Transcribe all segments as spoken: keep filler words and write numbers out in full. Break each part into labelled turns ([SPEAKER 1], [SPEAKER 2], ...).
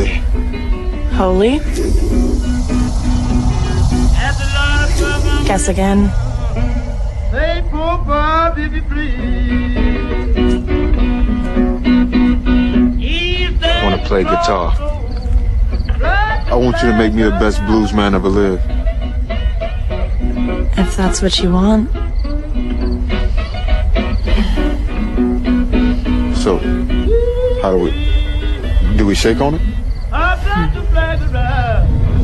[SPEAKER 1] Holy.
[SPEAKER 2] Holy? Guess again.
[SPEAKER 3] Hey, poor Bob, if you please.
[SPEAKER 4] I want to play guitar. I want you to make me the best blues man ever lived.
[SPEAKER 2] If that's what you want.
[SPEAKER 4] So, how do we... Do we shake on it?
[SPEAKER 3] I've got to play the ride.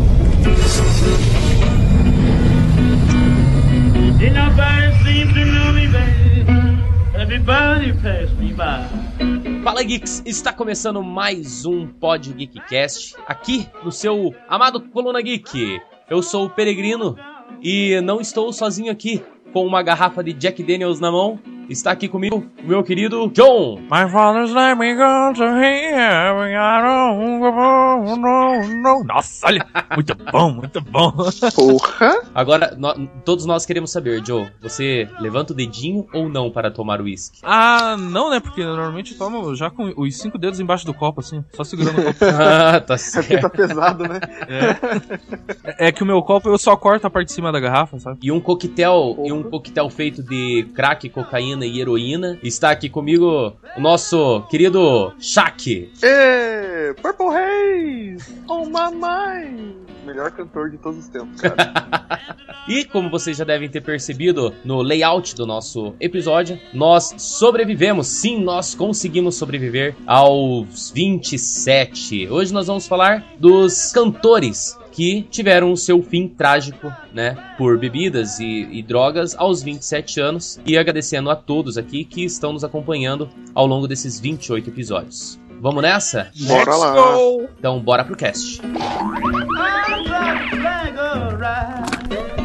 [SPEAKER 3] Did nobody seem to know me, baby? Everybody passed me by.
[SPEAKER 5] Fala Geeks, está começando mais um Pod Geekcast aqui no seu amado Coluna Geek. Eu sou o Peregrino e não estou sozinho aqui com uma garrafa de Jack Daniels na mão. Está aqui comigo o meu querido John.
[SPEAKER 6] My father's let me go to heaven. I don't know, no, no. Nossa, olha, muito bom, muito bom.
[SPEAKER 4] Porra!
[SPEAKER 5] Agora, no, todos nós queremos saber, Joe, você levanta o dedinho ou não para tomar o uísque?
[SPEAKER 6] Ah, não, né? Porque normalmente eu tomo já com os cinco dedos embaixo do copo, assim, só segurando o copo.
[SPEAKER 5] Ah, tá
[SPEAKER 7] É porque
[SPEAKER 5] certo.
[SPEAKER 7] tá pesado, né?
[SPEAKER 6] É. É que o meu copo eu só corto a parte de cima da garrafa, sabe?
[SPEAKER 5] E um coquetel, e um coquetel feito de crack, cocaína e heroína. Está aqui comigo o nosso querido Shaq.
[SPEAKER 7] Ê, Purple Haze! Oh, mamãe! Melhor cantor de todos os tempos, cara.
[SPEAKER 5] E como vocês já devem ter percebido no layout do nosso episódio, nós sobrevivemos, sim, nós conseguimos sobreviver aos vinte e sete. Hoje nós vamos falar dos cantores que tiveram o seu fim trágico, né, por bebidas e, e drogas aos vinte e sete anos. E agradecendo a todos aqui que estão nos acompanhando ao longo desses vinte e oito episódios. Vamos nessa?
[SPEAKER 7] Bora lá.
[SPEAKER 6] Go!
[SPEAKER 5] Então bora pro cast.
[SPEAKER 3] I'm got to play the ride.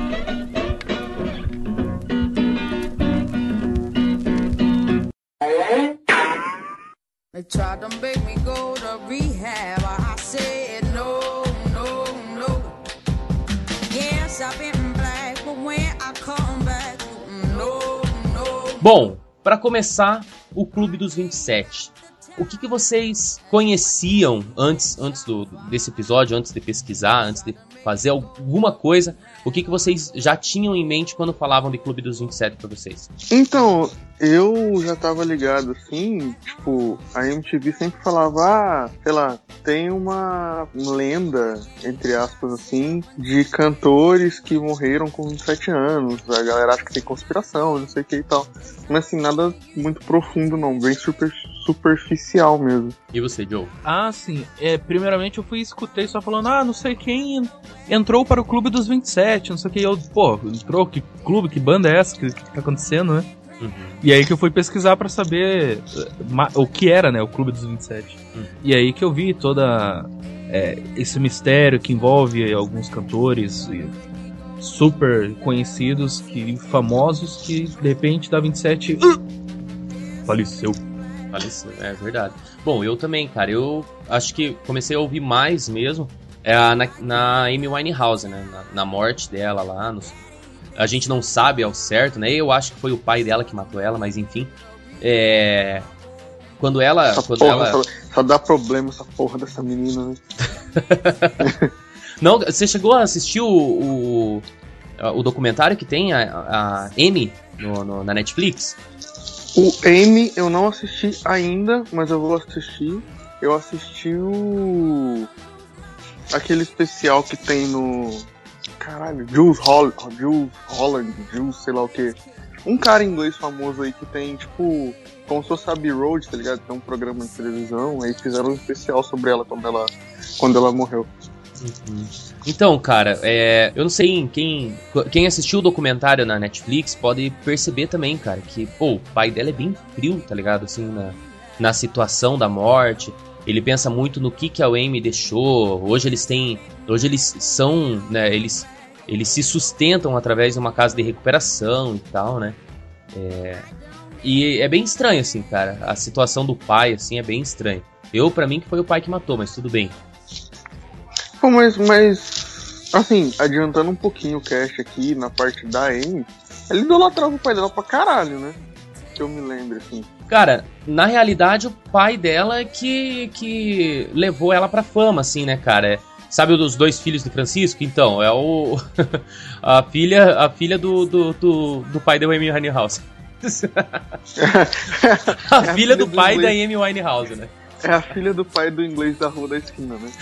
[SPEAKER 8] They tried to make me go to rehab. I said no, no, no. Yes, I've been black, but when I come back, no, no.
[SPEAKER 5] Bom, pra começar, o Clube dos vinte e sete. O que, que vocês conheciam antes, antes do, desse episódio, antes de pesquisar, antes de fazer alguma coisa? O que, que vocês já tinham em mente quando falavam de Clube dos vinte e sete pra vocês?
[SPEAKER 7] Então, eu já tava ligado assim, tipo, a M T V sempre falava, ah, sei lá, tem uma lenda, entre aspas assim, de cantores que morreram com vinte e sete anos, a galera acha que tem conspiração, não sei o que e tal. Mas assim, nada muito profundo não, bem super, superficial mesmo.
[SPEAKER 5] E você, Joe?
[SPEAKER 6] Ah, sim. É, primeiramente eu fui e escutei só falando, ah, não sei quem entrou para o Clube dos vinte e sete, não sei o que. Eu, pô, entrou, que clube, que banda é essa? O que, que tá acontecendo, né?
[SPEAKER 5] Uhum.
[SPEAKER 6] E aí que eu fui pesquisar pra saber ma- o que era, né, o Clube dos vinte e sete.
[SPEAKER 5] Uhum.
[SPEAKER 6] E aí que eu vi toda é, esse mistério que envolve alguns cantores e super conhecidos, que, famosos, que de repente dá vinte e sete uh, faleceu.
[SPEAKER 5] Faleceu, é verdade. Bom, eu também, cara, eu acho que comecei a ouvir mais mesmo é, na, na Amy Winehouse, né, na, na morte dela lá, nos, a gente não sabe ao certo, né, eu acho que foi o pai dela que matou ela, mas enfim, é... Quando ela...
[SPEAKER 7] Essa
[SPEAKER 5] quando
[SPEAKER 7] porra,
[SPEAKER 5] ela...
[SPEAKER 7] só, só dá problema essa porra dessa menina, né?
[SPEAKER 5] Não, você chegou a assistir o, o, o documentário que tem a, a Amy no, no, na Netflix?
[SPEAKER 7] O Amy eu não assisti ainda, mas eu vou assistir. Eu assisti o... aquele especial que tem no... Caralho, Jules Holland, Jules Holland, Jules sei lá o que. Um cara inglês famoso aí que tem, tipo, como se fosse a Abbey Road, tá ligado? Tem um programa de televisão, aí fizeram um especial sobre ela quando ela, quando ela morreu.
[SPEAKER 5] Uhum. Então, cara, é, eu não sei quem, quem assistiu o documentário na Netflix pode perceber também, cara, que pô, o pai dela é bem frio, tá ligado? Assim, na, na situação da morte. Ele pensa muito no que, que a Amy deixou. Hoje eles têm. Hoje eles são. Né, eles, eles se sustentam através de uma casa de recuperação e tal, né? É, e é bem estranho, assim, cara. A situação do pai, assim, é bem estranho. Eu, pra mim, que foi o pai que matou, mas tudo bem.
[SPEAKER 7] Bom, mas, mas, assim, adiantando um pouquinho o cast aqui na parte da Amy, ela idolatrava o pai dela pra caralho, né? que eu me lembro, assim.
[SPEAKER 5] Cara, na realidade, o pai dela que, que levou ela pra fama, assim, né, cara? É, sabe os dois filhos do Francisco? Então, é o... a filha, a filha do, do, do, do pai da Amy Winehouse. a
[SPEAKER 7] É a
[SPEAKER 5] filha do,
[SPEAKER 7] do
[SPEAKER 5] pai
[SPEAKER 7] inglês.
[SPEAKER 5] da Amy Winehouse, né?
[SPEAKER 7] É a filha do pai do inglês da rua da esquina, né?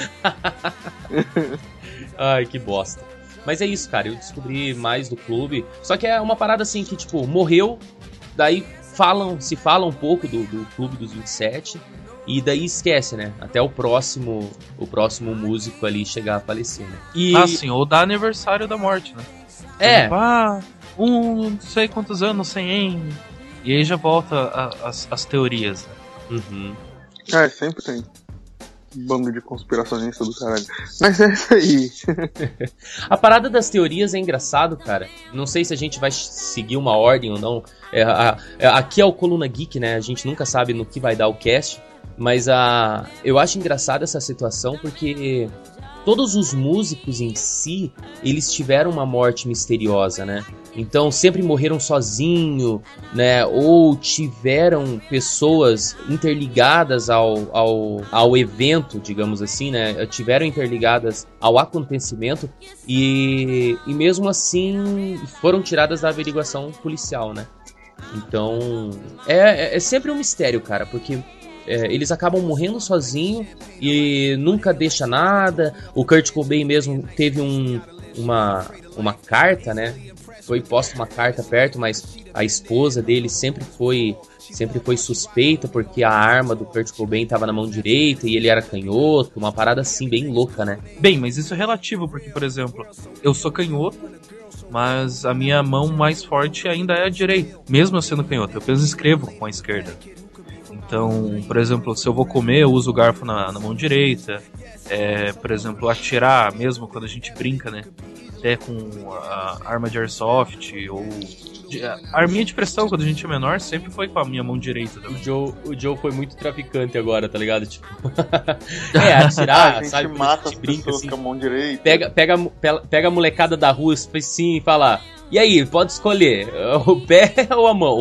[SPEAKER 5] Ai, que bosta. Mas é isso, cara, eu descobri mais do clube. Só que é uma parada assim que, tipo, morreu, daí falam, se fala um pouco do, do Clube dos vinte e sete, e daí esquece, né? Até o próximo, o próximo músico ali chegar a falecer, né? E...
[SPEAKER 6] Ah, sim, ou dá aniversário da morte, né?
[SPEAKER 5] É.
[SPEAKER 6] Tipo, ah, um não sei quantos anos sem M. E aí já volta a- as, as teorias, né?
[SPEAKER 5] Uhum.
[SPEAKER 7] É, sempre tem. Bando de conspiracionista do caralho. Mas é isso aí.
[SPEAKER 5] A parada das teorias é engraçado, cara. Não sei se a gente vai seguir uma ordem ou não. É, a, a, aqui é o Coluna Geek, né? A gente nunca sabe no que vai dar o cast. Mas a, eu acho engraçada essa situação porque todos os músicos em si, eles tiveram uma morte misteriosa, né? Então sempre morreram sozinho, né? Ou tiveram pessoas interligadas ao, ao, ao evento, digamos assim, né? Tiveram interligadas ao acontecimento e, e mesmo assim foram tiradas da averiguação policial, né? Então é, é sempre um mistério, cara, porque é, eles acabam morrendo sozinho e nunca deixa nada. O Kurt Cobain mesmo teve um, uma, uma carta, né? Foi posta uma carta perto, mas a esposa dele sempre foi, sempre foi suspeita porque a arma do Kurt Cobain estava na mão direita e ele era canhoto, uma parada assim bem louca, né?
[SPEAKER 6] Bem, mas isso é relativo, porque, por exemplo, eu sou canhoto, mas a minha mão mais forte ainda é a direita. Mesmo eu sendo canhoto, eu apenas escrevo com a esquerda. Então, por exemplo, se eu vou comer, eu uso o garfo na, na mão direita. É, por exemplo, atirar, mesmo quando a gente brinca, né? Até com a arma de airsoft ou... De, a arminha de pressão, quando a gente é menor, sempre foi com a minha mão direita
[SPEAKER 5] O
[SPEAKER 6] também.
[SPEAKER 5] Joe, o Joe foi muito traficante agora, tá ligado? Tipo... é, atirar,
[SPEAKER 7] a gente
[SPEAKER 5] sabe? Quando
[SPEAKER 7] mata
[SPEAKER 5] a
[SPEAKER 7] as
[SPEAKER 5] gente brinca
[SPEAKER 7] pessoas
[SPEAKER 5] assim.
[SPEAKER 7] com a mão direita.
[SPEAKER 5] Pega, pega, pega a molecada da rua assim e fala: e aí, pode escolher, o pé ou a mão?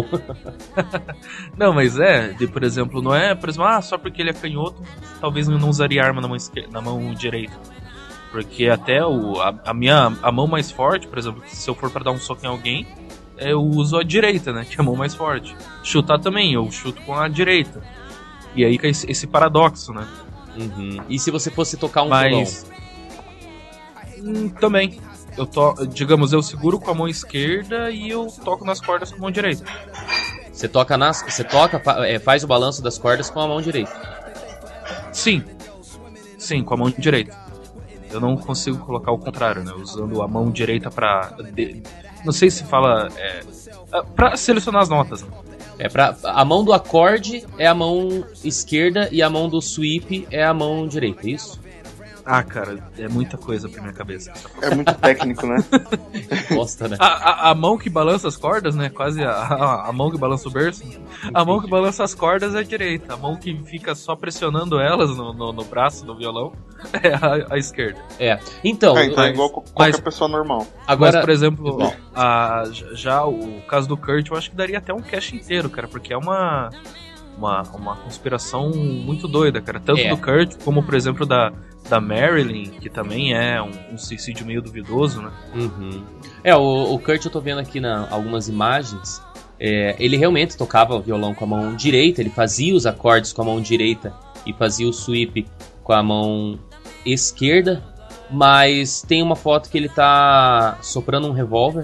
[SPEAKER 6] Não, mas é, de, por exemplo, não é, por exemplo, ah, só porque ele é canhoto, talvez eu não usaria arma na mão, esquerda, na mão direita. Porque até o, a, a minha a mão mais forte, por exemplo, se eu for pra dar um soco em alguém, eu uso a direita, né? Que é a mão mais forte. Chutar também, eu chuto com a direita. E aí que é esse, esse paradoxo, né?
[SPEAKER 5] Uhum. E se você fosse tocar um
[SPEAKER 6] Mas
[SPEAKER 5] violão?
[SPEAKER 6] hum, também. Eu to, digamos, eu seguro com a mão esquerda e eu toco nas cordas com a mão direita.
[SPEAKER 5] Você toca, nas, você toca é, faz o balanço das cordas com a mão direita.
[SPEAKER 6] Sim. Sim, com a mão direita. Eu não consigo colocar o contrário, né? Usando a mão direita pra... De, não sei se fala... É, pra selecionar as notas, né?
[SPEAKER 5] É pra, a mão do acorde é a mão esquerda e a mão do sweep é a mão direita, é isso?
[SPEAKER 6] Ah, cara, é muita coisa pra minha cabeça.
[SPEAKER 7] É muito técnico, né?
[SPEAKER 5] Bosta, né?
[SPEAKER 6] A, a, a mão que balança as cordas, né? Quase a, a, a mão que balança o berço. A mão que balança as cordas é a direita. A mão que fica só pressionando elas no, no, no braço do violão é a, a esquerda.
[SPEAKER 5] É. Então,
[SPEAKER 7] É, então é
[SPEAKER 5] mas-
[SPEAKER 7] igual co- qualquer
[SPEAKER 6] mas-
[SPEAKER 7] pessoa normal.
[SPEAKER 5] agora,
[SPEAKER 6] Mas, por exemplo,
[SPEAKER 5] Bom.
[SPEAKER 6] a, já o caso do Kurt, eu acho que daria até um cast inteiro, cara, porque é uma, uma, uma conspiração muito doida, cara. Tanto
[SPEAKER 5] É.
[SPEAKER 6] do Kurt, como, por exemplo, da, da Marilyn, que também é um, um suicídio meio duvidoso, né?
[SPEAKER 5] Uhum. É, o, o Kurt eu tô vendo aqui na algumas imagens. É, ele realmente tocava o violão com a mão direita, ele fazia os acordes com a mão direita e fazia o sweep com a mão esquerda, mas tem uma foto que ele tá soprando um revólver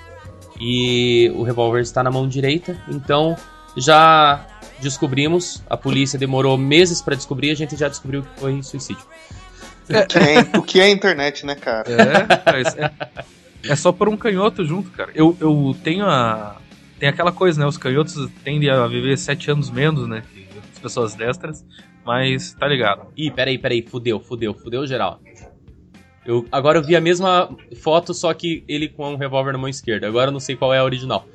[SPEAKER 5] e o revólver está na mão direita, então já descobrimos, a polícia demorou meses pra descobrir, a gente já descobriu que foi suicídio.
[SPEAKER 7] O que é, o que é internet, né, cara?
[SPEAKER 6] É, cara, isso é, é só por um canhoto junto, cara. Eu, eu tenho a... Tem aquela coisa, né? Os canhotos tendem a viver sete anos menos, né? Que as pessoas destras, mas tá ligado.
[SPEAKER 5] Ih, peraí, peraí, fudeu, fudeu, fudeu geral. Eu, agora eu vi a mesma foto, só que ele com um revólver na mão esquerda. Agora eu não sei qual é a original.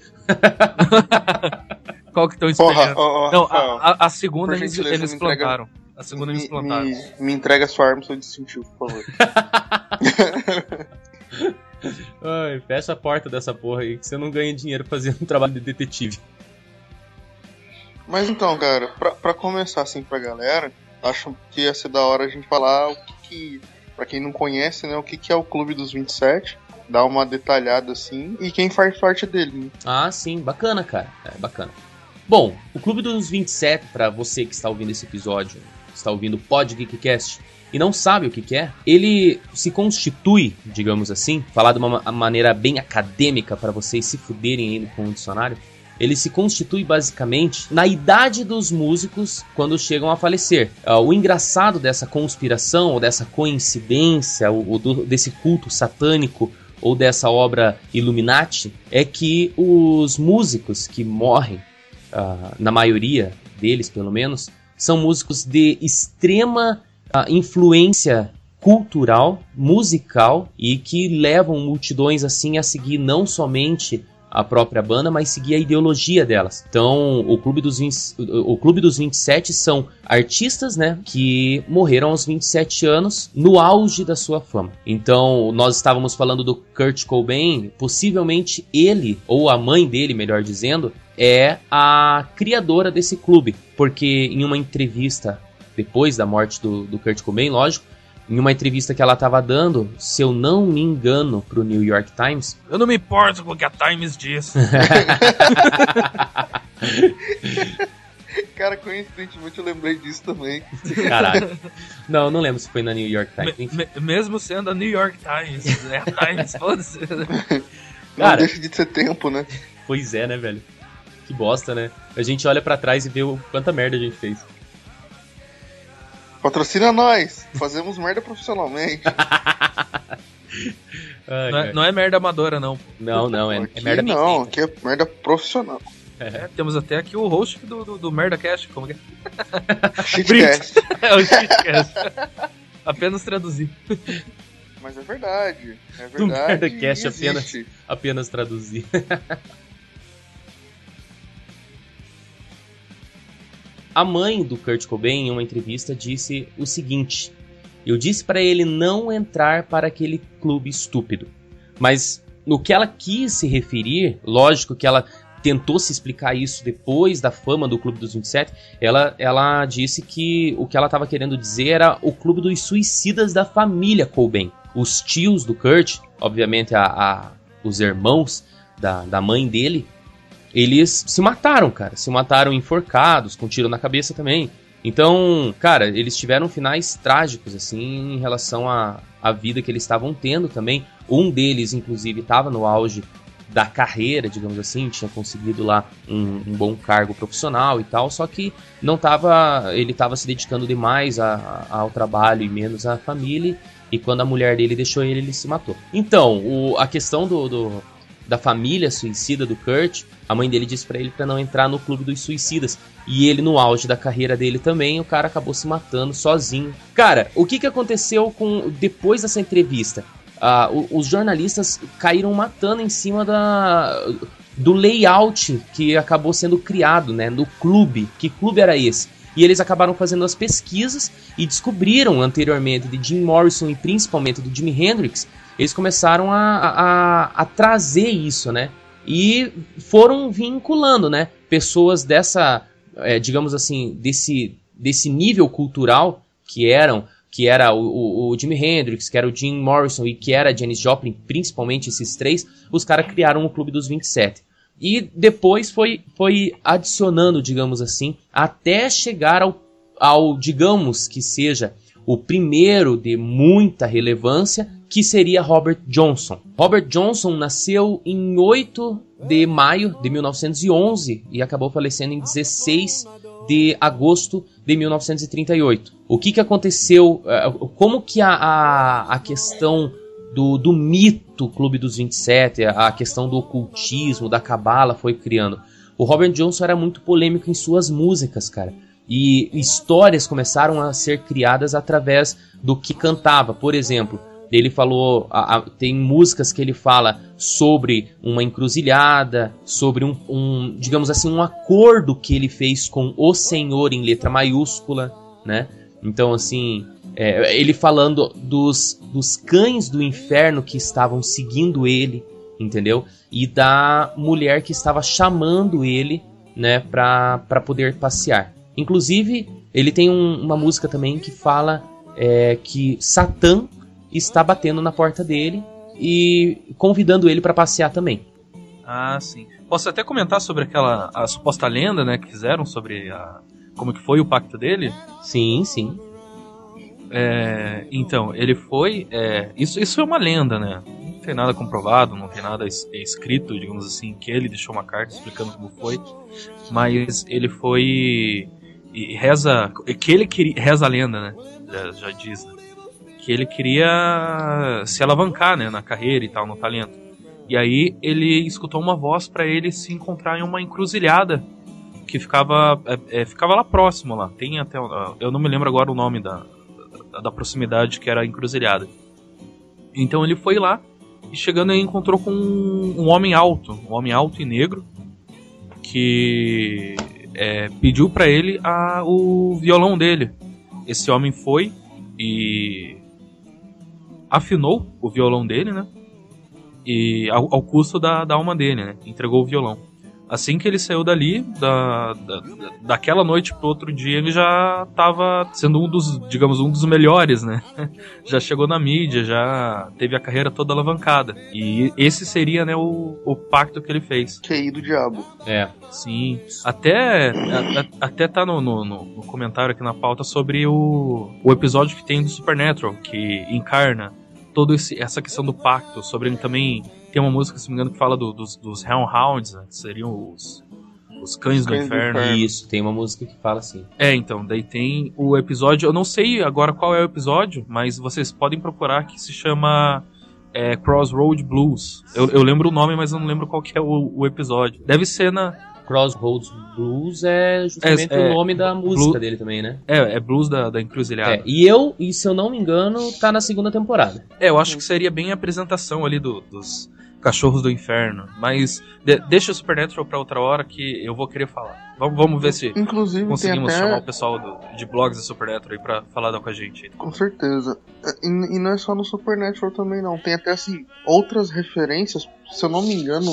[SPEAKER 6] Qual que estão
[SPEAKER 7] Porra,
[SPEAKER 6] esperando?
[SPEAKER 7] ó, ó,
[SPEAKER 6] Não,
[SPEAKER 7] Rafael,
[SPEAKER 6] a, a, a segunda
[SPEAKER 7] por
[SPEAKER 6] eles,
[SPEAKER 7] gentileza,
[SPEAKER 6] eles
[SPEAKER 7] me entrega-
[SPEAKER 6] plantaram. A segunda eles
[SPEAKER 7] me,
[SPEAKER 6] plantaram.
[SPEAKER 7] me, me entrega sua arma, seu distintivo, por favor.
[SPEAKER 5] Ai, fecha a porta dessa porra aí, que você não ganha dinheiro fazendo um trabalho de detetive.
[SPEAKER 7] Mas então, cara, pra, pra começar assim pra galera, acho que ia ser da hora a gente falar o que que, pra quem não conhece, né, o que que é o Clube dos vinte e sete, dar uma detalhada assim, e quem faz parte dele, né?
[SPEAKER 5] Ah, sim, bacana, cara, é bacana. Bom, o Clube dos vinte e sete, pra você que está ouvindo esse episódio, está ouvindo o Pod Geekcast, e não sabe o que que é, ele se constitui, digamos assim, falar de uma maneira bem acadêmica para vocês se fuderem aí com o dicionário, ele se constitui basicamente na idade dos músicos quando chegam a falecer. Uh, o engraçado dessa conspiração, ou dessa coincidência, ou, ou do, desse culto satânico, ou dessa obra Illuminati, é que os músicos que morrem, uh, na maioria deles pelo menos, são músicos de extrema uh, influência cultural, musical, e que levam multidões assim a seguir não somente a própria banda, mas seguir a ideologia delas. Então, o Clube dos vinte, o Clube dos vinte e sete são artistas, né, que morreram aos vinte e sete anos, no auge da sua fama. Então, nós estávamos falando do Kurt Cobain, possivelmente ele, ou a mãe dele, melhor dizendo, é a criadora desse clube, porque em uma entrevista, depois da morte do, do Kurt Cobain, lógico, em uma entrevista que ela estava dando, se eu não me engano, pro New York Times...
[SPEAKER 6] Eu não me importo com o que a Times diz.
[SPEAKER 7] Cara, coincidentemente eu lembrei disso também.
[SPEAKER 5] Caralho. Não, não lembro se foi na New York Times.
[SPEAKER 6] Me, me, mesmo sendo a New York Times, é a Times, foda-se.
[SPEAKER 7] Não
[SPEAKER 5] Cara,
[SPEAKER 7] deixa de ser tempo, né?
[SPEAKER 5] Pois é, né, velho? Que bosta, né? A gente olha pra trás e vê o quanta merda a gente fez.
[SPEAKER 7] Patrocina nós! Fazemos merda profissionalmente.
[SPEAKER 5] Ai,
[SPEAKER 6] não, é, não é merda amadora, não.
[SPEAKER 5] Não, não, é,
[SPEAKER 7] aqui
[SPEAKER 5] é merda bem
[SPEAKER 7] não,
[SPEAKER 5] feita.
[SPEAKER 7] aqui é merda profissional.
[SPEAKER 6] É, temos até aqui o host do, do, do Merda Cast, como que é?
[SPEAKER 7] Shitcast.
[SPEAKER 6] É o Shitcast. Apenas traduzir.
[SPEAKER 7] Mas é verdade. É
[SPEAKER 5] Do
[SPEAKER 7] verdade.
[SPEAKER 5] Merda Cast,
[SPEAKER 7] e
[SPEAKER 5] apenas,
[SPEAKER 7] existe.
[SPEAKER 5] apenas traduzir. A mãe do Kurt Cobain, em uma entrevista, disse o seguinte: eu disse para ele não entrar para aquele clube estúpido. Mas no que ela quis se referir, lógico que ela tentou se explicar isso depois da fama do Clube dos vinte e sete, ela, ela disse que o que ela estava querendo dizer era o Clube dos Suicidas da família Cobain. Os tios do Kurt, obviamente a, a, os irmãos da, da mãe dele, eles se mataram, cara. Se mataram enforcados, com tiro na cabeça também. Então, cara, eles tiveram finais trágicos, assim, em relação à, à vida que eles estavam tendo também. Um deles, inclusive, estava no auge da carreira, digamos assim, tinha conseguido lá um, um bom cargo profissional e tal, só que não tava, ele estava se dedicando demais a, a, ao trabalho e menos à família, e quando a mulher dele deixou ele, ele se matou. Então, o, a questão do... do da família suicida do Kurt, a mãe dele disse pra ele pra não entrar no clube dos suicidas. E ele, no auge da carreira dele também, o cara acabou se matando sozinho. Cara, o que que aconteceu com depois dessa entrevista? Uh, os jornalistas caíram matando em cima da, do layout que acabou sendo criado, né, no clube. Que clube era esse? E eles acabaram fazendo as pesquisas e descobriram anteriormente de Jim Morrison e principalmente do Jimi Hendrix. Eles começaram a, a, a trazer isso, né? E foram vinculando, né? Pessoas dessa, é, digamos assim, desse, desse nível cultural que eram, que era o, o, o Jimi Hendrix, que era o Jim Morrison e que era a Janis Joplin, principalmente esses três, os caras criaram o Clube dos vinte e sete. E depois foi, foi adicionando, digamos assim, até chegar ao, ao, digamos que seja o primeiro de muita relevância, que seria Robert Johnson. Robert Johnson nasceu em oito de maio de mil novecentos e onze e acabou falecendo em dezesseis de agosto de mil novecentos e trinta e oito. O que que aconteceu, como que a, a, a questão do, do mito Clube dos vinte e sete, a questão do ocultismo, da cabala foi criando? O Robert Johnson era muito polêmico em suas músicas, cara. E histórias começaram a ser criadas através do que cantava. Por exemplo, ele falou, a, a, tem músicas que ele fala sobre uma encruzilhada, sobre um, um, digamos assim, um acordo que ele fez com o Senhor em letra maiúscula, né? Então, assim, é, ele falando dos, dos cães do inferno que estavam seguindo ele, entendeu? E da mulher que estava chamando ele né, pra, pra poder passear. Inclusive, ele tem um, uma música também que fala é, que Satã está batendo na porta dele e convidando ele para passear também.
[SPEAKER 6] Ah, sim. Posso até comentar sobre aquela a suposta lenda, né, que fizeram sobre a, como que foi o pacto dele?
[SPEAKER 5] Sim, sim.
[SPEAKER 6] É, então, ele foi... É, isso, isso é uma lenda, né? Não tem nada comprovado, não tem nada es, escrito, digamos assim, que ele deixou uma carta explicando como foi. Mas ele foi... E reza... Que ele queria... Reza a lenda, né? Já, já diz, né? Que ele queria se alavancar, né, na carreira e tal, no talento. E aí ele escutou uma voz pra ele se encontrar em uma encruzilhada que ficava, é, é, ficava lá próximo lá. Tem até, eu não me lembro agora o nome da, da, da proximidade que era a encruzilhada. Então ele foi lá e chegando aí encontrou com um, um homem alto, um homem alto e negro que é, pediu pra ele a, o violão dele. Esse homem foi e afinou o violão dele, né? E ao, ao custo da, da alma dele, né? Entregou o violão. Assim que ele saiu dali, da, da, daquela noite pro outro dia, ele já tava sendo um dos, digamos, um dos melhores, né? Já chegou na mídia, já teve a carreira toda alavancada. E esse seria, né, o, o pacto que ele fez.
[SPEAKER 7] Q I do diabo.
[SPEAKER 5] É.
[SPEAKER 6] Sim. Até, a, a, até tá no, no, no comentário aqui na pauta sobre o, o episódio que tem do Supernatural, que encarna toda essa questão do pacto, sobre ele também... Tem uma música, se não me engano, que fala do, dos, dos Hellhounds, né? Que seriam os, os cães, os do, cães inferno. do inferno.
[SPEAKER 5] Isso, tem uma música que fala assim.
[SPEAKER 6] É, então, daí tem o episódio... Eu não sei agora qual é o episódio, mas vocês podem procurar, que se chama é, Crossroad Blues. Eu, eu lembro o nome, mas eu não lembro qual que é o, o episódio. Deve ser na...
[SPEAKER 5] Crossroads Blues é justamente é, é, o nome da música Blue, dele também, né?
[SPEAKER 6] É, é Blues da, da Encruzilhada. É,
[SPEAKER 5] e eu, e se eu não me engano, tá na segunda temporada.
[SPEAKER 6] É, eu acho que seria bem a apresentação ali do, dos Cachorros do Inferno. Mas de, deixa o Supernatural pra outra hora que eu vou querer falar. Vamos, vamos ver se
[SPEAKER 7] Inclusive,
[SPEAKER 6] conseguimos
[SPEAKER 7] até...
[SPEAKER 6] chamar o pessoal do, de blogs do Supernatural aí pra falar com a gente.
[SPEAKER 7] Com certeza. E, e não é só no Supernatural também, não. Tem até, assim, outras referências. Se eu não me engano,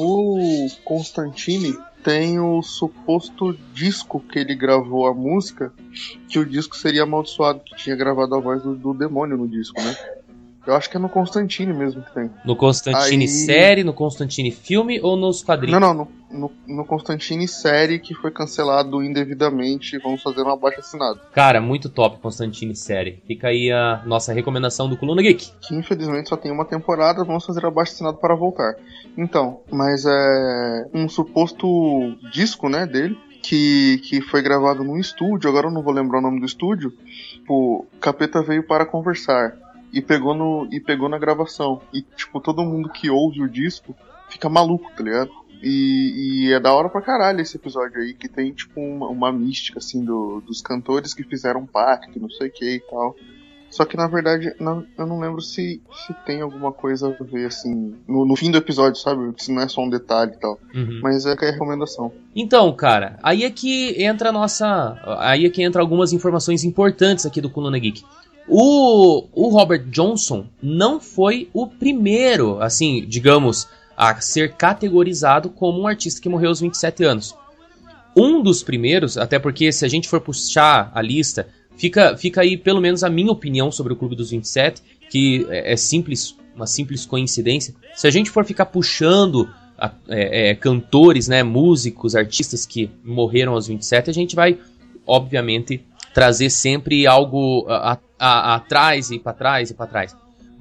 [SPEAKER 7] no Constantine... tem o suposto disco que ele gravou a música, que o disco seria amaldiçoado, que tinha gravado a voz do, do demônio no disco, né? Eu acho que é no Constantine mesmo que tem.
[SPEAKER 5] No Constantine Aí... série, no Constantine filme ou nos quadrinhos?
[SPEAKER 7] Não, não, no, no, no Constantine série que foi cancelado indevidamente. Vamos fazer uma baixa assinada.
[SPEAKER 5] Cara, muito top Constantine série. Fica aí a nossa recomendação do Coluna Geek.
[SPEAKER 7] Que infelizmente só tem uma temporada, vamos fazer a baixa assinada para voltar. Então, mas é um suposto disco, né, dele. Que, que foi gravado num estúdio, agora eu não vou lembrar o nome do estúdio. O Capeta veio para conversar. E pegou, no, e pegou na gravação. E, tipo, todo mundo que ouve o disco fica maluco, tá ligado? E, e é da hora pra caralho esse episódio aí, que tem, tipo, uma, uma mística, assim, do, dos cantores que fizeram pacto, não sei o que e tal. Só que, na verdade, não, eu não lembro se, se tem alguma coisa a ver, assim, no, no fim do episódio, sabe? Se não é só um detalhe e tal. Uhum. Mas é que é a recomendação.
[SPEAKER 5] Então, cara, aí é que entra a nossa... Aí é que entra algumas informações importantes aqui do Coluna Geek. O, o Robert Johnson não foi o primeiro, assim, digamos, a ser categorizado como um artista que morreu aos vinte e sete anos. Um dos primeiros, até porque se a gente for puxar a lista, fica, fica aí pelo menos a minha opinião sobre o Clube dos vinte e sete, que é, é simples, uma simples coincidência. Se a gente for ficar puxando a, é, é, cantores, né, músicos, artistas que morreram aos vinte e sete, a gente vai, obviamente, trazer sempre algo a, a, a, atrás e para trás e para trás.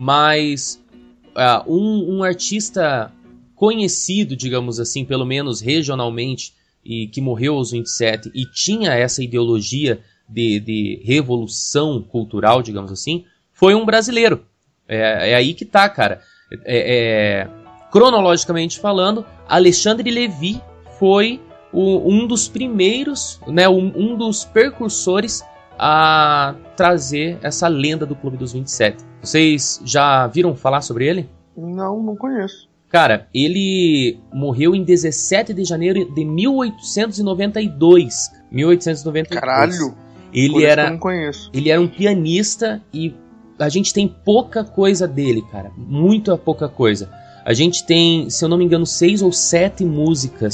[SPEAKER 5] Mas uh, um, um artista conhecido, digamos assim, pelo menos regionalmente, e que morreu aos vinte e sete e tinha essa ideologia de, de revolução cultural, digamos assim, foi um brasileiro. É, é aí que tá, cara. É, é, cronologicamente falando, Alexandre Levy foi O, um dos primeiros, né, um, um dos percursores a trazer essa lenda do Clube dos vinte e sete. Vocês já viram falar sobre ele?
[SPEAKER 7] Não, não conheço.
[SPEAKER 5] Cara, ele morreu em dezessete de janeiro de mil oitocentos e noventa e dois. mil oitocentos e noventa e dois.
[SPEAKER 7] Caralho!
[SPEAKER 5] Ele era,
[SPEAKER 7] eu não conheço.
[SPEAKER 5] Ele era um pianista e a gente tem pouca coisa dele, cara. Muito pouca coisa. A gente tem, se eu não me engano, seis ou sete músicas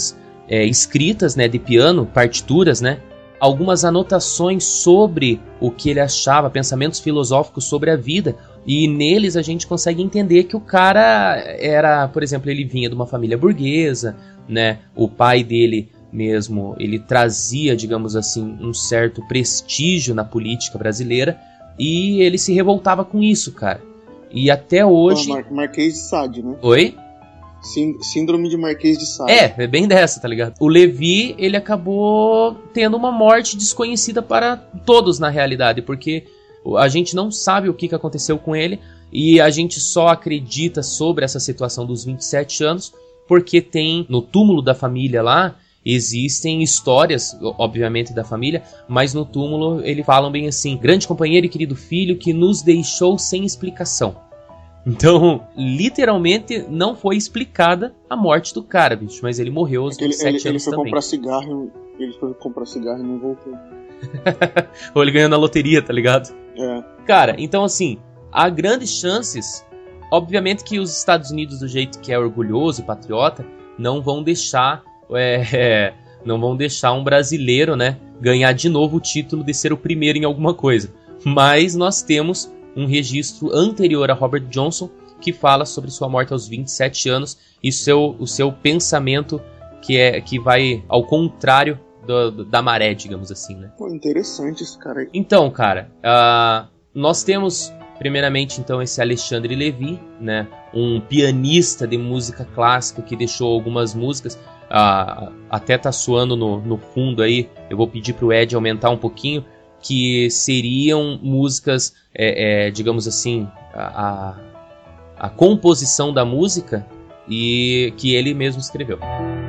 [SPEAKER 5] é, escritas, né, de piano, partituras, né, algumas anotações sobre o que ele achava, pensamentos filosóficos sobre a vida, e neles a gente consegue entender que o cara era, por exemplo, ele vinha de uma família burguesa, né, o pai dele mesmo, ele trazia, digamos assim, um certo prestígio na política brasileira, e ele se revoltava com isso, cara. E até hoje...
[SPEAKER 7] Ah, Mar- Marquês de Sade, né?
[SPEAKER 5] Oi?
[SPEAKER 7] Sínd- Síndrome de Marquês de Sade.
[SPEAKER 5] É, é bem dessa, tá ligado? O Levi, ele acabou tendo uma morte desconhecida para todos na realidade, porque a gente não sabe o que aconteceu com ele, e a gente só acredita sobre essa situação dos vinte e sete anos, porque tem no túmulo da família lá, existem histórias, obviamente, da família, mas no túmulo eles falam bem assim: grande companheiro e querido filho que nos deixou sem explicação. Então, literalmente, não foi explicada a morte do cara, bicho, mas ele morreu aos vinte e sete
[SPEAKER 7] ele,
[SPEAKER 5] anos
[SPEAKER 7] ele foi
[SPEAKER 5] também.
[SPEAKER 7] comprar cigarro, ele foi comprar cigarro e não voltou.
[SPEAKER 5] Ou ele ganhou na loteria, tá ligado?
[SPEAKER 7] É.
[SPEAKER 5] Cara, então assim, há grandes chances, obviamente que os Estados Unidos, do jeito que é orgulhoso e patriota, não vão deixar... É, não vão deixar um brasileiro, né, ganhar de novo o título de ser o primeiro em alguma coisa. Mas nós temos um registro anterior a Robert Johnson que fala sobre sua morte aos vinte e sete anos e seu, o seu pensamento que, é, que vai ao contrário do, da maré, digamos assim, né?
[SPEAKER 7] Pô, interessante esse cara aí.
[SPEAKER 5] Então, cara, uh, nós temos primeiramente então esse Alexandre Levy, né, um pianista de música clássica que deixou algumas músicas. Ah, até tá suando no, no fundo aí, eu vou pedir pro Ed aumentar um pouquinho, que seriam músicas, é, é, digamos assim, a, a, a composição da música e que ele mesmo escreveu.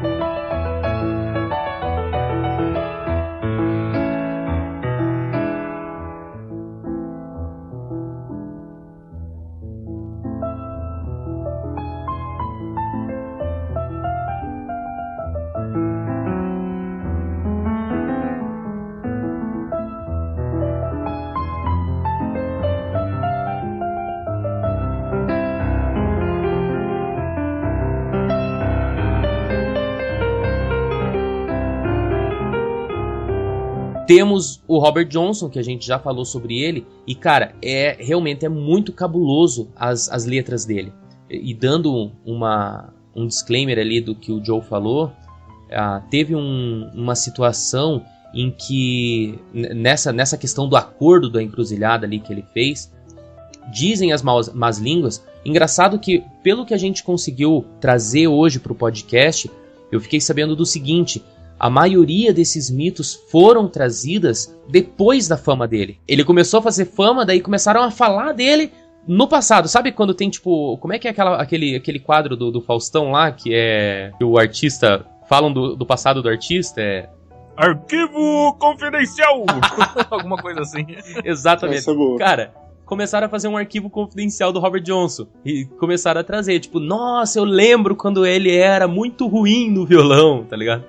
[SPEAKER 5] Temos o Robert Johnson, que a gente já falou sobre ele, e cara, é realmente é muito cabuloso as, as letras dele. E, e dando uma, um disclaimer ali do que o Joe falou, uh, teve um, uma situação em que, nessa, nessa questão do acordo da encruzilhada ali que ele fez, dizem as más, más línguas, engraçado que, pelo que a gente conseguiu trazer hoje para o podcast, eu fiquei sabendo do seguinte: a maioria desses mitos foram trazidas depois da fama dele. Ele começou a fazer fama, daí começaram a falar dele no passado. Sabe quando tem, tipo... Como é que é aquela, aquele, aquele quadro do, do Faustão lá, que é... que o artista... Falam do, do passado do artista, é...
[SPEAKER 6] Arquivo confidencial! Alguma coisa assim.
[SPEAKER 5] Exatamente.
[SPEAKER 7] Essa é boa.
[SPEAKER 5] Cara, começaram a fazer um arquivo confidencial do Robert Johnson. E começaram a trazer, tipo... Nossa, eu lembro quando ele era muito ruim no violão, tá ligado?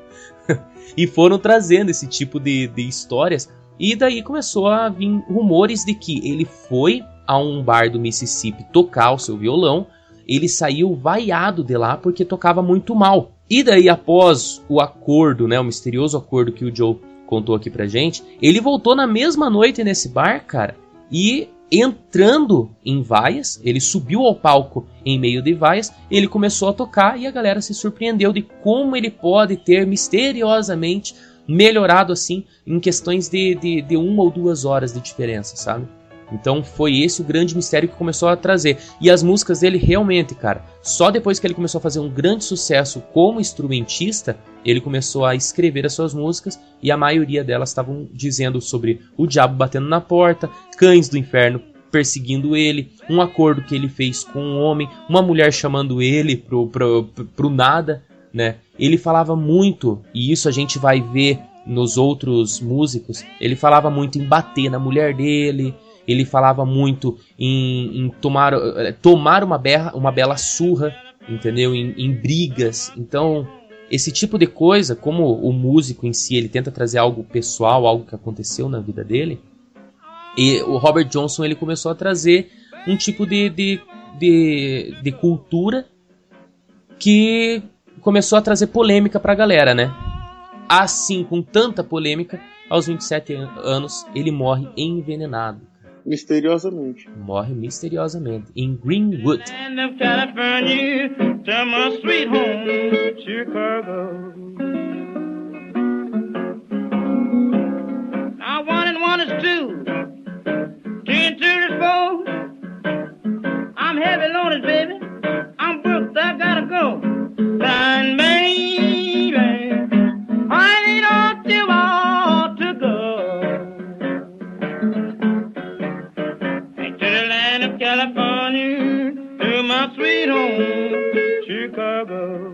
[SPEAKER 5] E foram trazendo esse tipo de, de histórias. E daí começou a vir rumores de que ele foi a um bar do Mississippi tocar o seu violão. Ele saiu vaiado de lá porque tocava muito mal. E daí, após o acordo, né, o misterioso acordo que o Joe contou aqui pra gente, ele voltou na mesma noite nesse bar, cara, e entrando em vaias, ele subiu ao palco em meio de vaias, ele começou a tocar e a galera se surpreendeu de como ele pode ter misteriosamente melhorado assim em questões de, de, de uma ou duas horas de diferença, sabe? Então foi esse o grande mistério que começou a trazer. E as músicas dele realmente, cara, só depois que ele começou a fazer um grande sucesso como instrumentista, ele começou a escrever as suas músicas e a maioria delas estavam dizendo sobre o diabo batendo na porta, cães do inferno perseguindo ele, um acordo que ele fez com um homem, uma mulher chamando ele pro, pro, pro, pro nada, né? Ele falava muito, e isso a gente vai ver nos outros músicos, ele falava muito em bater na mulher dele. Ele falava muito em, em tomar, tomar uma, berra, uma bela surra, entendeu? Em, em brigas. Então, esse tipo de coisa, como o músico em si, ele tenta trazer algo pessoal, algo que aconteceu na vida dele. E o Robert Johnson, ele começou a trazer um tipo de, de, de, de cultura que começou a trazer polêmica pra galera, né? Assim, com tanta polêmica, aos vinte e sete anos, ele morre envenenado.
[SPEAKER 7] Misteriosamente.
[SPEAKER 5] Morre misteriosamente em Greenwood.
[SPEAKER 3] Land of California, to my sweet home, Chicago. Now one and one is two, two and two is four. I'm heavy loaded, baby. I'm booked, I gotta go. Fine, baby, I ain't ought to ought to go. To the land of California, to my sweet home, Chicago.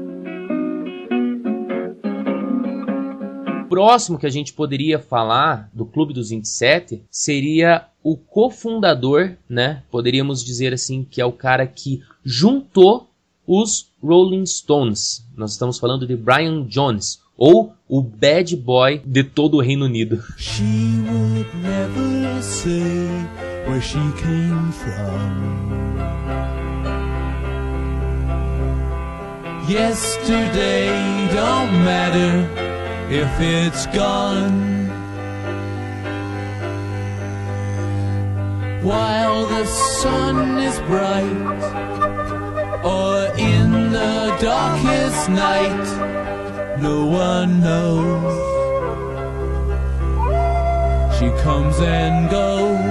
[SPEAKER 5] O próximo que a gente poderia falar do Clube dos vinte e sete seria o cofundador, né? Poderíamos dizer assim que é o cara que juntou os Rolling Stones. Nós estamos falando de Brian Jones, ou o bad boy de todo o Reino Unido.
[SPEAKER 1] She would never say where she came from. Yesterday don't matter if it's gone. While the sun is bright, or in the darkest night, no one knows. She comes and goes.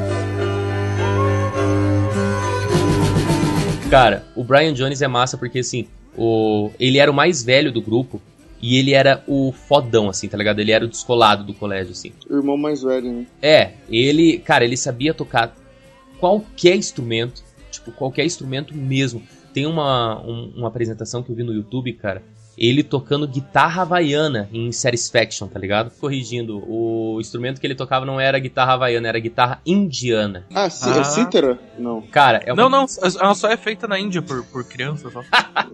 [SPEAKER 5] Cara, o Brian Jones é massa porque, assim, o... ele era o mais velho do grupo e ele era o fodão, assim, tá ligado? Ele era o descolado do colégio, assim.
[SPEAKER 7] O irmão mais velho, né?
[SPEAKER 5] É, ele, cara, ele sabia tocar qualquer instrumento, tipo, qualquer instrumento mesmo. Tem uma, um, uma apresentação que eu vi no YouTube, cara, ele tocando guitarra havaiana em Satisfaction, tá ligado? Corrigindo, o instrumento que ele tocava não era guitarra havaiana, era guitarra indiana.
[SPEAKER 7] Ah, sim,
[SPEAKER 6] Ah.
[SPEAKER 7] é cítara? Não.
[SPEAKER 5] Cara, é uma...
[SPEAKER 6] Não, não, ela só é feita na Índia por, por crianças. Só.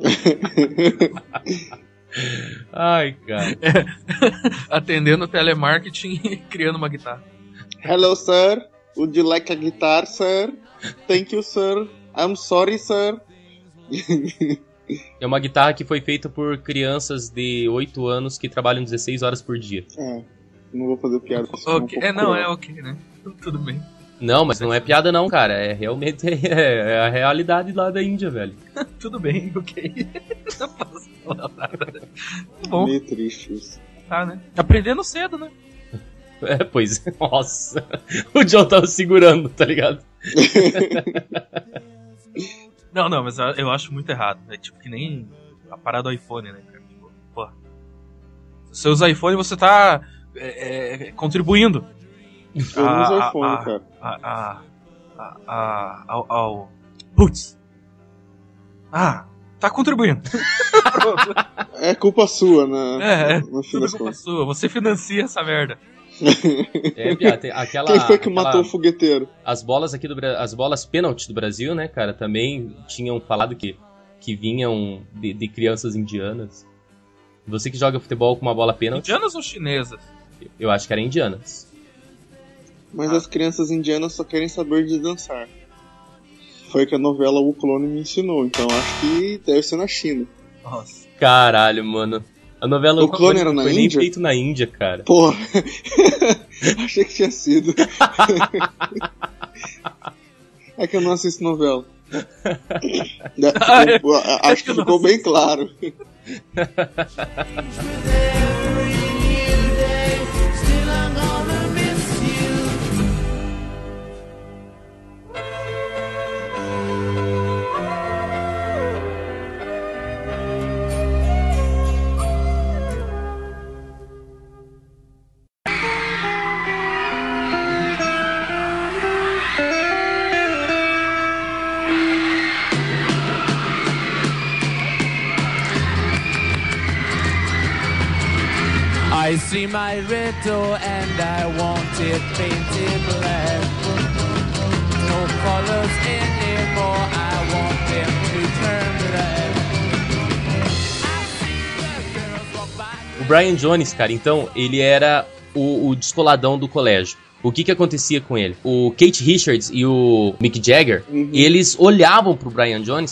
[SPEAKER 5] Ai, cara.
[SPEAKER 6] Atendendo telemarketing e criando uma guitarra.
[SPEAKER 7] Hello, sir. Would you like a guitar, sir? Thank you, sir. I'm sorry, sir.
[SPEAKER 5] É uma guitarra que foi feita por crianças de oito anos que trabalham dezesseis horas por dia.
[SPEAKER 7] É, não vou fazer piada. isso é um
[SPEAKER 6] Ok,
[SPEAKER 7] pouco
[SPEAKER 6] é, não,
[SPEAKER 7] cruel.
[SPEAKER 6] é ok, né? Tudo bem.
[SPEAKER 5] Não, mas não é piada não, cara. É realmente é a realidade lá da Índia, velho.
[SPEAKER 6] Tudo bem, ok. Não posso falar nada. Tá bom,
[SPEAKER 7] Meio triste isso.
[SPEAKER 6] tá, né? Aprendendo cedo, né?
[SPEAKER 5] É, pois. Nossa. O John tava segurando, tá ligado?
[SPEAKER 6] Não, não, mas eu acho muito errado. É tipo que nem a parada do iPhone, né, cara? Tipo, porra. Se você usa iPhone, você tá é, é, contribuindo.
[SPEAKER 7] Eu não uso
[SPEAKER 6] a-
[SPEAKER 7] iPhone,
[SPEAKER 6] a-
[SPEAKER 7] cara.
[SPEAKER 6] A, a, a, a, ao, ao... Putz. Ah, tá contribuindo. Pronto.
[SPEAKER 7] É culpa sua, né?
[SPEAKER 6] É,
[SPEAKER 7] no fim
[SPEAKER 6] tudo
[SPEAKER 7] das
[SPEAKER 6] culpa
[SPEAKER 7] contas.
[SPEAKER 6] sua. Você financia essa merda.
[SPEAKER 5] É, piada, tem aquela,
[SPEAKER 7] Quem foi que
[SPEAKER 5] aquela-
[SPEAKER 7] matou o fogueteiro?
[SPEAKER 5] As bolas aqui do Bra- as bolas pênalti do Brasil, né, cara, também tinham falado que, que vinham de, de crianças indianas. Você que joga futebol com uma bola pênalti,
[SPEAKER 6] Indianas ou chinesas?
[SPEAKER 5] eu acho que era indianas.
[SPEAKER 7] Mas
[SPEAKER 6] Ah.
[SPEAKER 7] as crianças indianas só querem saber de dançar. Foi o que a novela O Clone me ensinou, então acho que deve ser na China.
[SPEAKER 6] Nossa.
[SPEAKER 5] Caralho, mano. A novela
[SPEAKER 7] O Clone era na
[SPEAKER 5] foi nem
[SPEAKER 7] Índia?
[SPEAKER 5] feito na Índia, cara.
[SPEAKER 7] Porra, achei que tinha sido. É que eu não assisto novela.
[SPEAKER 6] Ah, é.
[SPEAKER 7] Ficou- acho que ficou bem claro.
[SPEAKER 1] Still I'm gonna miss you. I see my riddle and I want it painted black. No colors anymore, I want them to turn black. I see the girls walk by.
[SPEAKER 5] O Brian Jones, cara, então, ele era o, o descoladão do colégio. O que que acontecia com ele? O Kate Richards e o Mick Jagger,
[SPEAKER 7] Uhum.
[SPEAKER 5] eles olhavam pro Brian Jones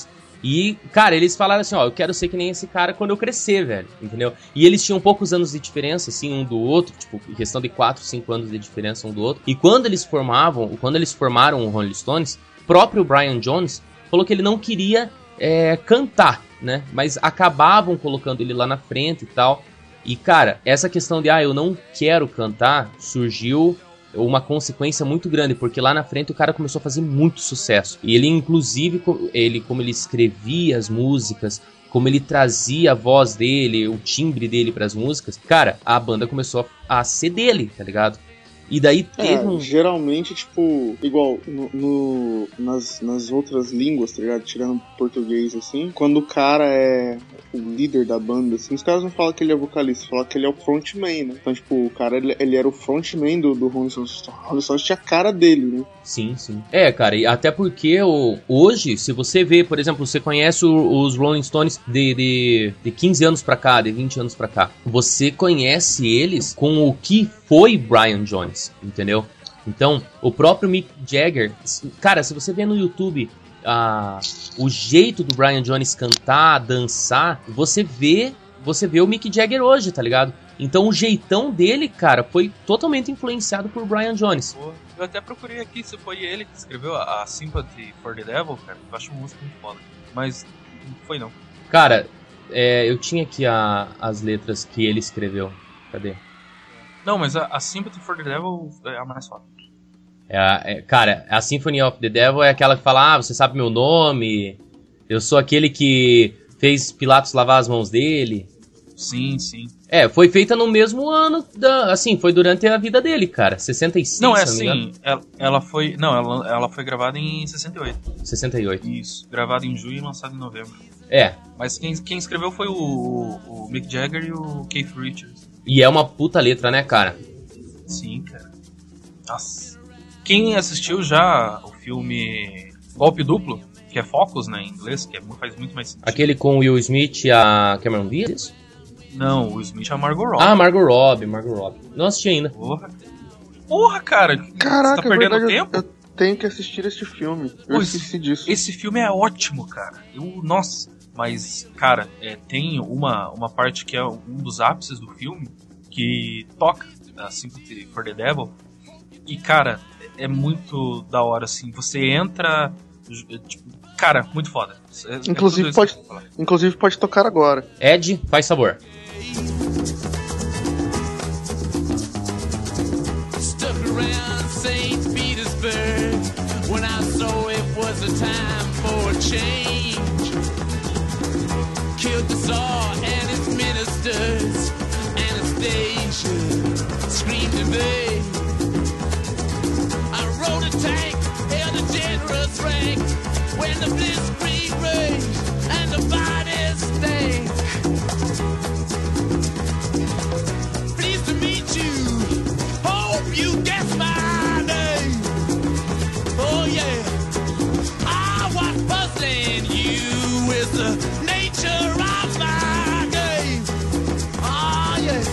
[SPEAKER 5] E, cara, eles falaram assim, ó, eu quero ser que nem esse cara quando eu crescer, velho, entendeu? E eles tinham poucos anos de diferença, assim, um do outro, tipo, questão de quatro, cinco anos de diferença um do outro. E quando eles formavam, quando eles formaram o Rolling Stones, o próprio Brian Jones falou que ele não queria é, cantar, né? Mas acabavam colocando ele lá na frente e tal. E, cara, essa questão de, ah, eu não quero cantar, surgiu uma consequência muito grande, porque lá na frente o cara começou a fazer muito sucesso. E ele, inclusive, ele, como ele escrevia as músicas, como ele trazia a voz dele, o timbre dele pras músicas, cara, a banda começou a ser dele, tá ligado? E daí teve
[SPEAKER 7] é,
[SPEAKER 5] um...
[SPEAKER 7] geralmente, tipo, igual no, no, nas, nas outras línguas, tá ligado? Tirando português, assim, quando o cara é o líder da banda, assim, os caras não falam que ele é vocalista, falam que ele é o frontman, né? Então, tipo, o cara, ele, ele era o frontman do, do Rolling Stones. O Rolling Stones tinha a cara dele, né?
[SPEAKER 5] Sim, sim. É, cara, e até porque o, hoje, se você vê, por exemplo, você conhece o, os Rolling Stones de, de, de quinze anos pra cá, de vinte anos pra cá, você conhece eles com o que foi Brian Jones, entendeu? Então, o próprio Mick Jagger, cara, se você vê no YouTube ah, o jeito do Brian Jones cantar, dançar, você vê, você vê o Mick Jagger hoje, tá ligado? Então o jeitão dele, cara, foi totalmente influenciado por Brian Jones.
[SPEAKER 6] Eu até procurei aqui se foi ele que escreveu a Sympathy for the Devil, cara. Eu acho música muito foda. Mas não foi não.
[SPEAKER 5] Cara, é, eu tinha aqui a, as letras que ele escreveu. Cadê?
[SPEAKER 6] Não, mas a, a Sympathy for the Devil é a mais foda.
[SPEAKER 5] É, a, é, cara, a Symphony of the Devil é aquela que fala, ah, você sabe meu nome, eu sou aquele que fez Pilatos lavar as mãos dele.
[SPEAKER 6] Sim, sim.
[SPEAKER 5] É, foi feita no mesmo ano, da, assim, foi durante a vida dele, cara, sessenta e seis,
[SPEAKER 6] não, é
[SPEAKER 5] se não me
[SPEAKER 6] assim, ela, ela foi, não, ela, ela foi gravada em sessenta e oito.
[SPEAKER 5] sessenta e oito.
[SPEAKER 6] Isso, gravada em julho e lançada em novembro.
[SPEAKER 5] É.
[SPEAKER 6] Mas quem, quem escreveu foi o, o, o Mick Jagger e o Keith Richards.
[SPEAKER 5] E é uma puta letra, né, cara?
[SPEAKER 6] Sim, cara. Nossa. Quem assistiu já o filme Golpe Duplo, que é Focus, né, em inglês, que é, faz muito mais sentido.
[SPEAKER 5] Aquele com o Will Smith e a Cameron Diaz?
[SPEAKER 6] Não, o Smith é a Margot Robbie.
[SPEAKER 5] Ah, Margot Robbie, Margot Robbie. Não assisti ainda.
[SPEAKER 6] Porra, Porra cara.
[SPEAKER 7] Caraca,
[SPEAKER 6] você tá perdendo
[SPEAKER 7] verdade,
[SPEAKER 6] tempo?
[SPEAKER 7] Eu, eu tenho que assistir este filme. Eu
[SPEAKER 6] Pô,
[SPEAKER 7] esqueci disso.
[SPEAKER 6] Esse filme é ótimo, cara. Eu, nossa, mas, cara, é, tem uma, uma parte que é um dos ápices do filme que toca a Sympathy for the Devil. E, cara, é muito da hora, assim. Você entra... Tipo, cara, muito foda. É,
[SPEAKER 7] inclusive,
[SPEAKER 6] é
[SPEAKER 7] pode, inclusive pode tocar agora.
[SPEAKER 5] Ed, faz sabor.
[SPEAKER 1] Stuck around Saint Petersburg when I saw it was a time for a change. Killed the Tsar and his ministers. Anastasia screamed in vain. I rode a tank, held a generous rank when the blitzkrieg raged and the bodies stank. Pleased to meet you. Hope you guess my name. Oh yeah, I was puzzling you with the nature of my game. Oh yeah.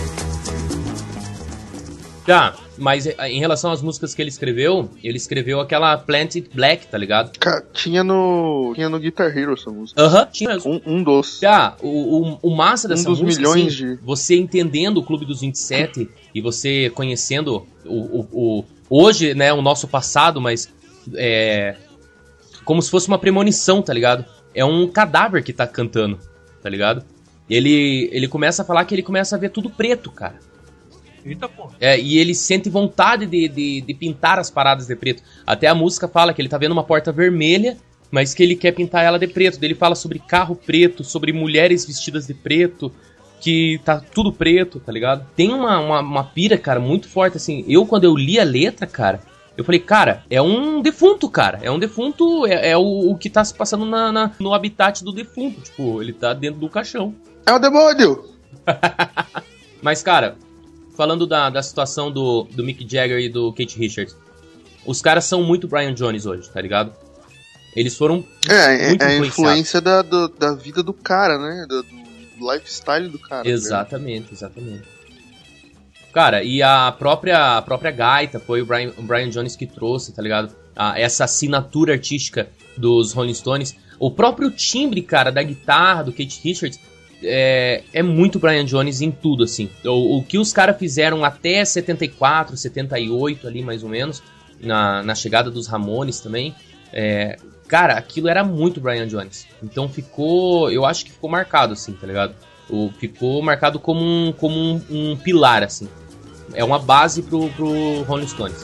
[SPEAKER 5] Tá, mas em relação às músicas que ele escreveu, ele escreveu aquela Planted Black, tá ligado?
[SPEAKER 7] Cara, tinha no. Tinha no Guitar Hero essa música.
[SPEAKER 5] Aham, uh-huh, tinha mesmo.
[SPEAKER 7] Um, um dos.
[SPEAKER 5] Tá, o, o, o massa dessa
[SPEAKER 7] um dos
[SPEAKER 5] música,
[SPEAKER 7] milhões
[SPEAKER 5] assim,
[SPEAKER 7] de...
[SPEAKER 5] você entendendo o Clube dos vinte e sete e você conhecendo o, o, o, hoje, né, o nosso passado, mas é como se fosse uma premonição, tá ligado? É um cadáver que tá cantando, tá ligado? Ele, ele começa a falar que ele começa a ver tudo preto, cara.
[SPEAKER 6] Eita, porra.
[SPEAKER 5] É, e ele sente vontade de, de, de pintar as paradas de preto. Até a música fala que ele tá vendo uma porta vermelha, mas que ele quer pintar ela de preto. Ele fala sobre carro preto, sobre mulheres vestidas de preto, que tá tudo preto, tá ligado? Tem uma, uma, uma pira, cara, muito forte, assim. Eu, quando eu li a letra, cara, eu falei, cara, é um defunto, cara. É um defunto, é, é o, o que tá se passando na, na, no habitat do defunto. Tipo, ele tá dentro do caixão.
[SPEAKER 7] É o demônio!
[SPEAKER 5] Mas, cara... Falando da, da situação do, do Mick Jagger e do Keith Richards, os caras são muito Brian Jones hoje, tá ligado? Eles foram
[SPEAKER 7] É,
[SPEAKER 5] muito
[SPEAKER 7] é a influência da, do, da vida do cara, né? Do, do lifestyle do cara.
[SPEAKER 5] Exatamente, tá exatamente. Cara, e a própria, a própria gaita foi o Brian, o Brian Jones que trouxe, tá ligado? A, essa assinatura artística dos Rolling Stones. O próprio timbre, cara, da guitarra do Keith Richards é, é muito Brian Jones em tudo, assim. O, o que os caras fizeram até setenta e quatro, setenta e oito ali, mais ou menos, na, na chegada dos Ramones também, é, cara, aquilo era muito Brian Jones. Então ficou, eu acho que ficou marcado, assim, tá ligado? O, ficou marcado como um, como um, um pilar, assim. É uma base pro, pro Rolling Stones.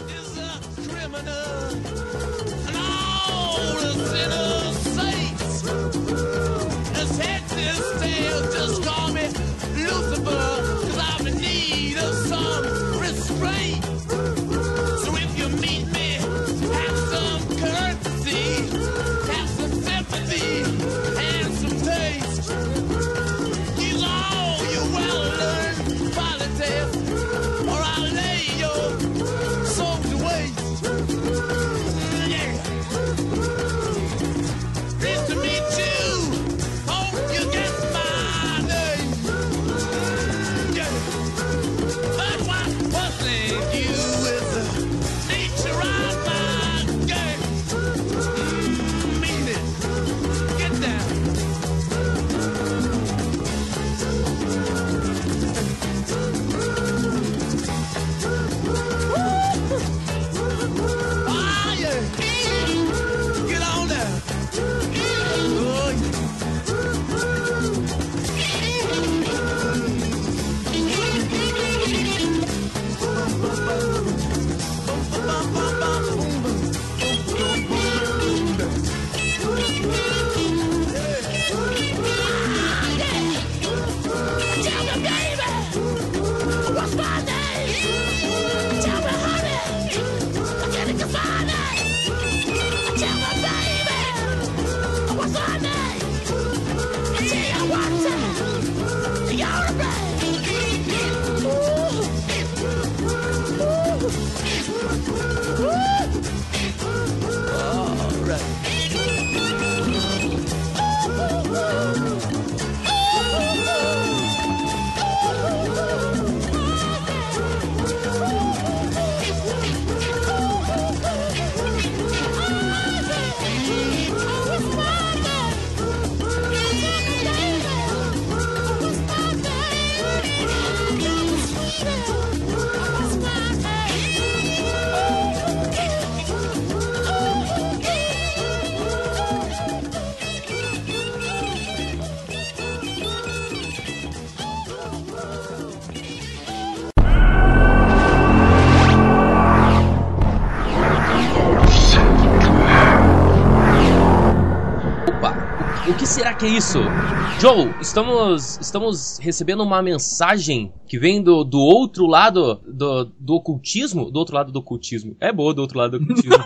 [SPEAKER 5] Será que é isso? Joe, estamos, estamos recebendo uma mensagem que vem do, do outro lado do, do ocultismo. Do outro lado do ocultismo. É boa do outro lado do ocultismo.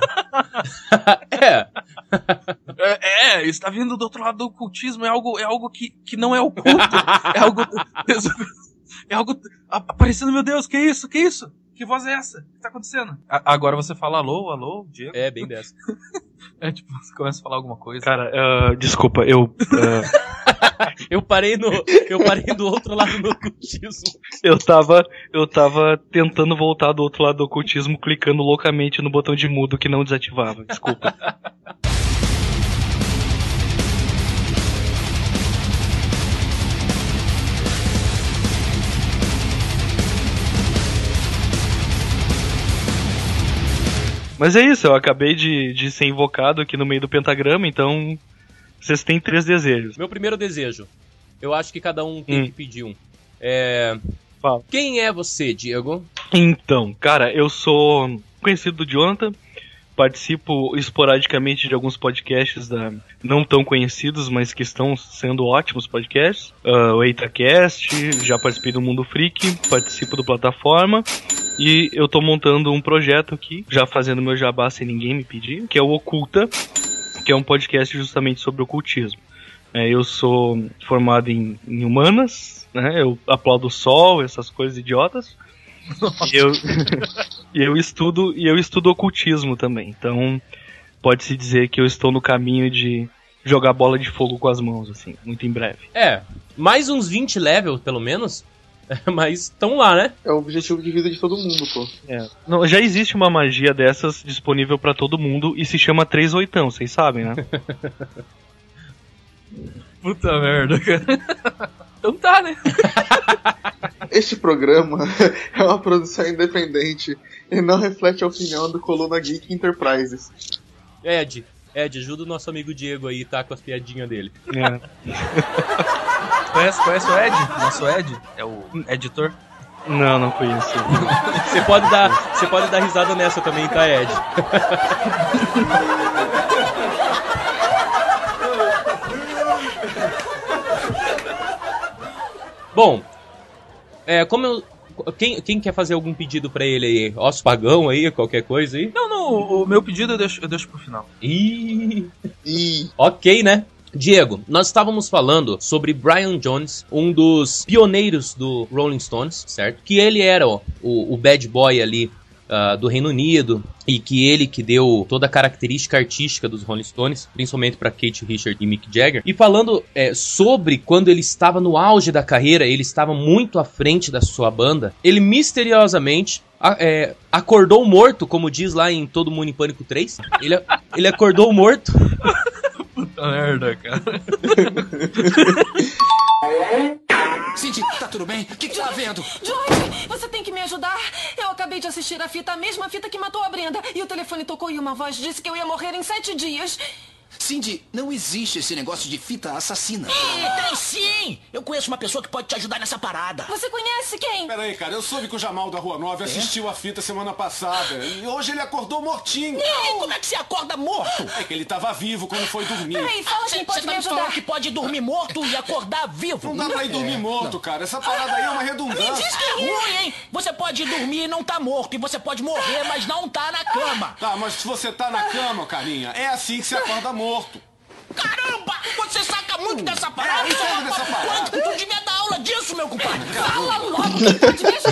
[SPEAKER 5] é.
[SPEAKER 6] é. É, está vindo do outro lado do ocultismo. É algo, é algo que, que não é oculto. É algo... É algo... Aparecendo, meu Deus, que isso? Que isso? Que voz é essa? O que tá acontecendo? A, agora você fala alô, alô, Diego?
[SPEAKER 5] É, bem dessa.
[SPEAKER 6] É tipo, você começa a falar alguma coisa. Cara, uh, desculpa, eu... Uh...
[SPEAKER 5] eu parei no... Eu parei do outro lado do ocultismo.
[SPEAKER 6] Eu tava... Eu tava tentando voltar do outro lado do ocultismo, clicando loucamente no botão de mudo que não desativava. Desculpa. Mas é isso, eu acabei de, de ser invocado aqui no meio do pentagrama, então vocês têm três desejos.
[SPEAKER 5] Meu primeiro desejo, eu acho que cada um tem hum. que pedir um. É...
[SPEAKER 6] Fala.
[SPEAKER 5] Quem é você, Diego?
[SPEAKER 6] Então, cara, eu sou conhecido do Jonathan, participo esporadicamente de alguns podcasts da, não tão conhecidos, mas que estão sendo ótimos podcasts. Uh, o EitaCast, já participei do Mundo Freak, participo do Plataforma. E eu tô montando um projeto aqui, já fazendo meu jabá sem ninguém me pedir, que é o Oculta, que é um podcast justamente sobre ocultismo. É, eu sou formado em, em humanas, né? Eu aplaudo o sol, essas coisas idiotas. E eu, e eu estudo e eu estudo ocultismo também. Então pode-se dizer que eu estou no caminho de jogar bola de fogo com as mãos, assim, muito em breve.
[SPEAKER 5] É, mais uns vinte levels, pelo menos. Mas estão lá, né?
[SPEAKER 7] É o objetivo de vida de todo mundo, pô.
[SPEAKER 6] É. Não, já existe uma magia dessas disponível pra todo mundo e se chama três oitão, vocês sabem, né? Puta merda, cara. Então tá, né?
[SPEAKER 7] Este programa é uma produção independente e não reflete a opinião do Coluna Geek Enterprises.
[SPEAKER 5] Ed, Ed, ajuda o nosso amigo Diego aí, tá? Com as piadinhas dele.
[SPEAKER 6] É. conhece, conhece o Ed? Nosso Ed? É o editor?
[SPEAKER 9] Não, não conheço.
[SPEAKER 5] Você pode dar, você pode dar risada nessa também, tá, Ed? Bom, é, como eu... Quem, quem quer fazer algum pedido pra ele aí? Osso pagão aí, qualquer coisa aí?
[SPEAKER 6] Não, não, o, o meu pedido eu deixo, eu deixo pro final.
[SPEAKER 5] Ih... Ih... Ok, né? Diego, nós estávamos falando sobre Brian Jones, um dos pioneiros do Rolling Stones, certo? Que ele era ó, o, o bad boy ali uh, do Reino Unido e que ele que deu toda a característica artística dos Rolling Stones, principalmente para Keith Richards e Mick Jagger. E falando é, sobre quando ele estava no auge da carreira, ele estava muito à frente da sua banda, ele misteriosamente a, é, acordou morto, como diz lá em Todo Mundo em Pânico três. Ele, ele acordou morto...
[SPEAKER 6] Puta merda, cara.
[SPEAKER 10] Cindy, tá tudo bem? O que, que tá vendo?
[SPEAKER 11] George, você tem que me ajudar. Eu acabei de assistir a fita, a mesma fita que matou a Brenda. E o telefone tocou e uma voz disse que eu ia morrer em sete dias.
[SPEAKER 10] Cindy, não existe esse negócio de fita assassina.
[SPEAKER 12] Ih, tem sim! Eu conheço uma pessoa que pode te ajudar nessa parada.
[SPEAKER 11] Você conhece quem?
[SPEAKER 13] Peraí, cara, eu soube que o Jamal da Rua nove assistiu a fita semana passada. E hoje ele acordou mortinho.
[SPEAKER 12] Não! E como é que você acorda morto?
[SPEAKER 13] É que ele tava vivo quando foi dormir.
[SPEAKER 11] Peraí, fala quem pode me ajudar. Você
[SPEAKER 12] tá que pode dormir morto e acordar vivo.
[SPEAKER 13] Não dá pra ir dormir morto, cara. Essa parada aí é uma redundância.
[SPEAKER 12] Me diz que é ruim, hein? Você pode dormir e não tá morto. E você pode morrer, mas não tá na cama.
[SPEAKER 13] Tá, mas se você tá na cama, carinha, é assim que você acorda morto.
[SPEAKER 12] Caramba! Você saca muito dessa parada!
[SPEAKER 13] É, entendo dessa parada!
[SPEAKER 12] Tu devia dar aula disso, meu compadre!
[SPEAKER 11] Fala logo! Pode me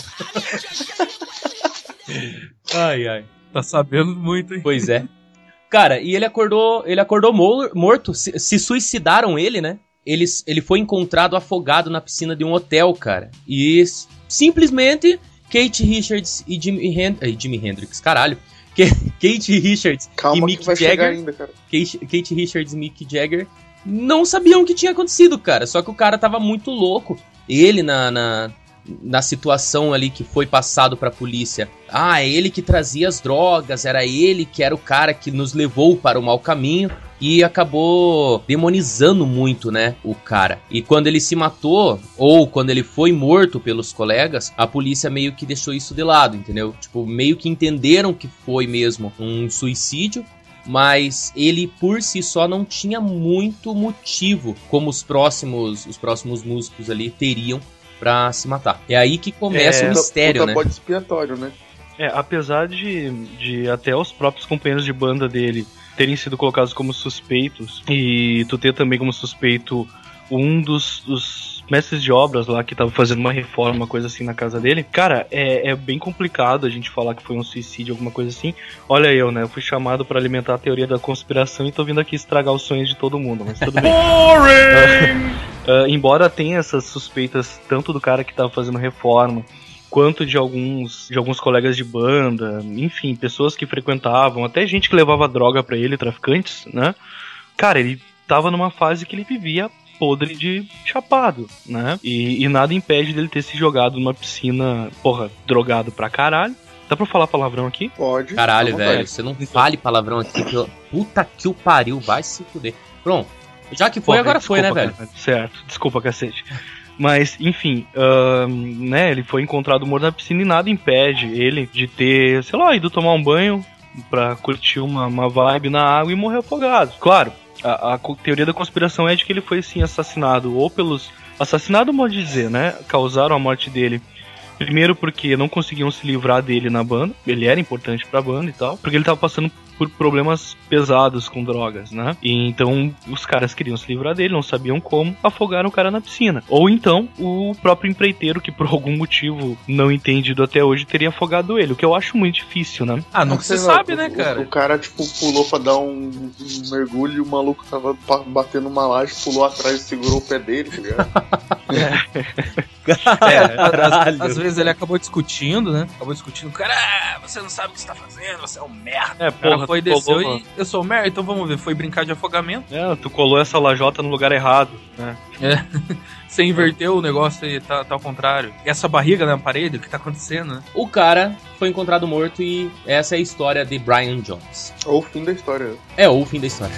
[SPEAKER 5] ajudar! Ai, ai.
[SPEAKER 6] Tá sabendo muito, hein?
[SPEAKER 5] Pois é. Cara, e ele acordou, ele acordou morto, se, se suicidaram ele, né? Ele, ele foi encontrado afogado na piscina de um hotel, cara. E simplesmente Keith Richards e Jimi, Hend eh, Jimi Hendrix, caralho. Keith Richards
[SPEAKER 7] Calma
[SPEAKER 5] e Mick
[SPEAKER 7] vai
[SPEAKER 5] Jagger,
[SPEAKER 7] ainda, cara.
[SPEAKER 5] Kate, Kate Richards e Mick Jagger não sabiam o que tinha acontecido, cara. Só que o cara tava muito louco. Ele na, na, na situação ali que foi passado pra polícia. Ah, é ele que trazia as drogas, era ele que era o cara que nos levou para o mau caminho. E acabou demonizando muito, né, o cara. E quando ele se matou, ou quando ele foi morto pelos colegas, a polícia meio que deixou isso de lado, entendeu? Tipo, meio que entenderam que foi mesmo um suicídio, mas ele por si só não tinha muito motivo, como os próximos, os próximos músicos ali teriam pra se matar. É aí que começa
[SPEAKER 9] é,
[SPEAKER 5] o mistério,
[SPEAKER 7] puta
[SPEAKER 5] né?
[SPEAKER 7] Bode expiatório, né?
[SPEAKER 9] É, apesar de, de até os próprios companheiros de banda dele terem sido colocados como suspeitos, e tu ter também como suspeito um dos, dos mestres de obras lá que tava fazendo uma reforma, uma coisa assim na casa dele. Cara, é, é bem complicado a gente falar que foi um suicídio, alguma coisa assim. Olha eu, né, eu fui chamado pra alimentar a teoria da conspiração e tô vindo aqui estragar os sonhos de todo mundo, mas tudo bem. uh, uh, embora tenha essas suspeitas tanto do cara que tava fazendo reforma quanto de alguns, de alguns colegas de banda, enfim, pessoas que frequentavam, até gente que levava droga pra ele, traficantes, né? Cara, ele tava numa fase que ele vivia podre de chapado, né? E, e nada impede dele ter se jogado numa piscina, porra, drogado pra caralho. Dá pra falar palavrão aqui?
[SPEAKER 7] Pode.
[SPEAKER 5] Caralho, velho, você não fale palavrão aqui, que eu... puta que o pariu, vai se fuder. Pronto, já que foi, porra, agora
[SPEAKER 9] desculpa,
[SPEAKER 5] foi, né, velho?
[SPEAKER 9] Cara, certo, desculpa, cacete. Mas, enfim, uh, né, ele foi encontrado morto na piscina e nada impede ele de ter, sei lá, ido tomar um banho pra curtir uma, uma vibe na água e morrer afogado. Claro, a, a teoria da conspiração é de que ele foi, sim, assassinado ou pelos... Assassinado, pode dizer, né? Causaram a morte dele. Primeiro porque não conseguiam se livrar dele na banda. Ele era importante pra banda e tal. Porque ele tava passando por problemas pesados com drogas, né? E então os caras queriam se livrar dele, não sabiam como, afogaram o cara na piscina. Ou então o próprio empreiteiro, que por algum motivo não entendido até hoje, teria afogado ele. O que eu acho muito difícil, né?
[SPEAKER 6] Ah, não se sabe, né, cara?
[SPEAKER 7] O, o cara, tipo, pulou pra dar um, um mergulho e o maluco tava batendo uma laje, pulou atrás e segurou o pé dele, tá ligado?
[SPEAKER 6] É, às, às vezes ele acabou discutindo, né? Acabou discutindo. Cara, ah, você não sabe o que você tá fazendo, você é um merda.
[SPEAKER 9] É, porra,
[SPEAKER 6] o cara foi
[SPEAKER 9] tu
[SPEAKER 6] desceu
[SPEAKER 9] colou,
[SPEAKER 6] e eu sou um merda, então vamos ver. Foi brincar de afogamento.
[SPEAKER 9] É, tu colou essa lajota no lugar errado, né?
[SPEAKER 6] É. Você inverteu o negócio e tá, tá ao contrário. E essa barriga na parede, o que tá acontecendo, né?
[SPEAKER 5] O cara foi encontrado morto e essa é a história de Brian Jones.
[SPEAKER 7] Ou o fim da história.
[SPEAKER 5] É, ou o fim da história.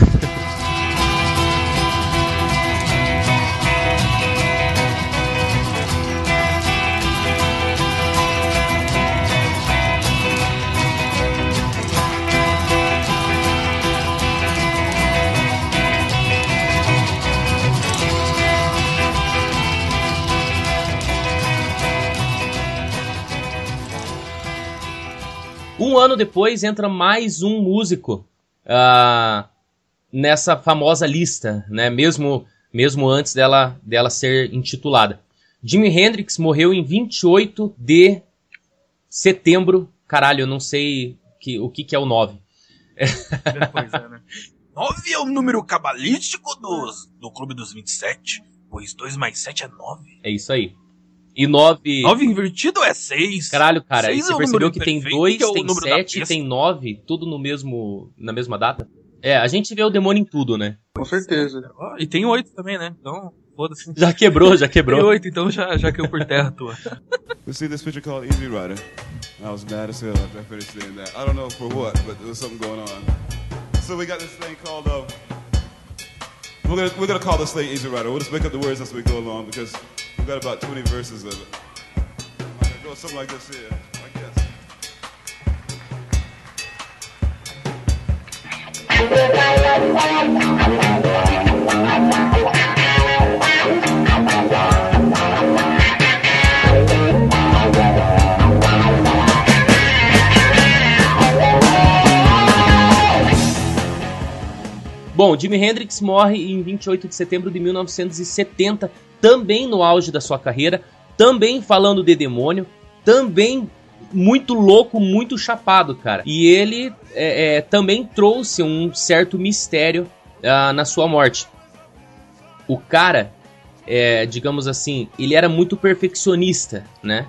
[SPEAKER 5] Um ano depois entra mais um músico uh, nessa famosa lista, né? Mesmo, mesmo antes dela, dela ser intitulada. Jimi Hendrix morreu em vinte e oito de setembro. Caralho, eu não sei que, o que, que é o nove.
[SPEAKER 6] Pois é, né? nove é o número cabalístico dos, do Clube dos vinte e sete, pois dois mais sete é nove.
[SPEAKER 5] É isso aí. E nove...
[SPEAKER 6] nove invertido é seis.
[SPEAKER 5] Caralho, cara,
[SPEAKER 6] seis
[SPEAKER 5] e você
[SPEAKER 6] é
[SPEAKER 5] percebeu que
[SPEAKER 6] perfeito,
[SPEAKER 5] tem dois,
[SPEAKER 6] que é
[SPEAKER 5] tem sete, tem nove, tudo no mesmo, na mesma data? É, a gente vê o demônio em tudo, né?
[SPEAKER 7] Com certeza.
[SPEAKER 6] Oh, e tem oito também, né? Então, foda-se.
[SPEAKER 5] Já quebrou, já quebrou.
[SPEAKER 6] Tem oito, então já, já caiu por terra a tua.
[SPEAKER 14] We see this picture called Easy Rider. I was mad as hell after I finished saying that. I don't know for what, but there was something going on. So we got this thing called, uh, we're gonna, we're gonna call this thing Easy Rider. We'll just make up the words as we go along because we've got about twenty verses of it. Go something like this here, I guess.
[SPEAKER 5] Bom, Jimi Hendrix morre em vinte e oito de setembro de mil novecentos e setenta, também no auge da sua carreira, também falando de demônio, também muito louco, muito chapado, cara. E ele é, é, também trouxe um certo mistério uh, na sua morte. O cara, é, digamos assim, ele era muito perfeccionista, né?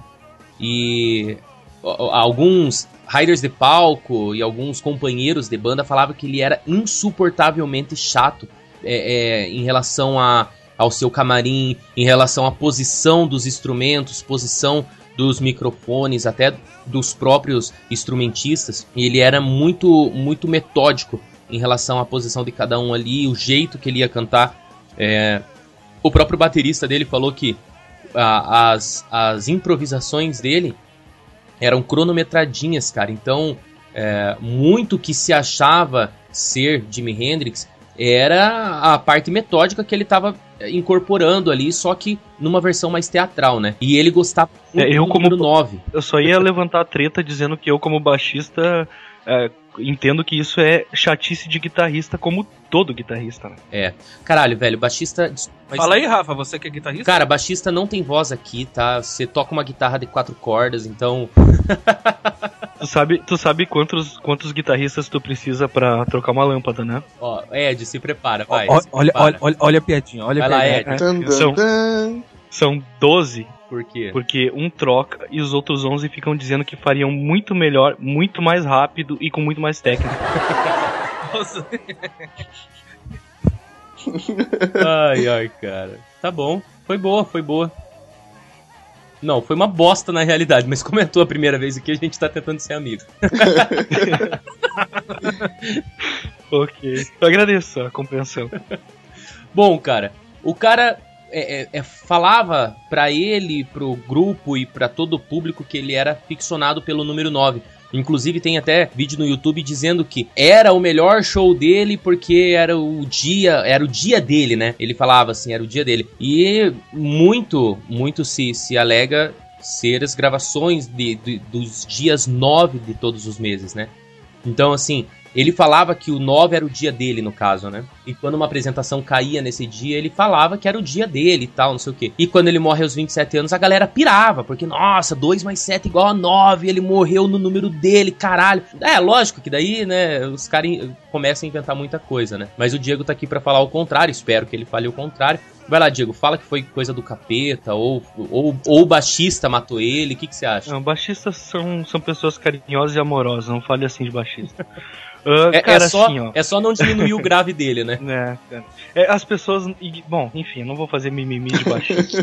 [SPEAKER 5] E ó, alguns riders de palco e alguns companheiros de banda falavam que ele era insuportavelmente chato é, é, em relação a, ao seu camarim, em relação à posição dos instrumentos, posição dos microfones, até dos próprios instrumentistas. E ele era muito, muito metódico em relação à posição de cada um ali, o jeito que ele ia cantar. É, o próprio baterista dele falou que a, as, as improvisações dele eram cronometradinhas, cara. Então, é, muito que se achava ser Jimi Hendrix era a parte metódica que ele estava incorporando ali, só que numa versão mais teatral, né? E ele gostava muito
[SPEAKER 9] é, eu
[SPEAKER 5] do
[SPEAKER 9] como
[SPEAKER 5] número nove.
[SPEAKER 9] Eu só ia levantar a treta dizendo que eu, como baixista, é, entendo que isso é chatice de guitarrista, como todo guitarrista, né?
[SPEAKER 5] É. Caralho, velho, baixista...
[SPEAKER 6] Mas... Fala aí, Rafa, você que é guitarrista?
[SPEAKER 5] Cara, baixista não tem voz aqui, tá? Você toca uma guitarra de quatro cordas, então...
[SPEAKER 9] Tu sabe, tu sabe quantos, quantos guitarristas tu precisa pra trocar uma lâmpada, né?
[SPEAKER 5] Ó, Ed, se prepara, vai.
[SPEAKER 6] Ó,
[SPEAKER 5] se
[SPEAKER 6] olha,
[SPEAKER 5] prepara.
[SPEAKER 6] olha, olha, olha a piadinha, olha
[SPEAKER 5] vai
[SPEAKER 6] a
[SPEAKER 5] lá,
[SPEAKER 6] piadinha.
[SPEAKER 5] Ed.
[SPEAKER 9] É, são, são doze.
[SPEAKER 5] Por quê?
[SPEAKER 9] Porque um troca e os outros onze ficam dizendo que fariam muito melhor, muito mais rápido e com muito mais técnica.
[SPEAKER 6] Nossa.
[SPEAKER 5] Ai, ai, cara. Tá bom. Foi boa, foi boa. Não, foi uma bosta na realidade, mas comentou a primeira vez aqui, a gente tá tentando ser amigo.
[SPEAKER 9] Ok. Eu agradeço a compreensão.
[SPEAKER 5] Bom, cara, o cara é, é, é, falava pra ele, pro grupo e pra todo o público que ele era ficcionado pelo número nove. Inclusive tem até vídeo no YouTube dizendo que era o melhor show dele porque era o dia, era o dia dele, né? Ele falava assim, era o dia dele. E muito, muito se, se alega ser as gravações de, de, dos dias nove de todos os meses, né? Então, assim, ele falava que o nove era o dia dele, no caso, né? E quando uma apresentação caía nesse dia, ele falava que era o dia dele e tal, não sei o quê. E quando ele morre aos vinte e sete anos, a galera pirava, porque, nossa, dois mais sete igual a nove, ele morreu no número dele, caralho. É, lógico que daí, né, os caras começam a inventar muita coisa, né? Mas o Diego tá aqui pra falar o contrário, espero que ele fale o contrário. Vai lá, Diego, fala que foi coisa do capeta, ou, ou, ou o baixista matou ele, o que, que você acha?
[SPEAKER 9] Não, baixistas são, são pessoas carinhosas e amorosas, não fale assim de baixista. Uh,
[SPEAKER 5] é,
[SPEAKER 9] cara,
[SPEAKER 5] é, só,
[SPEAKER 9] assim, ó.
[SPEAKER 5] é só não diminuir o grave dele, né?
[SPEAKER 9] É, cara. É, as pessoas... Bom, enfim, eu não vou fazer mimimi de baixista.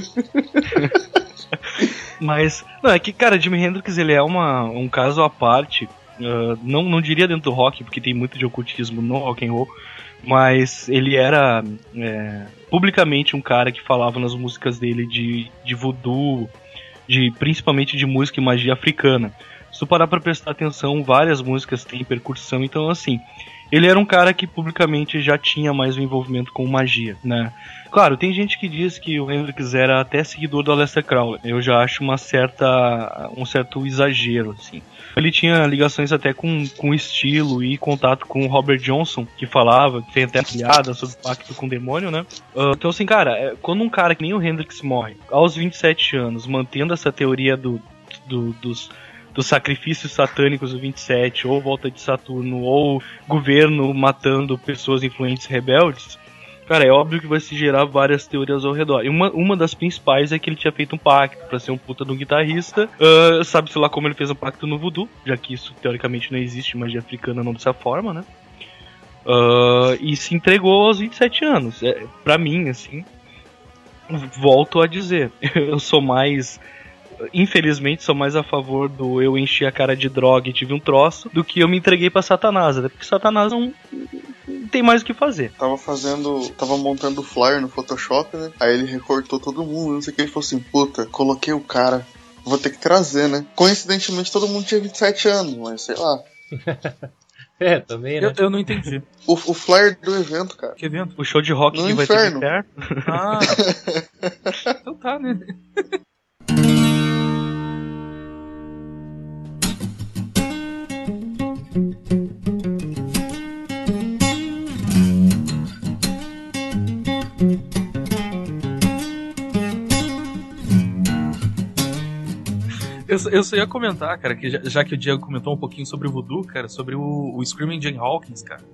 [SPEAKER 9] Mas, não, é que, cara, Jimi Hendrix, ele é uma, um caso à parte. Uh, não, não diria dentro do rock, porque tem muito de ocultismo no rock and roll. Mas ele era é, publicamente um cara que falava nas músicas dele de, de voodoo, de, principalmente de música e magia africana. Se tu parar pra prestar atenção, várias músicas têm percussão, então assim, ele era um cara que publicamente já tinha mais um envolvimento com magia, né? Claro, tem gente que diz que o Hendrix era até seguidor do Aleister Crowley. Eu já acho uma certa, um certo exagero, assim. Ele tinha ligações até com, com estilo e contato com o Robert Johnson, que falava, que tem até piada sobre o pacto com o demônio, né? Uh, então, assim, cara, é, quando um cara que nem o Hendrix morre, aos vinte e sete anos, mantendo essa teoria do, do, dos, dos sacrifícios satânicos do vinte e sete, ou volta de Saturno, ou governo matando pessoas influentes rebeldes, cara, é óbvio que vai se gerar várias teorias ao redor. E uma, uma das principais é que ele tinha feito um pacto pra ser um puta de um guitarrista. Uh, Sabe-se lá como ele fez um pacto no voodoo, já que isso teoricamente não existe, magia africana não dessa forma, né? Uh, e se entregou aos vinte e sete anos. É, pra mim, assim, volto a dizer, eu sou mais... Infelizmente, sou mais a favor do eu enchi a cara de droga e tive um troço do que eu me entreguei pra Satanás, né? Porque Satanás não... tem mais o que fazer.
[SPEAKER 7] Tava fazendo, tava montando o flyer no Photoshop, né? Aí ele recortou todo mundo, não sei o que, ele falou assim, puta, coloquei o cara, vou ter que trazer, né? Coincidentemente todo mundo tinha vinte e sete anos, mas sei lá.
[SPEAKER 5] É, também, né?
[SPEAKER 6] Eu, eu não entendi.
[SPEAKER 7] O, o flyer do evento, cara.
[SPEAKER 6] Que evento?
[SPEAKER 9] O show de rock
[SPEAKER 7] no
[SPEAKER 9] que
[SPEAKER 7] inferno.
[SPEAKER 9] Vai ter inferno.
[SPEAKER 6] Ah, então tá, né? Eu, eu só ia comentar, cara, que já, já que o Diego comentou um pouquinho sobre o voodoo, cara, sobre o, o Screaming Jay Hawkins, cara,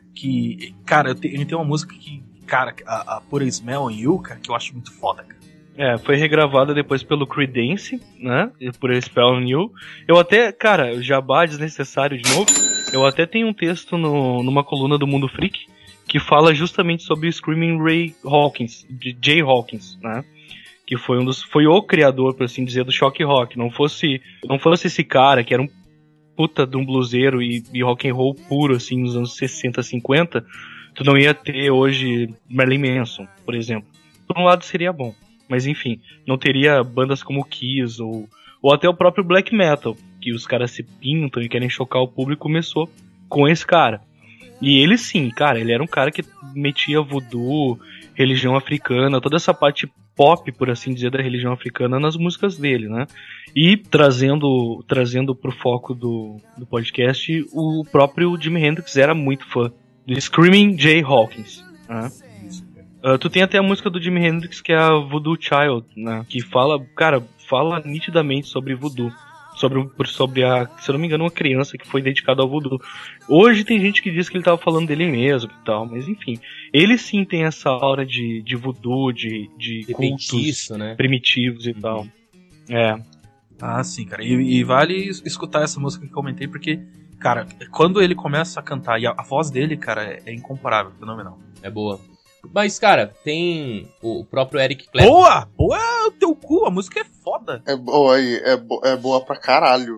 [SPEAKER 6] que, cara, eu te, ele tem uma música que, cara, a, a Put a Smell on You, cara, que eu acho muito foda, cara.
[SPEAKER 9] É, foi regravada depois pelo Creedence, né, por a Spell on You. Eu até, cara, jabá desnecessário de novo, eu até tenho um texto no, numa coluna do Mundo Freak que fala justamente sobre o Screaming Ray Hawkins, de Jay Hawkins, né, que foi um dos, foi o criador, por assim dizer, do shock rock. Não fosse, não fosse esse cara que era um puta de um bluseiro e, e rock and roll puro, assim, nos anos sessenta, cinquenta, tu não ia ter hoje Marilyn Manson, por exemplo. Por um lado seria bom, mas enfim, não teria bandas como Kiss ou, ou até o próprio black metal, que os caras se pintam e querem chocar o público, começou com esse cara. E ele sim, cara, ele era um cara que metia voodoo, religião africana, toda essa parte pop, por assim dizer, da religião africana nas músicas dele, né? E trazendo, trazendo pro foco do, do podcast, o próprio Jimi Hendrix era muito fã do Screaming Jay Hawkins, né? Uh, tu tem até a música do Jimi Hendrix que é a Voodoo Child, né? Que fala, cara, fala nitidamente sobre voodoo. Sobre, sobre a, se eu não me engano, uma criança que foi dedicada ao voodoo. Hoje tem gente que diz que ele tava falando dele mesmo e tal, mas enfim. Ele sim tem essa aura de, de voodoo, de, de, de cultos
[SPEAKER 5] feitiço, né?
[SPEAKER 9] primitivos e uhum. tal. É.
[SPEAKER 6] Ah, sim, cara. E, e vale escutar essa música que eu comentei, porque, cara, quando ele começa a cantar, e a, a voz dele, cara, é, é incomparável, fenomenal.
[SPEAKER 5] É boa. Mas, cara, tem o próprio Eric Clapton.
[SPEAKER 6] Boa! Boa o teu cu, a música é foda.
[SPEAKER 7] É boa aí, é, bo- é boa pra caralho.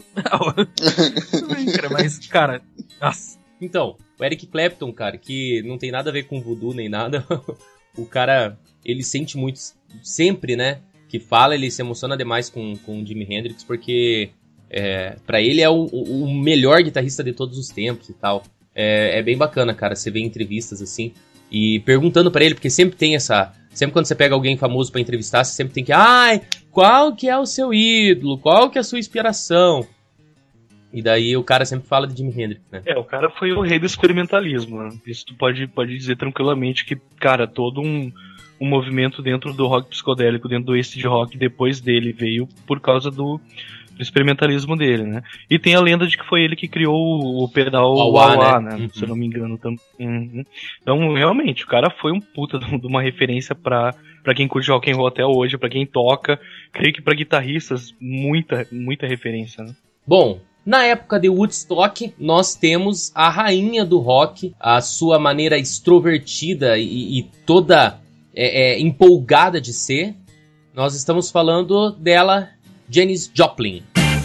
[SPEAKER 6] cara, mas, cara, nossa.
[SPEAKER 5] Então, o Eric Clapton, cara, que não tem nada a ver com voodoo nem nada, o cara, ele sente muito, sempre, né, que fala, ele se emociona demais com, com o Jimi Hendrix, porque é, pra ele é o, o melhor guitarrista de todos os tempos e tal. É, é bem bacana, cara, você vê entrevistas assim, e perguntando pra ele, porque sempre tem essa... Sempre quando você pega alguém famoso pra entrevistar, você sempre tem que... Ai, qual que é o seu ídolo? Qual que é a sua inspiração? E daí o cara sempre fala de Jimi Hendrix, né?
[SPEAKER 9] É, o cara foi o rei do experimentalismo, né? Isso tu pode, pode dizer tranquilamente que, cara, todo um, um movimento dentro do rock psicodélico, dentro do acid rock, depois dele, veio por causa do, do experimentalismo dele, né? E tem a lenda de que foi ele que criou o pedal
[SPEAKER 5] Wah-wah,
[SPEAKER 9] wah-wah,
[SPEAKER 5] né?
[SPEAKER 9] né?
[SPEAKER 5] Uhum.
[SPEAKER 9] Se eu não me engano também. Uhum. Então, realmente, o cara foi um puta de uma referência pra, pra quem curte rock and roll até hoje, pra quem toca. Creio que pra guitarristas, muita, muita referência, né?
[SPEAKER 5] Bom, na época de Woodstock, nós temos a rainha do rock, a sua maneira extrovertida e, e toda é, é, empolgada de ser. Nós estamos falando dela, Janis Joplin.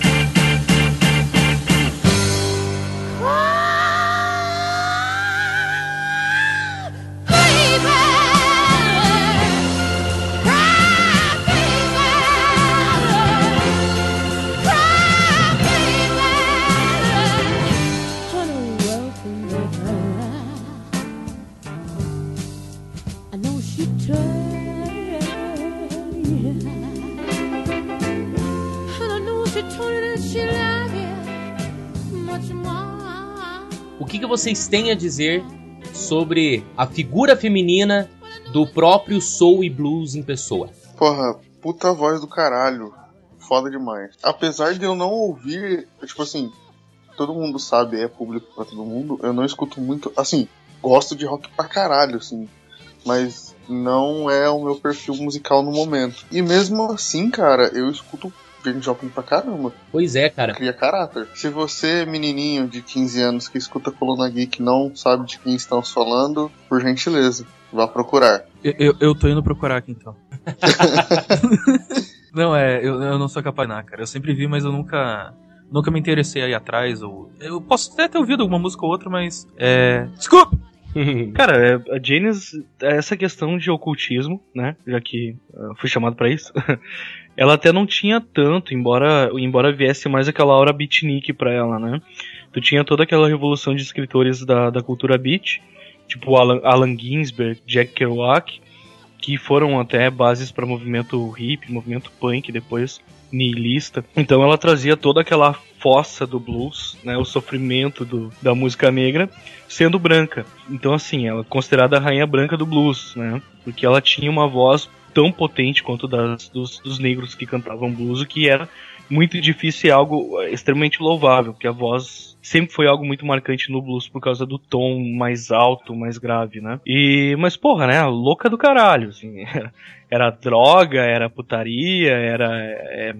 [SPEAKER 5] O que, que vocês têm a dizer sobre a figura feminina do próprio soul e blues em pessoa?
[SPEAKER 7] Porra, puta voz do caralho. Foda demais. Apesar de eu não ouvir, tipo assim, todo mundo sabe, é público pra todo mundo, eu não escuto muito, assim, gosto de rock pra caralho, assim, mas não é o meu perfil musical no momento. E mesmo assim, cara, eu escuto Janis Joplin pra caramba.
[SPEAKER 5] Pois é, cara.
[SPEAKER 7] Cria caráter. Se você, menininho de quinze anos que escuta Coluna Geek, não sabe de quem estamos falando, por gentileza, vá procurar.
[SPEAKER 6] Eu, eu, eu tô indo procurar aqui então. Não, é, eu, eu não sou capaz, não, cara. Eu sempre vi, mas eu nunca nunca me interessei aí atrás. Ou, eu posso até ter ouvido alguma música ou outra, mas. É. Desculpa!
[SPEAKER 9] Cara, a Janis, essa questão de ocultismo, né? Já que uh, fui chamado pra isso. Ela até não tinha tanto, embora, embora viesse mais aquela aura beatnik pra ela, né? Tu tinha toda aquela revolução de escritores da, da cultura beat, tipo Alan, Allen Ginsberg, Jack Kerouac, que foram até bases para movimento hip, movimento punk, depois nihilista. Então ela trazia toda aquela fossa do blues, né, o sofrimento do, da música negra, sendo branca. Então assim, ela é considerada a rainha branca do blues, né? Porque ela tinha uma voz tão potente quanto das, dos, dos negros que cantavam blues, o que era muito difícil e algo extremamente louvável, porque a voz sempre foi algo muito marcante no blues por causa do tom mais alto, mais grave, né? E, mas porra, né, louca do caralho, assim, era, era droga, era putaria, era é,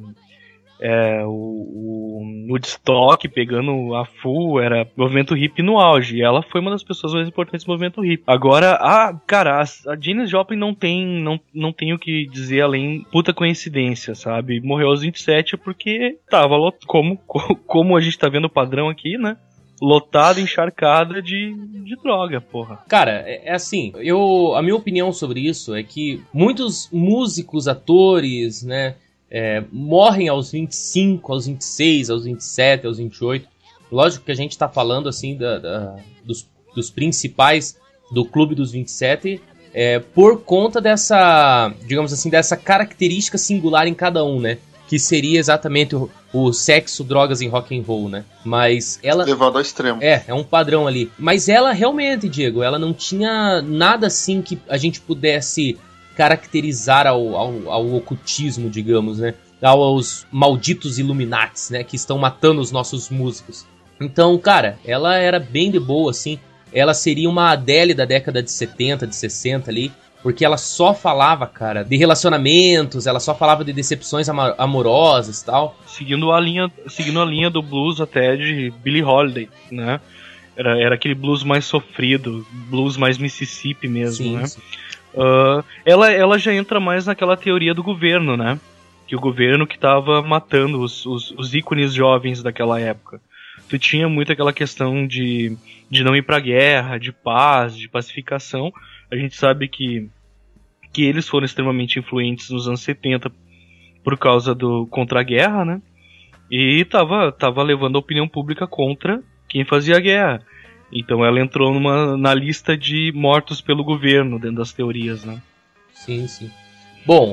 [SPEAKER 9] é, o, o Woodstock pegando a full, era movimento hip no auge, e ela foi uma das pessoas mais importantes do movimento hip. Agora, a, cara, a, a Janis Joplin não tem, não, não tem o que dizer além puta coincidência, sabe? Morreu aos vinte e sete porque tava, como, como a gente tá vendo o padrão aqui, né? Lotada, encharcada de, de droga, porra.
[SPEAKER 5] Cara, é, é assim, eu, a minha opinião sobre isso é que muitos músicos, atores, né, é, morrem aos vinte e cinco, aos vinte e seis, aos vinte e sete, aos vinte e oito. Lógico que a gente tá falando, assim, da, da, dos, dos principais do Clube dos vinte e sete, é, por conta dessa, digamos assim, dessa característica singular em cada um, né? Que seria exatamente o, o sexo, drogas em rock and roll, né? Mas ela...
[SPEAKER 7] levado ao extremo.
[SPEAKER 5] É, é um padrão ali. Mas ela realmente, Diego, ela não tinha nada assim que a gente pudesse caracterizar ao, ao, ao ocultismo, digamos, né? Aos malditos Illuminatis, né? Que estão matando os nossos músicos. Então, cara, ela era bem de boa, assim. Ela seria uma Adele da década de setenta, de sessenta ali. Porque ela só falava, cara, de relacionamentos, ela só falava de decepções amor- amorosas e tal.
[SPEAKER 9] Seguindo a linha, seguindo a linha do blues até de Billie Holiday, né? Era, era aquele blues mais sofrido, blues mais Mississippi mesmo,
[SPEAKER 5] Sim,
[SPEAKER 9] né?
[SPEAKER 5] sim.
[SPEAKER 9] Uh, ela, ela já entra mais naquela teoria do governo, né? Que o governo que tava matando os, os, os ícones jovens daquela época. Tu tinha muito aquela questão de, de não ir pra guerra, de paz, de pacificação. A gente sabe que, que eles foram extremamente influentes nos anos setenta por causa do contra a guerra, né? E tava, tava levando a opinião pública contra quem fazia a guerra. Então ela entrou numa, na lista de mortos pelo governo, dentro das teorias, né?
[SPEAKER 5] Sim, sim. Bom,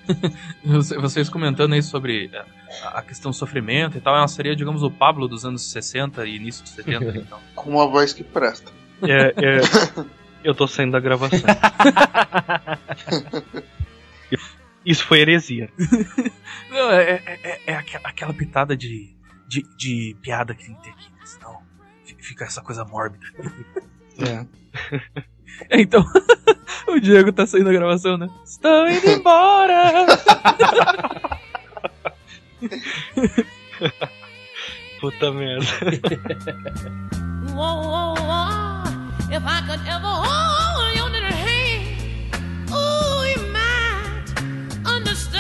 [SPEAKER 6] vocês comentando aí sobre a questão do sofrimento e tal, ela seria, digamos, o Pablo dos anos sessenta e início dos setenta, então.
[SPEAKER 7] Com uma voz que presta.
[SPEAKER 9] É, é, eu tô saindo da gravação. Isso foi heresia.
[SPEAKER 6] Não, é, é, é, aquela, aquela pitada de, de, de piada que tem que ter aqui, né? Senão fica essa coisa mórbida.
[SPEAKER 9] É.
[SPEAKER 6] Então, o Diego tá saindo da gravação, né? Estou indo embora!
[SPEAKER 9] Puta merda.
[SPEAKER 8] Whoa, whoa, whoa. If I could ever hold your little hand, ooh, you might understand.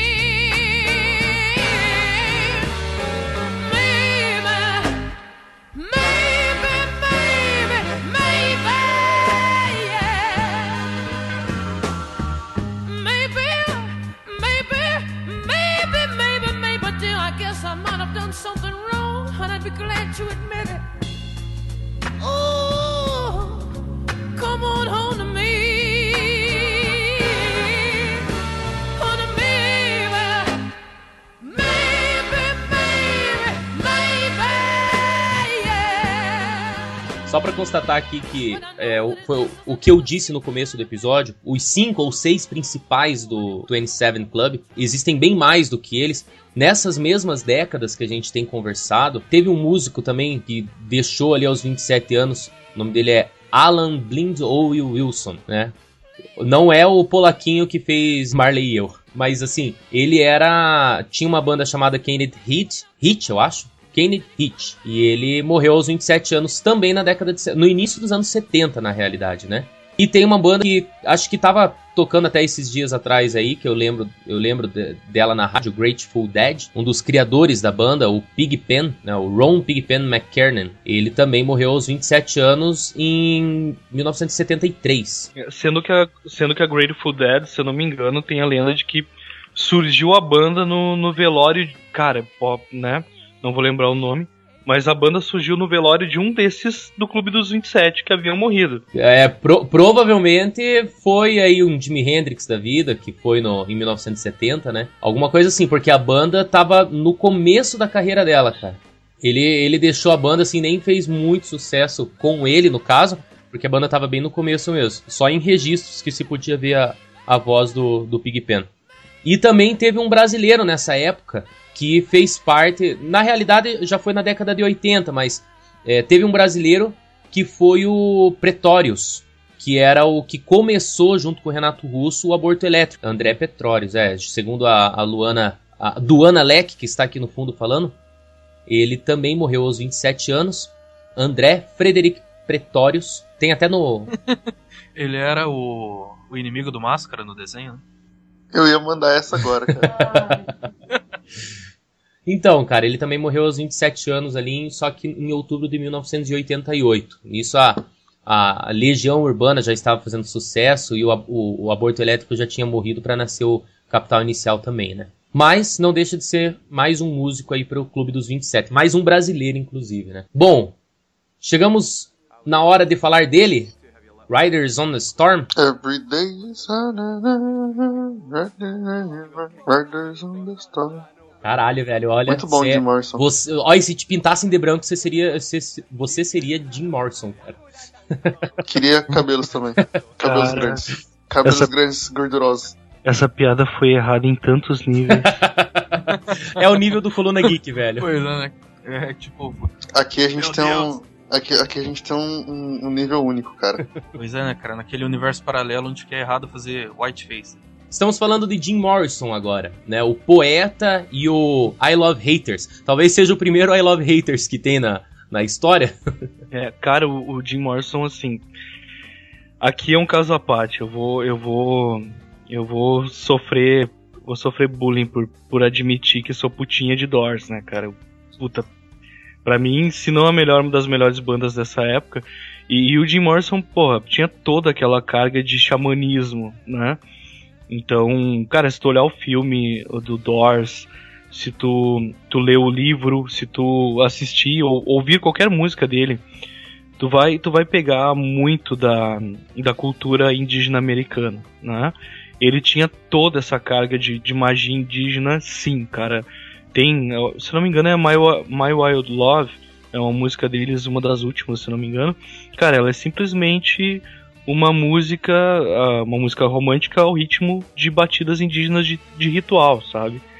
[SPEAKER 8] Maybe, maybe, maybe, maybe, yeah. Maybe, maybe, maybe, maybe, maybe, dear, I guess I might have done something wrong, and I'd be glad to admit it. Oh, come on home to me, home to me, baby. Maybe, maybe, maybe, yeah.
[SPEAKER 5] Só pra constatar aqui que é, o, foi o, o que eu disse no começo do episódio, os cinco ou seis principais do vinte e sete Club, existem bem mais do que eles. Nessas mesmas décadas que a gente tem conversado, teve um músico também que deixou ali aos vinte e sete anos, o nome dele é Alan Blind Owie Wilson, né? Não é o polaquinho que fez Marley e eu, mas assim, ele era... tinha uma banda chamada Kenneth Hit, Hit, eu acho, Kenneth Hit, e ele morreu aos vinte e sete anos também na década de... no início dos anos setenta, na realidade, né? E tem uma banda que acho que tava tocando até esses dias atrás aí, que eu lembro, eu lembro de, dela na rádio, Grateful Dead. Um dos criadores da banda, o Pigpen, né, o Ron Pigpen McKernan. Ele também morreu aos vinte e sete anos em mil novecentos e setenta e três.
[SPEAKER 9] Sendo que a, sendo que a Grateful Dead, se eu não me engano, tem a lenda de que surgiu a banda no, no velório, cara, pop, né? Não vou lembrar o nome. Mas a banda surgiu no velório de um desses do Clube dos vinte e sete que haviam morrido.
[SPEAKER 5] É, pro, provavelmente foi aí um Jimi Hendrix da vida, que foi no, em mil novecentos e setenta, né? Alguma coisa assim, porque a banda tava no começo da carreira dela, cara. Ele, ele deixou a banda, assim, nem fez muito sucesso com ele, no caso, porque a banda tava bem no começo mesmo. Só em registros que se podia ver a, a voz do, do Pigpen. E também teve um brasileiro nessa época, que fez parte, na realidade já foi na década de oitenta, mas é, teve um brasileiro que foi o Pretórios, que era o que começou junto com o Renato Russo o aborto elétrico. André Pretórios, é, segundo a, a Luana, a Duana Leck, que está aqui no fundo falando, ele também morreu aos vinte e sete anos. André Frederic Pretórios, tem até no...
[SPEAKER 6] Ele era o, o inimigo do Máscara no desenho, né?
[SPEAKER 7] Eu ia mandar essa agora, cara.
[SPEAKER 5] Então, cara, ele também morreu aos vinte e sete anos ali, só que em outubro de mil novecentos e oitenta e oito. Isso a, a Legião Urbana já estava fazendo sucesso e o, o, o aborto elétrico já tinha morrido para nascer o Capital Inicial também, né? Mas não deixa de ser mais um músico aí para o Clube dos vinte e sete. Mais um brasileiro, inclusive, né? Bom, chegamos na hora de falar dele. Riders on the Storm.
[SPEAKER 7] Every day is Riders on the Storm.
[SPEAKER 5] Caralho, velho, olha.
[SPEAKER 7] Muito bom,
[SPEAKER 5] cê,
[SPEAKER 7] Jim Morrison.
[SPEAKER 5] Você, olha, se te pintassem de branco, você seria, você, você seria Jim Morrison, cara.
[SPEAKER 7] Queria cabelos também. Cabelos
[SPEAKER 9] Cara,
[SPEAKER 7] grandes. Cabelos
[SPEAKER 9] essa,
[SPEAKER 7] grandes, gordurosos.
[SPEAKER 9] Essa piada foi errada em tantos níveis.
[SPEAKER 5] É o nível do Coluna Geek, velho.
[SPEAKER 6] Pois é, né? É tipo.
[SPEAKER 7] Aqui a gente
[SPEAKER 6] Meu
[SPEAKER 7] tem
[SPEAKER 6] Deus.
[SPEAKER 7] um. Aqui, aqui a gente tem um, um, um nível único, cara.
[SPEAKER 6] Pois é, né, cara? Naquele universo paralelo onde que é errado fazer whiteface.
[SPEAKER 5] Estamos falando de Jim Morrison agora, né? O poeta e o I Love Haters. Talvez seja o primeiro I Love Haters que tem na, na história.
[SPEAKER 9] É, cara, o, o Jim Morrison, assim... Aqui é um caso à parte. Eu vou... Eu vou... Eu vou sofrer... Vou sofrer bullying por, por admitir que sou putinha de Doors, né, cara? Puta... Pra mim, se não a melhor, uma das melhores bandas dessa época. E, e o Jim Morrison, porra, tinha toda aquela carga de xamanismo, né? Então, cara, se tu olhar o filme do Doors, se tu, tu ler o livro, se tu assistir ou ouvir qualquer música dele, tu vai, tu vai pegar muito da, da cultura indígena americana, né? Ele tinha toda essa carga de, de magia indígena, sim, cara. Tem, se não me engano, é My, My Wild Love, é uma música deles, uma das últimas, se não me engano. Cara, ela é simplesmente uma música, uma música romântica ao ritmo de batidas indígenas de, de ritual, sabe?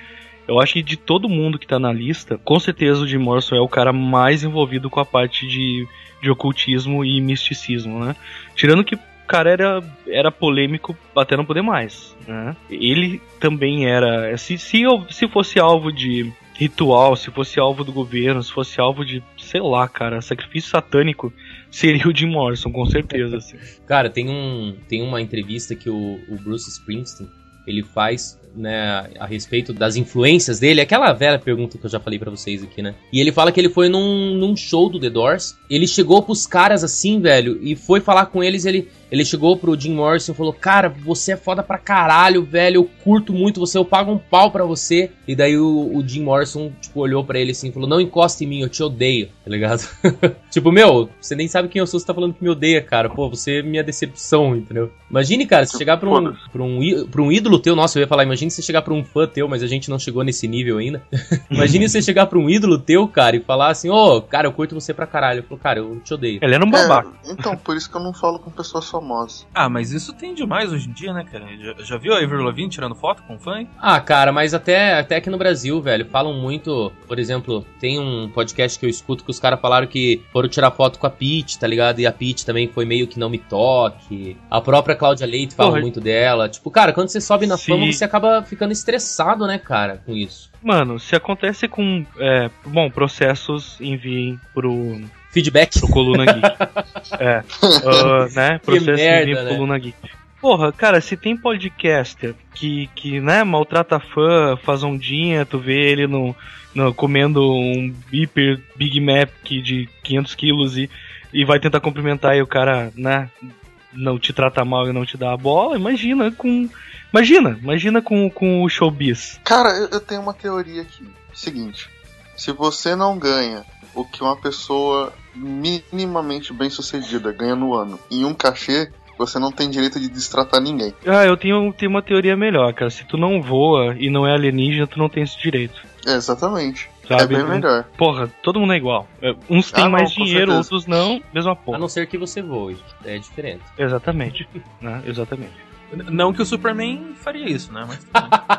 [SPEAKER 9] Eu acho que de todo mundo que tá na lista, com certeza o Jim Morrison é o cara mais envolvido com a parte de, de ocultismo e misticismo, né? Tirando que o cara era, era polêmico até não poder mais, né? Ele também era... Se, se, se fosse alvo de ritual, se fosse alvo do governo, se fosse alvo de, sei lá, cara, sacrifício satânico, seria o Jim Morrison, com certeza. Assim.
[SPEAKER 5] Cara, tem, um, tem uma entrevista que o, o Bruce Springsteen, ele faz, né, a respeito das influências dele, aquela velha pergunta que eu já falei pra vocês aqui, né? E ele fala que ele foi num, num show do The Doors, ele chegou pros caras assim, velho, e foi falar com eles, ele, ele chegou pro Jim Morrison e falou, cara, você é foda pra caralho, velho, eu curto muito você, eu pago um pau pra você. E daí o, o Jim Morrison, tipo, olhou pra ele assim e falou, não encosta em mim, eu te odeio, tá ligado? Tipo, meu, você nem sabe quem eu sou, você tá falando que me odeia, cara, pô, você é minha decepção, entendeu? Imagine, cara, se chegar pra um, pra um, pra um ídolo teu, nossa, eu ia falar, imagine você chegar pra um fã teu, mas a gente não chegou nesse nível ainda. Imagine você chegar pra um ídolo teu, cara, e falar assim, ô, oh, cara, eu curto você pra caralho. Eu falo, cara, eu te odeio.
[SPEAKER 9] Ele era um babaca.
[SPEAKER 7] É, então, por isso que eu não falo com pessoas famosas.
[SPEAKER 6] Ah, mas isso tem demais hoje em dia, né, cara? Já, já viu a Avril Lavigne tirando foto com fã? Hein?
[SPEAKER 5] Ah, cara, mas até, até aqui no Brasil, velho, falam muito, por exemplo, tem um podcast que eu escuto que os caras falaram que foram tirar foto com a Pitty, tá ligado? E a Pitty também foi meio que não me toque. A própria Cláudia Leite fala Porra. muito dela. Tipo, cara, quando você sobe na
[SPEAKER 9] Sim.
[SPEAKER 5] fama, você acaba ficando estressado, né, cara, com isso.
[SPEAKER 9] Mano, se acontece com, é, bom, processos enviem pro...
[SPEAKER 5] Feedback?
[SPEAKER 9] Pro Coluna Geek. é, uh, né, processos enviem pro
[SPEAKER 5] né?
[SPEAKER 9] Coluna Geek. Porra, cara, se tem podcaster que, que né, maltrata fã, faz ondinha, tu vê ele no, no, comendo um hiper Big Mac de quinhentos quilos e, e vai tentar cumprimentar e o cara, né, não te trata mal e não te dá a bola, imagina com... Imagina, imagina com, com o showbiz.
[SPEAKER 7] Cara, eu, eu tenho uma teoria aqui. Seguinte, se você não ganha o que uma pessoa minimamente bem sucedida ganha no ano em um cachê, você não tem direito de destratar ninguém.
[SPEAKER 9] Ah, eu tenho, tenho uma teoria melhor, cara. Se tu não voa e não é alienígena, tu não tem esse direito.
[SPEAKER 7] É, exatamente.
[SPEAKER 9] Sabe?
[SPEAKER 7] É bem melhor.
[SPEAKER 9] Porra, todo mundo é igual. Uns têm
[SPEAKER 7] ah,
[SPEAKER 9] mais
[SPEAKER 7] não,
[SPEAKER 9] dinheiro, outros não, mesma porra.
[SPEAKER 5] A não ser que você voe, é diferente.
[SPEAKER 9] Exatamente. né? Exatamente.
[SPEAKER 6] Não que o Superman faria isso, né? Mas,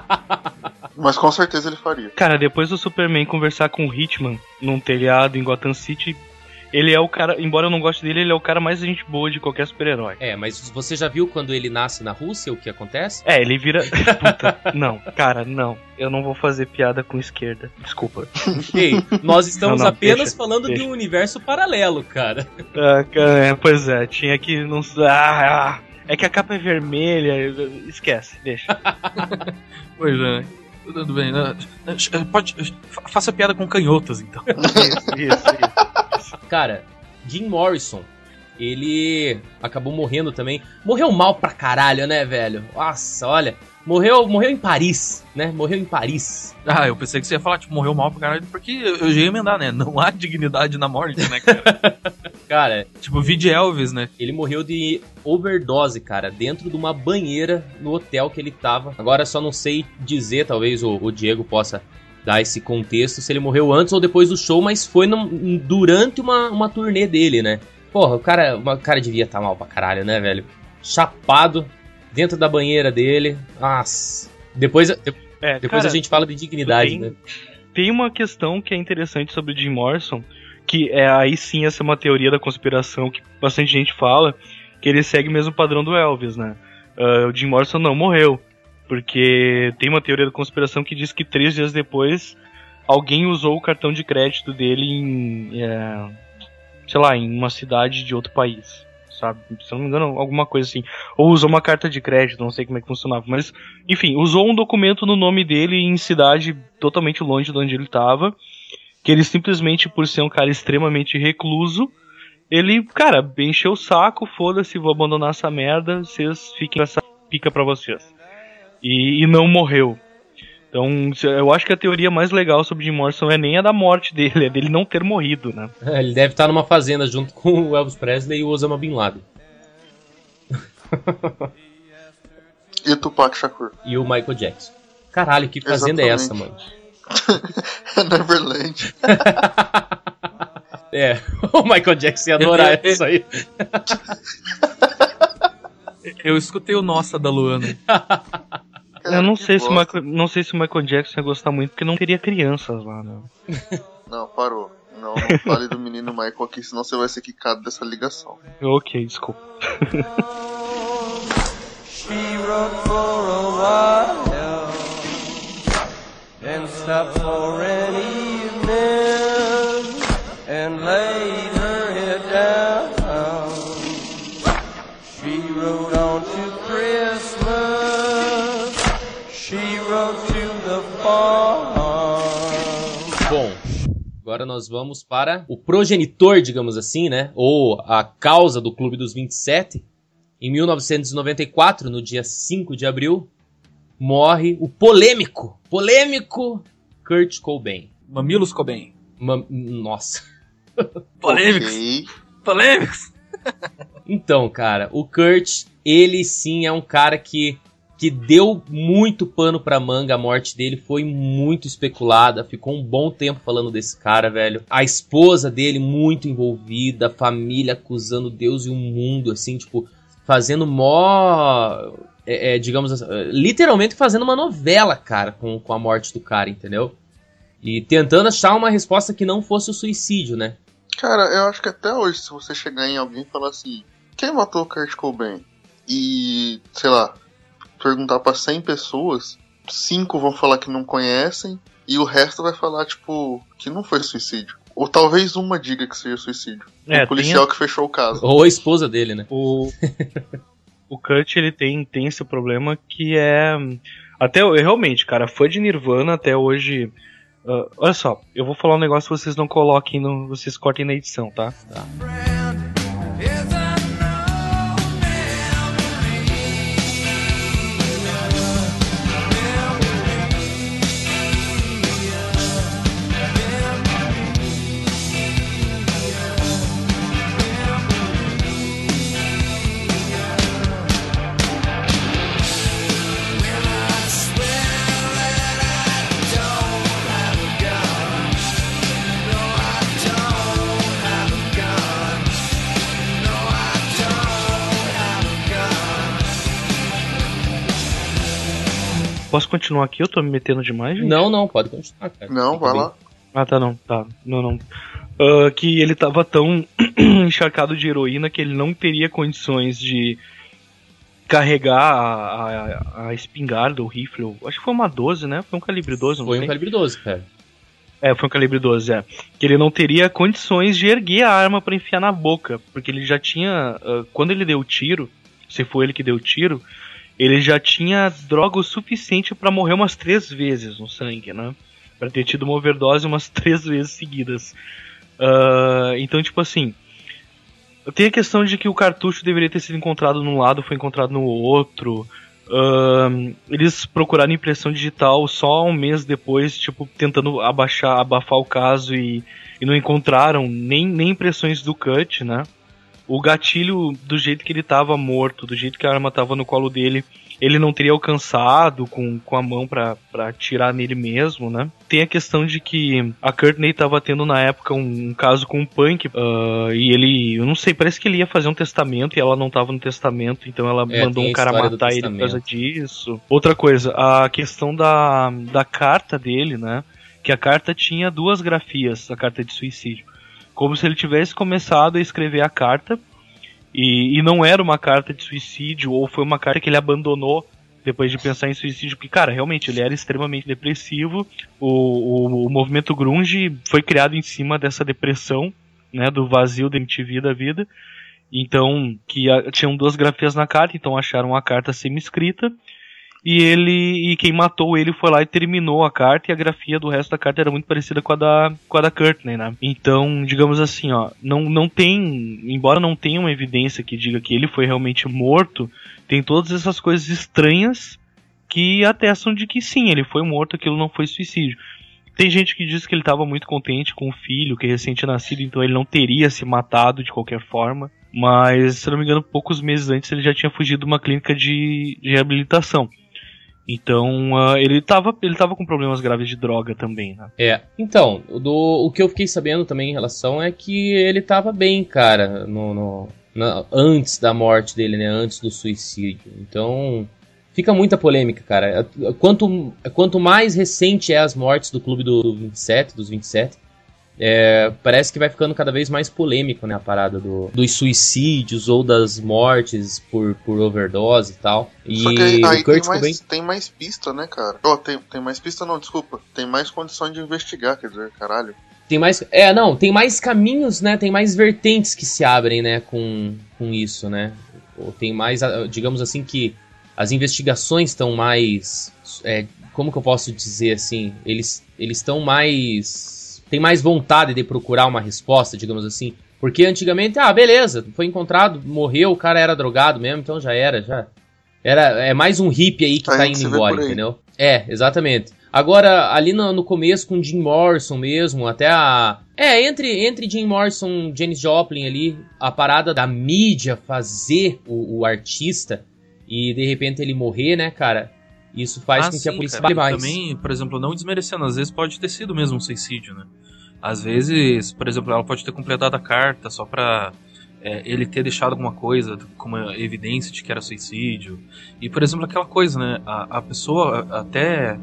[SPEAKER 7] Mas com certeza ele faria.
[SPEAKER 9] Cara, depois do Superman conversar com o Hitman num telhado em Gotham City, ele é o cara, embora eu não goste dele, ele é o cara mais gente boa de qualquer super-herói.
[SPEAKER 5] É, mas você já viu quando ele nasce na Rússia o que acontece?
[SPEAKER 9] É, ele vira... Puta, não, cara, não. Eu não vou fazer piada com esquerda. Desculpa.
[SPEAKER 5] Ei, nós estamos
[SPEAKER 9] não, não,
[SPEAKER 5] apenas
[SPEAKER 9] deixa,
[SPEAKER 5] falando
[SPEAKER 9] deixa.
[SPEAKER 5] de um universo paralelo, cara.
[SPEAKER 9] Ah, cara, é, pois é, tinha que não... Ah, ah. É que a capa é vermelha, esquece, deixa.
[SPEAKER 6] Pois é, tudo bem. Pode, faça piada com canhotas, então.
[SPEAKER 9] Isso, isso, isso.
[SPEAKER 5] Cara, Jim Morrison, ele acabou morrendo também. Morreu mal pra caralho, né, velho? Nossa, olha, morreu, morreu em Paris, né? Morreu em Paris.
[SPEAKER 6] Ah, eu pensei que você ia falar, tipo, morreu mal pra caralho, porque eu já ia emendar, né? Não há dignidade na morte, né, cara?
[SPEAKER 5] Cara,
[SPEAKER 6] tipo, vídeo Elvis, né?
[SPEAKER 5] Ele morreu de overdose, cara, dentro de uma banheira no hotel que ele tava. Agora só não sei dizer, talvez o, o Diego possa dar esse contexto, se ele morreu antes ou depois do show, mas foi no, durante uma, uma turnê dele, né? Porra, o cara, o cara devia estar tá mal pra caralho, né, velho? Chapado, dentro da banheira dele. Nossa. Depois, de, é, depois
[SPEAKER 9] cara,
[SPEAKER 5] a gente fala de dignidade,
[SPEAKER 9] tem,
[SPEAKER 5] né?
[SPEAKER 9] Tem uma questão que é interessante sobre o Jim Morrison, que é aí sim essa é uma teoria da conspiração que bastante gente fala, que ele segue o mesmo padrão do Elvis, né? Uh, o Jim Morrison não morreu, porque tem uma teoria da conspiração que diz que três dias depois alguém usou o cartão de crédito dele em, é, sei lá, em uma cidade de outro país, sabe? Se não me engano, alguma coisa assim. Ou usou uma carta de crédito, não sei como é que funcionava, mas, enfim, usou um documento no nome dele em cidade totalmente longe de onde ele estava, que ele simplesmente, por ser um cara extremamente recluso, ele, cara, encheu o saco, foda-se, vou abandonar essa merda, vocês fiquem com essa pica pra vocês. E, e não morreu. Então, eu acho que a teoria mais legal sobre Jim Morrison é nem a da morte dele, é dele não ter morrido, né?
[SPEAKER 5] É, ele deve estar numa fazenda junto com o Elvis Presley e o Osama Bin Laden.
[SPEAKER 7] E o Tupac Shakur.
[SPEAKER 5] E o Michael Jackson. Caralho, que fazenda Exatamente. é essa, mano?
[SPEAKER 7] Neverland.
[SPEAKER 5] É, o Michael Jackson ia adorar isso aí.
[SPEAKER 6] Eu escutei o Nossa da Luana.
[SPEAKER 7] cara,
[SPEAKER 9] eu não
[SPEAKER 7] que
[SPEAKER 9] sei, se o
[SPEAKER 7] bosta.
[SPEAKER 9] Michael, não sei se o Michael Jackson ia gostar muito, porque não teria crianças lá, né?
[SPEAKER 7] Não, parou. Não, não fale do menino Michael aqui, senão você vai ser quicado dessa ligação.
[SPEAKER 9] Ok, desculpa.
[SPEAKER 1] She wrote for a while and stopped for an evening and laid her head down. She wrote on to Christmas. She wrote to the farm.
[SPEAKER 5] Bom, agora nós vamos para o progenitor, digamos assim, né? Ou a causa do Clube dos vinte e sete. Em mil novecentos e noventa e quatro, no dia cinco de abril, morre o polêmico, polêmico Kurt Cobain.
[SPEAKER 6] Mamilos Cobain.
[SPEAKER 5] Ma- Nossa.
[SPEAKER 6] Polêmicos.
[SPEAKER 7] Ok.
[SPEAKER 6] Polêmicos.
[SPEAKER 5] Então, cara, o Kurt, ele sim é um cara que, que deu muito pano pra manga. A morte dele foi muito especulada. Ficou um bom tempo falando desse cara, velho. A esposa dele muito envolvida, a família acusando Deus e o mundo, assim, tipo, fazendo mó... É, é, digamos assim, literalmente fazendo uma novela, cara, com, com a morte do cara, entendeu? E tentando achar uma resposta que não fosse o suicídio, né?
[SPEAKER 7] Cara, eu acho que até hoje, se você chegar em alguém e falar assim, quem matou o Kurt Cobain? E, sei lá, perguntar pra cem pessoas, cinco vão falar que não conhecem, e o resto vai falar, tipo, que não foi suicídio. Ou talvez uma diga que seja suicídio.
[SPEAKER 9] É,
[SPEAKER 7] o policial
[SPEAKER 9] tem a...
[SPEAKER 7] que fechou o caso.
[SPEAKER 5] Ou a esposa dele, né?
[SPEAKER 9] O, o Kurt, ele tem, tem esse problema que é... Até, realmente, cara, fã de Nirvana até hoje... Uh, olha só, eu vou falar um negócio que vocês não coloquem, no, vocês cortem na edição, tá?
[SPEAKER 5] Tá.
[SPEAKER 9] Posso continuar aqui? Eu tô me metendo demais, gente?
[SPEAKER 5] Não, não, pode continuar, cara.
[SPEAKER 7] Não,
[SPEAKER 5] Fica
[SPEAKER 7] vai
[SPEAKER 5] bem.
[SPEAKER 7] lá.
[SPEAKER 9] Ah, tá, não, tá, não, não. Uh, que ele tava tão encharcado de heroína que ele não teria condições de carregar a, a, a espingarda, o rifle, acho que foi uma doze, né? Foi um calibre doze, não
[SPEAKER 5] Foi
[SPEAKER 9] sei.
[SPEAKER 5] um calibre doze, cara.
[SPEAKER 9] É, foi um calibre doze, é. Que ele não teria condições de erguer a arma pra enfiar na boca, porque ele já tinha, uh, quando ele deu o tiro, se foi ele que deu o tiro, ele já tinha droga o suficiente pra morrer umas três vezes no sangue, né? Pra ter tido uma overdose umas três vezes seguidas. Uh, então, tipo assim, tem a questão de que o cartucho deveria ter sido encontrado num lado, foi encontrado no outro. Uh, eles procuraram impressão digital só um mês depois, tipo, tentando abaixar, abafar o caso e, e não encontraram nem, nem impressões do Kurt, né? O gatilho, do jeito que ele tava morto, do jeito que a arma tava no colo dele, ele não teria alcançado com, com a mão pra, pra atirar nele mesmo, né? Tem a questão de que a Courtney tava tendo na época um, um caso com um punk, uh, e ele, eu não sei, parece que ele ia fazer um testamento e ela não tava no testamento, então ela
[SPEAKER 5] É,
[SPEAKER 9] mandou
[SPEAKER 5] tem
[SPEAKER 9] um
[SPEAKER 5] a
[SPEAKER 9] cara
[SPEAKER 5] história do
[SPEAKER 9] matar ele por
[SPEAKER 5] testamento.
[SPEAKER 9] causa disso. Outra coisa, a questão da, da carta dele, né? Que a carta tinha duas grafias, a carta de suicídio. Como se ele tivesse começado a escrever a carta e, e não era uma carta de suicídio, ou foi uma carta que ele abandonou depois de pensar em suicídio, porque, cara, realmente ele era extremamente depressivo. O, o, o movimento grunge foi criado em cima dessa depressão, né, do vazio da M T V da vida. Então, que a, tinham duas grafias na carta, então acharam a carta semi-escrita. E ele, e quem matou ele foi lá e terminou a carta, e a grafia do resto da carta era muito parecida com a da, com a da Courtney, né? Então, digamos assim, ó, não, não tem, embora não tenha uma evidência que diga que ele foi realmente morto, tem todas essas coisas estranhas que atestam de que sim, ele foi morto, aquilo não foi suicídio. Tem gente que diz que ele estava muito contente com o filho, que é recente-nascido, então ele não teria se matado de qualquer forma, mas, se não me engano, poucos meses antes ele já tinha fugido de uma clínica de, de reabilitação. Então, uh, ele tava, ele tava com problemas graves de droga também, né?
[SPEAKER 5] É, então, do, o que eu fiquei sabendo também em relação é que ele tava bem, cara, no, no, na, antes da morte dele, né, antes do suicídio. Então, fica muita polêmica, cara. Quanto, quanto mais recente é as mortes do clube do, do vinte e sete, dos vinte e sete, é, parece que vai ficando cada vez mais polêmico, né, a parada do, dos suicídios ou das mortes por, por overdose e tal. E
[SPEAKER 7] Só que aí, aí
[SPEAKER 5] o Kurt
[SPEAKER 7] tem, mais,
[SPEAKER 5] Cobain...
[SPEAKER 7] tem mais pista, né, cara? Oh, tem, tem mais pista não, desculpa. Tem mais condições de investigar, quer dizer, caralho.
[SPEAKER 5] Tem mais... É, não, tem mais caminhos, né, tem mais vertentes que se abrem, né, com, com isso, né. Tem mais, digamos assim, que as investigações estão mais... É, como que eu posso dizer assim? Eles eles estão mais... Tem mais vontade de procurar uma resposta, digamos assim. Porque antigamente, ah, beleza, foi encontrado, morreu, o cara era drogado mesmo, então já era, já... Era, é mais um hippie aí que
[SPEAKER 7] a
[SPEAKER 5] tá
[SPEAKER 7] gente
[SPEAKER 5] indo
[SPEAKER 7] se vê
[SPEAKER 5] embora,
[SPEAKER 7] por aí.
[SPEAKER 5] entendeu? É, exatamente. Agora, ali no, no começo com Jim Morrison mesmo, até a... É, entre, entre Jim Morrison e Janis Joplin ali, a parada da mídia fazer o, o artista e de repente ele morrer, né, cara? Isso faz
[SPEAKER 6] ah,
[SPEAKER 5] com
[SPEAKER 6] sim,
[SPEAKER 5] que a polícia
[SPEAKER 6] cara,
[SPEAKER 5] vale mais.
[SPEAKER 6] Também, por exemplo, não desmerecendo, às vezes pode ter sido mesmo um suicídio, né? Às vezes, por exemplo, ela pode ter completado a carta só pra é, ele ter deixado alguma coisa como evidência de que era suicídio. E, por exemplo, aquela coisa, né? A, a pessoa até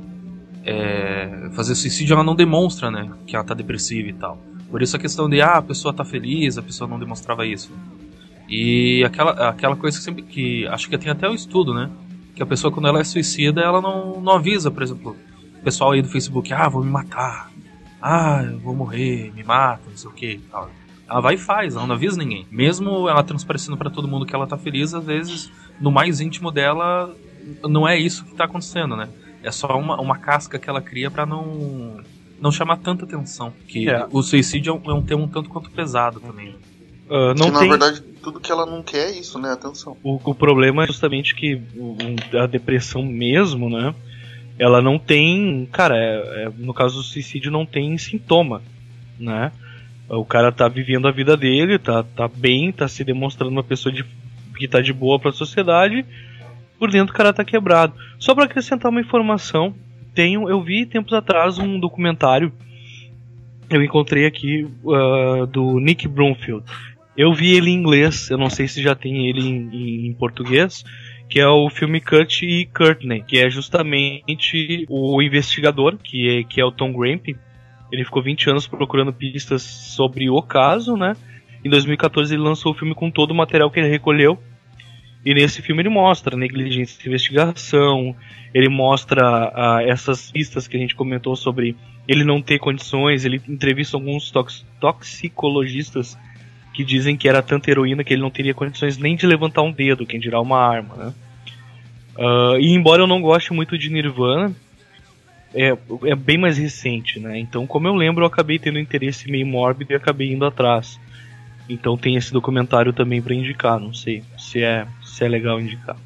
[SPEAKER 6] é, fazer suicídio, ela não demonstra, né? Que ela tá depressiva e tal. Por isso a questão de, ah, a pessoa tá feliz, a pessoa não demonstrava isso. E aquela, aquela coisa que sempre que... Acho que tem até o estudo, né? Que a pessoa, quando ela é suicida, ela não, não avisa, por exemplo, o pessoal aí do Facebook, ah, vou me matar. Ah, eu vou morrer, me mata, não sei o que. Ela vai e faz, ela não avisa ninguém. Mesmo ela transparecendo pra todo mundo que ela tá feliz, às vezes, no mais íntimo dela, não é isso que tá acontecendo, né? É só uma, uma casca que ela cria pra não, não chamar tanta atenção. Que
[SPEAKER 9] É.
[SPEAKER 6] o suicídio é um, é um tema um tanto quanto pesado também.
[SPEAKER 9] Uh, não
[SPEAKER 7] que, na
[SPEAKER 9] tem...
[SPEAKER 7] verdade, tudo que ela não quer é isso, né? Atenção.
[SPEAKER 9] O, o problema é justamente que o- o- a depressão mesmo, né? Ela não tem... Cara, é- é- no caso do suicídio não tem sintoma, né? O cara tá vivendo a vida dele, tá, tá bem, tá se demonstrando uma pessoa de, que tá de boa pra sociedade. Por dentro o cara tá quebrado. Só pra acrescentar uma informação, tenho, eu vi tempos atrás um documentário, eu encontrei aqui, uh, do Nick Broomfield. Eu vi ele em inglês, eu não sei se já tem ele em, em- em português, que é o filme Cut e Courtney, que é justamente o investigador, que é, que é o Tom Grampe. Ele ficou vinte anos procurando pistas sobre o caso, né? Em dois mil e catorze ele lançou o filme com todo o material que ele recolheu. E nesse filme ele mostra negligência de investigação, ele mostra ah, essas pistas que a gente comentou sobre ele não ter condições, ele entrevista alguns tox- toxicologistas que dizem que era tanta heroína que ele não teria condições nem de levantar um dedo, quem dirá uma arma, né? Ah, e embora eu não goste muito de Nirvana, é, é bem mais recente, né? Então, como eu lembro, eu acabei tendo um interesse meio mórbido e acabei indo atrás. Então tem esse documentário também pra indicar, não sei se é, se é legal indicar.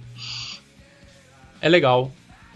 [SPEAKER 5] É legal.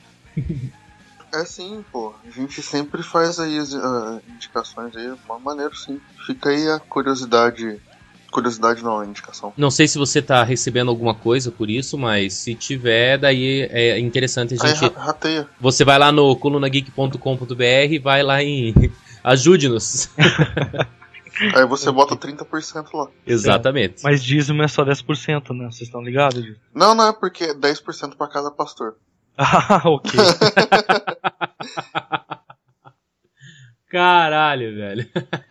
[SPEAKER 7] É sim, pô. A gente sempre faz aí as ah, indicações aí, uma maneira sim. Fica aí a curiosidade. Curiosidade não, a indicação.
[SPEAKER 5] Não sei se você tá recebendo alguma coisa por isso, mas se tiver, daí é interessante a
[SPEAKER 7] Aí
[SPEAKER 5] gente...
[SPEAKER 7] ra- rateia.
[SPEAKER 5] Você vai lá no coluna geek ponto com ponto b r e vai lá em... Ajude-nos.
[SPEAKER 7] Aí você bota trinta por cento lá.
[SPEAKER 5] Exatamente.
[SPEAKER 9] Mas dízimo é só dez por cento, né? Vocês estão ligados? Gil?
[SPEAKER 7] Não, não é porque é dez por cento pra cada pastor.
[SPEAKER 9] Ah, ok.
[SPEAKER 5] Caralho, velho.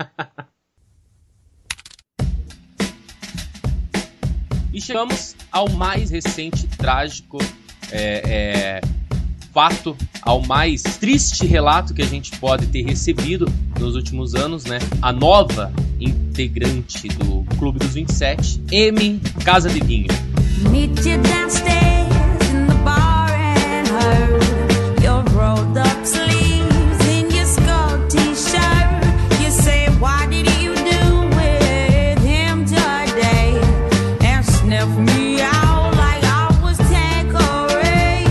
[SPEAKER 5] E chegamos ao mais recente trágico é, é, fato, ao mais triste relato que a gente pode ter recebido nos últimos anos, né? A nova integrante do Clube dos vinte e sete, Amy Casa de Vinho.
[SPEAKER 8] Meet you downstairs in the bar and her your rolled up sleeves in your skull t-shirt. You say, what did you do with him today? And sniff me out like I was Tanqueray.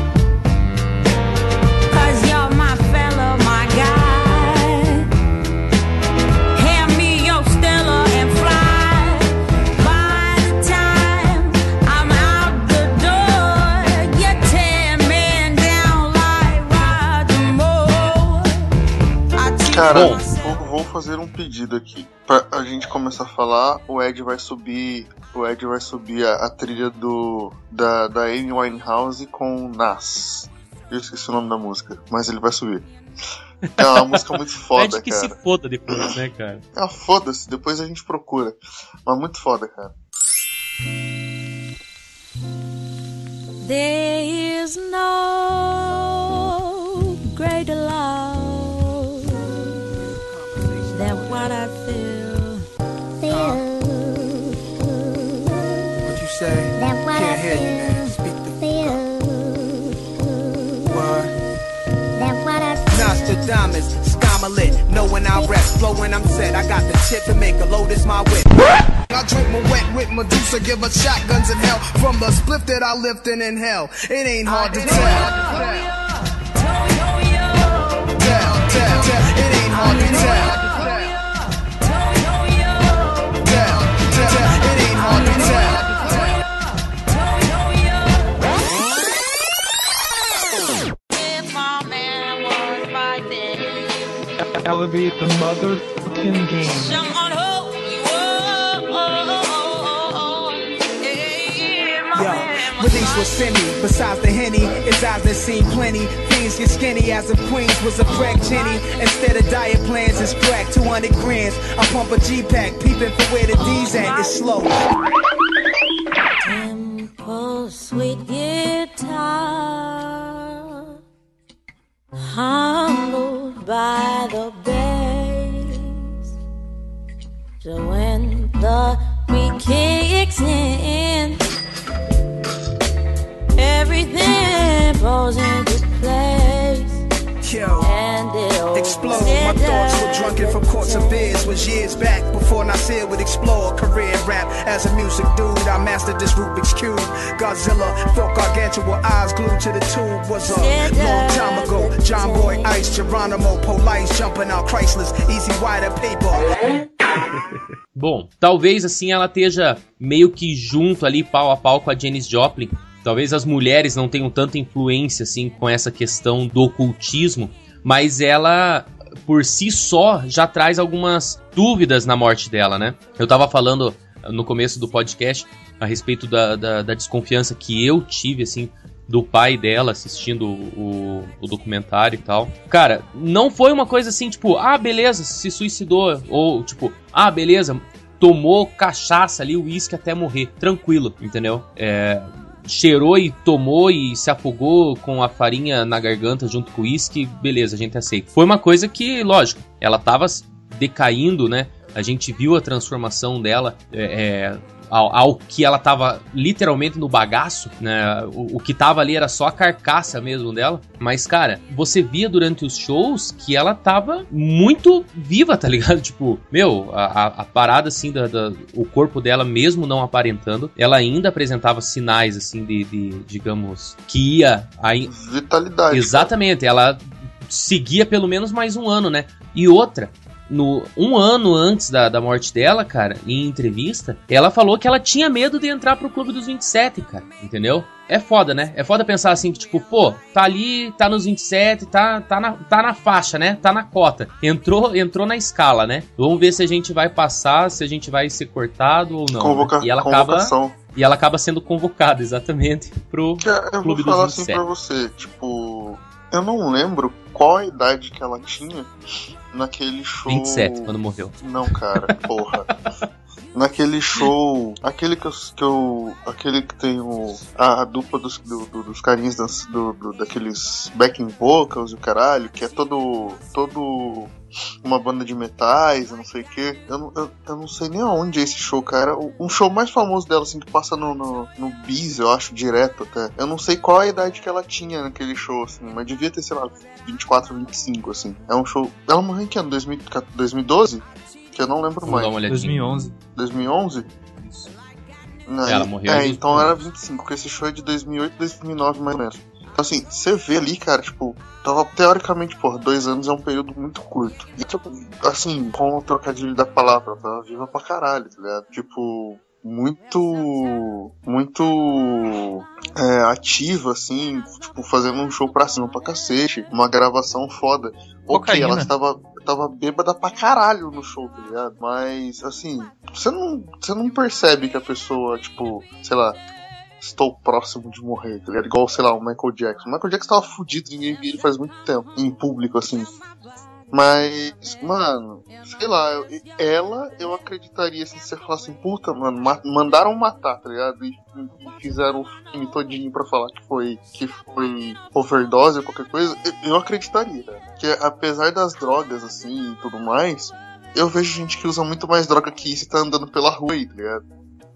[SPEAKER 8] 'Cause you're my fella, my guy. Hand me your Stella and fly. By the time I'm out the door, you're ten men down like Roger Moore. I treat
[SPEAKER 7] Cara,
[SPEAKER 8] myself-
[SPEAKER 7] vou, vou fazer um pedido aqui. Pra a gente começar a falar, o Ed vai subir o Ed vai subir a, a trilha do da, da Amy Winehouse com Nas. Eu esqueci o nome da música, mas ele vai subir. É uma música muito foda,
[SPEAKER 5] Ed que
[SPEAKER 7] cara.
[SPEAKER 5] se foda depois, né, cara?
[SPEAKER 7] Ah, foda-se, depois a gente procura. Mas muito foda, cara.
[SPEAKER 8] There is no greater love than what I feel. Feel.
[SPEAKER 15] What you say? Can't hear you, man. Speak the what? Nostradamus, Skymalit, knowing I rest, flowing I'm set. I got the chip to make a lotus my whip. I drink my wet with Medusa, give her shotguns in hell. From the spliff that I lift and inhale, it ain't hard to tell. Tell, tell, tell, it ain't hard to tell. Tell, tell, tell, it ain't hard to tell.
[SPEAKER 16] Elevate the motherfucking game.
[SPEAKER 15] Yo, release was semi. Besides the Henny, it's eyes that seen plenty. Fiends get skinny as if Queens was a crack Jenny. Instead of diet plans, it's crack two hundred grams. I pump a G-Pack, peeping for where the D's at. It's slow.
[SPEAKER 8] Tempo, sweet guitar, humbled by the bass. So when the beat kicks in, everything falls into place.
[SPEAKER 15] Yo, explode. My thoughts were drunken from courts of beers. Was years back before Nasir would explore a career in rap. As a music dude, I mastered this Rubik's Cube. Godzilla, felt gargantuan eyes glued to the tube. Was a long time ago. John Boy Ice, Geronimo, Police jumping out Chryslers. Easy white paper.
[SPEAKER 5] Bom, talvez assim ela esteja meio que junto ali, pau a pau com a Janis Joplin. Talvez as mulheres não tenham tanta influência assim com essa questão do ocultismo, mas ela, por si só, já traz algumas dúvidas na morte dela, né? Eu tava falando no começo do podcast a respeito da, da, da desconfiança que eu tive, assim, do pai dela assistindo o, o documentário e tal. Cara, não foi uma coisa assim, tipo, ah, beleza, se suicidou, ou tipo, ah, beleza, tomou cachaça ali, uísque até morrer, tranquilo, entendeu? É... cheirou e tomou e se afogou com a farinha na garganta junto com o uísque, beleza, a gente aceita. Foi uma coisa que, lógico, ela tava decaindo, né? A gente viu a transformação dela é, ao, ao que ela tava literalmente no bagaço, né? O, o que tava ali era só a carcaça mesmo dela. Mas, cara, você via durante os shows que ela tava muito viva, tá ligado? Tipo, meu, a, a parada, assim, da, da, o corpo dela, mesmo não aparentando, ela ainda apresentava sinais, assim, de, de digamos, que ia... Aí...
[SPEAKER 7] Vitalidade.
[SPEAKER 5] Exatamente, ela seguia pelo menos mais um ano, né? E outra... No, um ano antes da, da morte dela, cara, em entrevista, ela falou que ela tinha medo de entrar pro Clube dos vinte e sete, cara, entendeu? É foda, né? É foda pensar assim, que tipo, pô, tá ali, tá nos vinte e sete, tá, tá, na, tá na faixa, né? Tá na cota. Entrou, entrou na escala, né? Vamos ver se a gente vai passar, se a gente vai ser cortado ou não.
[SPEAKER 7] Convoca-
[SPEAKER 5] né? E ela
[SPEAKER 7] convocação.
[SPEAKER 5] acaba... E ela acaba sendo convocada, exatamente, pro
[SPEAKER 7] é,
[SPEAKER 5] Clube
[SPEAKER 7] dos vinte e sete. Eu vou falar
[SPEAKER 5] vinte e
[SPEAKER 7] assim
[SPEAKER 5] sete.
[SPEAKER 7] pra você, tipo... Eu não lembro qual a idade que ela tinha naquele show...
[SPEAKER 5] vinte e sete, quando morreu.
[SPEAKER 7] Não, cara, porra. Naquele show... Aquele que eu... Que eu aquele que tem o... A, a dupla dos, do, do, dos carinhos das, do, do, daqueles backing vocals e o caralho, que é todo... Todo... Uma banda de metais, eu não sei o que. Eu, não- eu, eu não sei nem aonde é esse show, cara. O- Um show mais famoso dela, assim, que passa no, no, no Bis, eu acho, direto até. Eu não sei qual a idade que ela tinha naquele show, assim, mas devia ter, sei lá, vinte e quatro, vinte e cinco, assim. É um show... Ela morreu em que ano? dois mil e doze? Que eu não lembro
[SPEAKER 5] Vamos
[SPEAKER 7] mais.
[SPEAKER 5] dar uma olhadinha.
[SPEAKER 6] dois mil e onze.
[SPEAKER 7] dois mil e onze? Não,
[SPEAKER 5] Ela morreu em
[SPEAKER 7] É,
[SPEAKER 5] dois-
[SPEAKER 7] então era vinte e cinco, porque esse show é de dois mil e oito, dois mil e nove, mais ou menos. Então, assim, você vê ali, cara, tipo, tava, teoricamente, porra, dois anos é um período muito curto. E, tipo, assim, com o trocadilho da palavra, tava viva pra caralho, tá ligado? Tipo, muito, muito é, ativa, assim, tipo, fazendo um show pra cima pra cacete, uma gravação foda. Ok,
[SPEAKER 6] Cocaína.
[SPEAKER 7] ela estava... tava bêbada pra caralho no show, tá ligado? Mas, assim, você não, você não percebe que a pessoa, tipo, sei lá, estou próximo de morrer, tá ligado? Igual, sei lá, o Michael Jackson. O Michael Jackson tava fudido, ninguém via ele faz muito tempo, em público, assim. Mas, mano, sei lá, eu, ela, eu acreditaria assim, se você falar assim, puta, mano, ma- mandaram matar, tá ligado? E, e fizeram o filme todinho pra falar que foi, que foi overdose ou qualquer coisa, eu, eu acreditaria, né? Porque apesar das drogas, assim, e tudo mais, eu vejo gente que usa muito mais droga que isso e tá andando pela rua aí, tá ligado?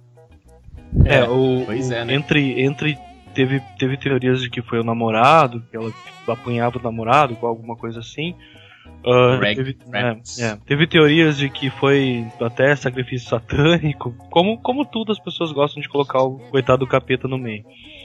[SPEAKER 9] É, o,
[SPEAKER 5] pois é, né?
[SPEAKER 9] entre, entre teve, teve teorias de que foi o namorado, que ela apanhava o namorado, ou alguma coisa assim. Uh, teve, é, é, teve teorias de que foi até sacrifício satânico, como, como tudo as pessoas gostam de colocar o coitado do capeta no meio.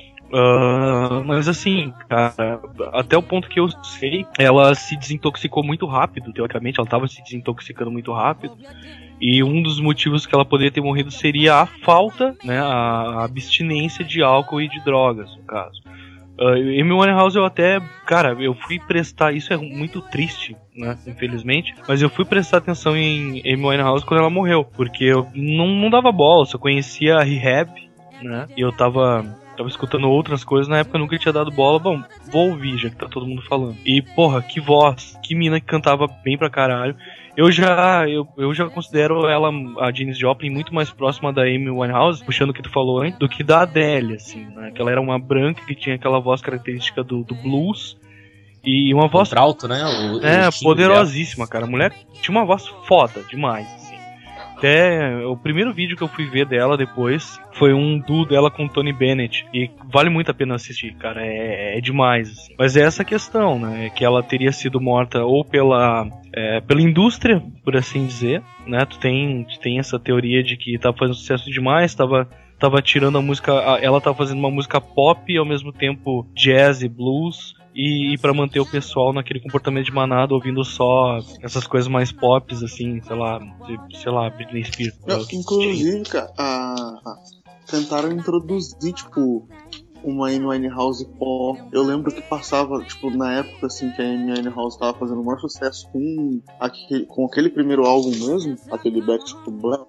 [SPEAKER 9] Uh, mas assim, cara, até o ponto que eu sei, ela se desintoxicou muito rápido, teoricamente, ela estava se desintoxicando muito rápido. E um dos motivos que ela poderia ter morrido seria a falta, né, a abstinência de álcool e de drogas, no caso. Uh, Amy Winehouse eu até, cara, eu fui prestar, isso é muito triste, né, infelizmente, mas eu fui prestar atenção em Amy Winehouse quando ela morreu, porque eu não, não dava bola, só conhecia a Rehab, né, e eu tava, tava escutando outras coisas, na época eu nunca tinha dado bola, bom, vou ouvir já que tá todo mundo falando. E, porra, que voz, que mina que cantava bem pra caralho. Eu já, eu, eu já considero ela, a Janis Joplin, muito mais próxima da Amy Winehouse, puxando o que tu falou antes, do que da Adele, assim, né? Que ela era uma branca que tinha aquela voz característica do, do blues e uma voz...
[SPEAKER 5] Contralto, né? O,
[SPEAKER 9] é,
[SPEAKER 5] o
[SPEAKER 9] poderosíssima, cara. A mulher tinha uma voz foda demais, assim. Até o primeiro vídeo que eu fui ver dela depois foi um duo dela com o Tony Bennett. E vale muito a pena assistir, cara. É, é demais, assim. Mas é essa questão, né? Que ela teria sido morta ou pela, é, pela indústria, por assim dizer, né? Tu tem, tu tem essa teoria de que tava fazendo sucesso demais, tava, tava tirando a música... Ela tava fazendo uma música pop e ao mesmo tempo jazz e blues... E, e pra manter o pessoal naquele comportamento de manada, ouvindo só essas coisas mais pops, assim, sei lá, de, sei lá, Britney Spears.
[SPEAKER 7] Não, inclusive, cara, a, a, tentaram introduzir, tipo, uma Amy Winehouse pop. Eu lembro que passava, tipo, na época, assim, que a Amy Winehouse tava fazendo o maior sucesso com aquele, com aquele primeiro álbum mesmo, aquele Back to Black.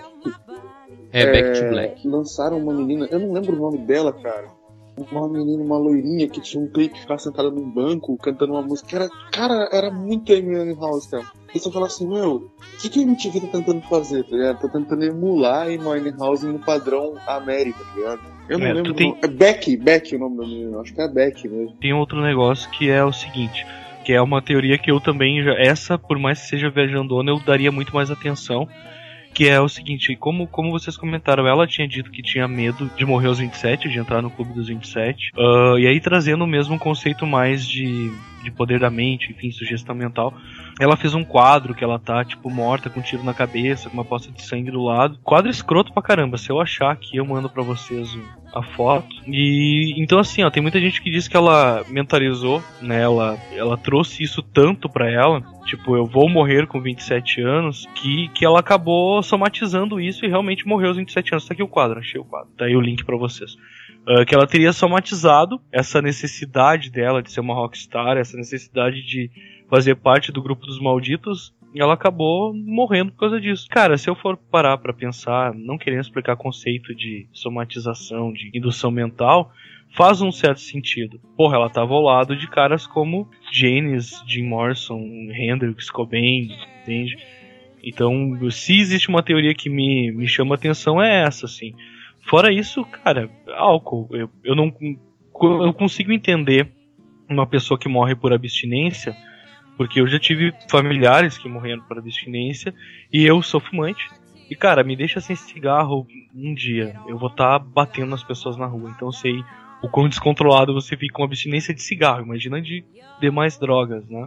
[SPEAKER 5] É, é, Back to Black.
[SPEAKER 7] Lançaram uma menina, eu não lembro o nome dela, cara. Uma menina, uma loirinha que tinha um clipe que ficava sentada num banco cantando uma música. Era, cara, era muito Amy Winehouse, cara. E você fala assim, meu, o que, que a M T V tá tentando fazer, tá ligado? Tá tentando emular a Amy Winehouse no padrão América, tá ligado? Eu não
[SPEAKER 9] é,
[SPEAKER 7] lembro.
[SPEAKER 9] Tem...
[SPEAKER 7] É Beck, Beck o nome da menina. Acho que é Beck mesmo.
[SPEAKER 9] Tem outro negócio que é o seguinte, que é uma teoria que eu também já... Essa, por mais que seja viajandona, eu daria muito mais atenção. Que é o seguinte, como, como vocês comentaram, ela tinha dito que tinha medo de morrer aos vinte e sete, de entrar no clube dos vinte e sete. Uh, e aí trazendo mesmo um conceito mais de, de poder da mente, enfim, sugestão mental. Ela fez um quadro que ela tá, tipo, morta, com um tiro na cabeça, com uma poça de sangue do lado. Quadro escroto pra caramba. Se eu achar aqui, eu mando pra vocês a foto. E então assim, ó, tem muita gente que diz que ela mentalizou, né? Ela, ela trouxe isso tanto pra ela, tipo, eu vou morrer com vinte e sete anos, que, que ela acabou somatizando isso e realmente morreu aos vinte e sete anos. Tá aqui o quadro, achei o quadro. Tá aí o link pra vocês. Uh, que ela teria somatizado essa necessidade dela de ser uma rockstar, essa necessidade de fazer parte do grupo dos malditos, e ela acabou morrendo por causa disso. Cara, se eu for parar pra pensar, não querendo explicar conceito de somatização, de indução mental, faz um certo sentido. Porra, ela tava ao lado de caras como Janis, Jim Morrison, Hendrix, Cobain, entende? Então, se existe uma teoria que me, me chama a atenção, é essa, assim. Fora isso, cara, álcool. Eu, eu não eu consigo entender uma pessoa que morre por abstinência, porque eu já tive familiares que morreram por abstinência e eu sou fumante. E, cara, me deixa sem cigarro um dia, eu vou estar tá batendo nas pessoas na rua. Então eu sei o quão descontrolado você fica com abstinência de cigarro. Imagina de demais drogas, né?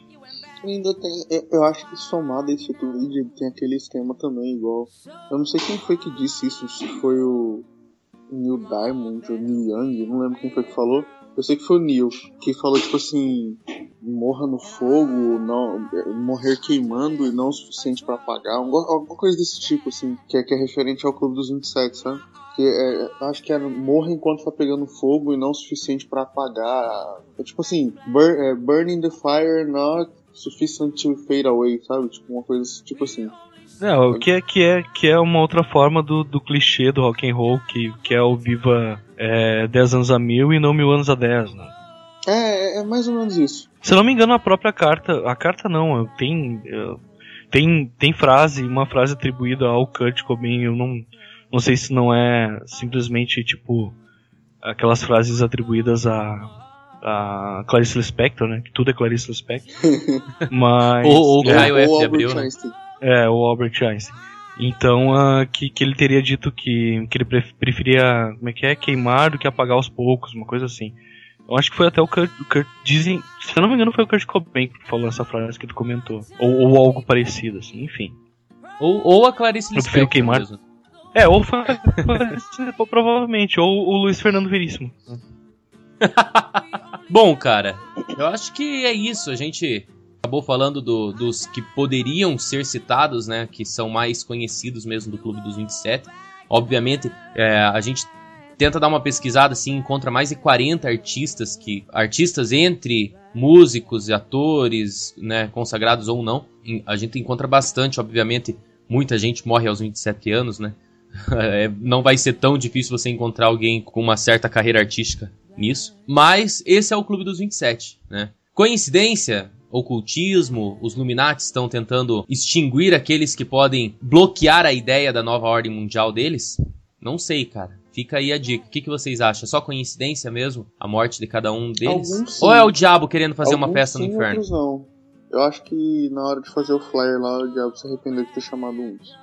[SPEAKER 7] Ainda tem, eu, eu acho que somado a esse outro vídeo tem aquele esquema também, igual. Eu não sei quem foi que disse isso, se foi o Neil Diamond ou Neil Young, não lembro quem foi que falou. Eu sei que foi o Neil, que falou tipo assim, morra no fogo, não, morrer queimando e não o suficiente pra apagar, alguma coisa desse tipo, assim, que é, que é referente ao Clube dos vinte e sete, sabe? Que é, acho que é morra enquanto tá pegando fogo e não o suficiente pra apagar. É tipo assim, burn, é, burning the fire, not Sufficient to fade away, sabe? Tipo, uma coisa tipo assim.
[SPEAKER 9] É, o que é, que é, que é uma outra forma do, do clichê do rock and roll, que, que é o viva é, dez anos a mil e não mil anos a dez, né?
[SPEAKER 7] É, é mais ou menos isso.
[SPEAKER 9] Se eu não me engano, a própria carta, a carta não, tem, tem, tem frase, uma frase atribuída ao Kurt Cobain, eu não, não sei se não é simplesmente, tipo, aquelas frases atribuídas a, a Clarice Lispector, né, que tudo é Clarice Lispector, mas...
[SPEAKER 5] ou o Caio
[SPEAKER 9] é,
[SPEAKER 5] F. de Abril, né?
[SPEAKER 9] É, o Albert Einstein. Então, uh, que, que ele teria dito que, que ele preferia, como é que é, queimar do que apagar aos poucos, uma coisa assim. Eu acho que foi até o Kurt, o Kurt dizem, se eu não me engano foi o Kurt Cobain que falou essa frase que tu comentou. Ou, ou algo parecido, assim, enfim.
[SPEAKER 5] Ou, ou a Clarice Lispector.
[SPEAKER 9] Eu prefiro queimar. Mesmo. É, ou foi provavelmente, ou o Luiz Fernando Veríssimo.
[SPEAKER 5] Bom, cara, eu acho que é isso, a gente... acabou falando do, dos que poderiam ser citados, né, que são mais conhecidos mesmo do Clube dos vinte e sete. Obviamente, é, a gente tenta dar uma pesquisada, assim, encontra mais de quarenta artistas, que, artistas entre músicos e atores, né, consagrados ou não. A gente encontra bastante, obviamente, muita gente morre aos vinte e sete anos, né. É, não vai ser tão difícil você encontrar alguém com uma certa carreira artística nisso. Mas esse é o Clube dos vinte e sete, né. Coincidência? Ocultismo, os Illuminati estão tentando extinguir aqueles que podem bloquear a ideia da nova ordem mundial deles? Não sei, cara. Fica aí a dica. O que, que vocês acham? É só coincidência mesmo? A morte de cada um deles?
[SPEAKER 7] Alguns,
[SPEAKER 5] ou é o diabo querendo fazer
[SPEAKER 7] Alguns,
[SPEAKER 5] uma festa
[SPEAKER 7] sim,
[SPEAKER 5] no inferno?
[SPEAKER 7] Outros não. Eu acho que na hora de fazer o flyer lá, o diabo se arrependeu de ter chamado uns.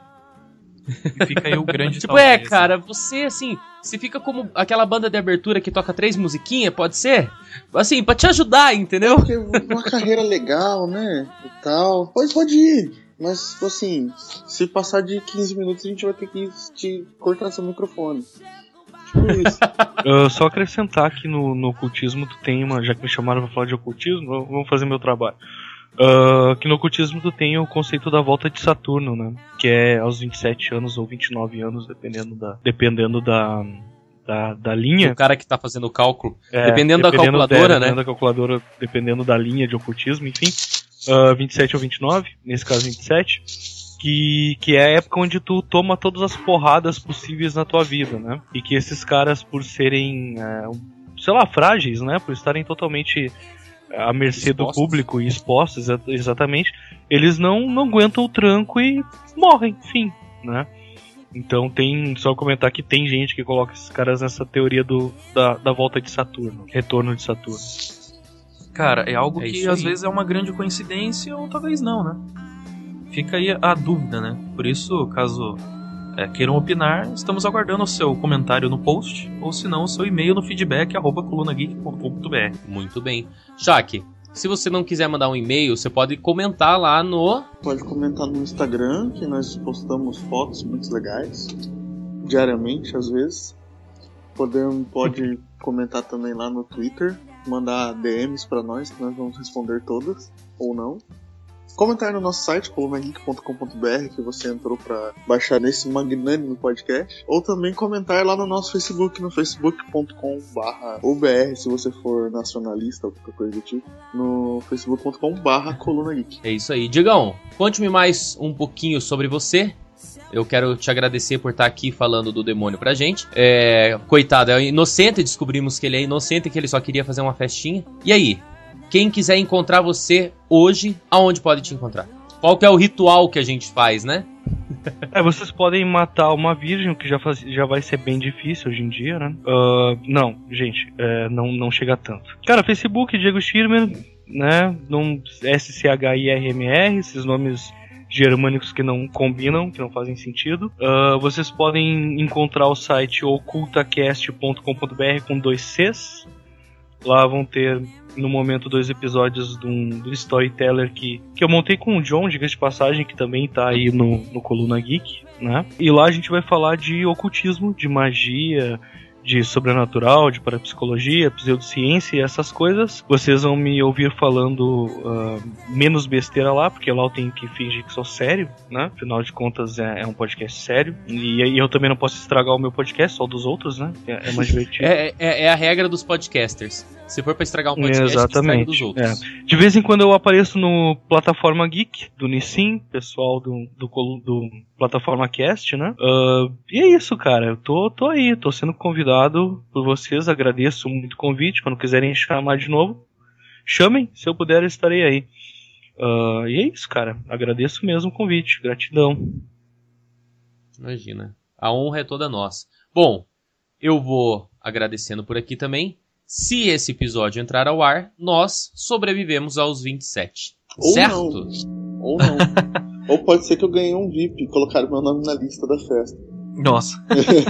[SPEAKER 6] E fica aí o grande
[SPEAKER 5] Tipo, é, cara, você, assim, se fica como aquela banda de abertura que toca três musiquinhas, pode ser? Assim, pra te ajudar, entendeu?
[SPEAKER 7] Porque uma carreira legal, né, e tal. Pode, pode ir, mas, assim, se passar de quinze minutos, a gente vai ter que te cortar seu microfone. Tipo isso.
[SPEAKER 9] uh, só acrescentar que no, no ocultismo tu tem uma... Já que me chamaram pra falar de ocultismo, vamos fazer meu trabalho. Uh, que no ocultismo tu tem o conceito da volta de Saturno, né? Que é aos vinte e sete anos ou vinte e nove anos, dependendo da, dependendo da, da, da linha.
[SPEAKER 5] O cara que tá fazendo o cálculo.
[SPEAKER 9] É,
[SPEAKER 5] dependendo, dependendo da calculadora,
[SPEAKER 9] da,
[SPEAKER 5] né?
[SPEAKER 9] Dependendo da calculadora, dependendo da linha de ocultismo, enfim. Uh, vinte e sete ou vinte e nove, nesse caso vinte e sete. Que, que é a época onde tu toma todas as porradas possíveis na tua vida, né? E que esses caras, por serem, uh, sei lá, frágeis, né? Por estarem totalmente... à mercê do público e expostos, exatamente, eles não, não aguentam o tranco e morrem, fim, né? Então tem, só comentar que tem gente que coloca esses caras nessa teoria do, da, da volta de Saturno, retorno de Saturno.
[SPEAKER 6] Cara, é algo
[SPEAKER 5] é
[SPEAKER 6] que às vezes é uma grande coincidência ou talvez não, né? Fica aí a dúvida, né? Por isso, caso é, queiram opinar, estamos aguardando o seu comentário no post, ou se não, o seu e-mail no feedback arroba coluna geek ponto com ponto b r.
[SPEAKER 5] Muito bem. Shaq, se você não quiser mandar um e-mail, você pode comentar lá no...
[SPEAKER 7] Pode comentar no Instagram, que nós postamos fotos muito legais, diariamente, às vezes. Podemos, pode comentar também lá no Twitter, mandar D Ms pra nós, que nós vamos responder todas, ou não. Comentar no nosso site, coluna geek ponto com ponto b r, que você entrou para baixar nesse magnânimo podcast. Ou também comentar lá no nosso Facebook, no facebook ponto com barra u b r, se você for nacionalista ou qualquer coisa do tipo. No facebook ponto com barra coluna geek.
[SPEAKER 5] É isso aí. Digão, conte-me mais um pouquinho sobre você. Eu quero te agradecer por estar aqui falando do demônio pra gente. É, coitado, é inocente, descobrimos que ele é inocente, que ele só queria fazer uma festinha. E aí? Quem quiser encontrar você hoje, aonde pode te encontrar? Qual que é o ritual que a gente faz, né?
[SPEAKER 9] É, vocês podem matar uma virgem, o que já, faz, já vai ser bem difícil hoje em dia, né? Uh, não, gente, é, não, não chega tanto. Cara, Facebook, Diego Schirmer, né? Não, S C H I R M R, esses nomes germânicos que não combinam, que não fazem sentido. Uh, vocês podem encontrar o site ocultacast ponto com ponto b r com dois Cs. Lá vão ter, no momento, dois episódios do, um, do Storyteller que, que eu montei com o John, diga-se de passagem, que também tá aí no, no Coluna Geek, né? E lá a gente vai falar de ocultismo, de magia, de sobrenatural, de parapsicologia, pseudociência e essas coisas. Vocês vão me ouvir falando uh, menos besteira lá, porque lá eu tenho que fingir que sou sério, né? Afinal de contas é, é um podcast sério. E aí eu também não posso estragar o meu podcast, só dos outros, né? É, é mais divertido.
[SPEAKER 5] é, é, é a regra dos podcasters. Se for pra estragar um podcast,
[SPEAKER 9] exatamente,
[SPEAKER 5] que estraga dos outros.
[SPEAKER 9] É. De vez em quando eu apareço no Plataforma Geek, do Nissin, pessoal do, do, do Plataforma Cast, né? Uh, e é isso, cara. Eu tô, tô aí, tô sendo convidado por vocês, agradeço muito o convite. Quando quiserem chamar de novo, chamem, se eu puder eu estarei aí. Uh, e é isso, cara. Agradeço mesmo o convite, gratidão.
[SPEAKER 5] Imagina. A honra é toda nossa. Bom, eu vou agradecendo por aqui também. Se esse episódio entrar ao ar, nós sobrevivemos aos vinte e sete.
[SPEAKER 7] Ou
[SPEAKER 5] certo?
[SPEAKER 7] Não. Ou não. Ou pode ser que eu ganhei um V I P e colocaram meu nome na lista da festa.
[SPEAKER 6] Nossa.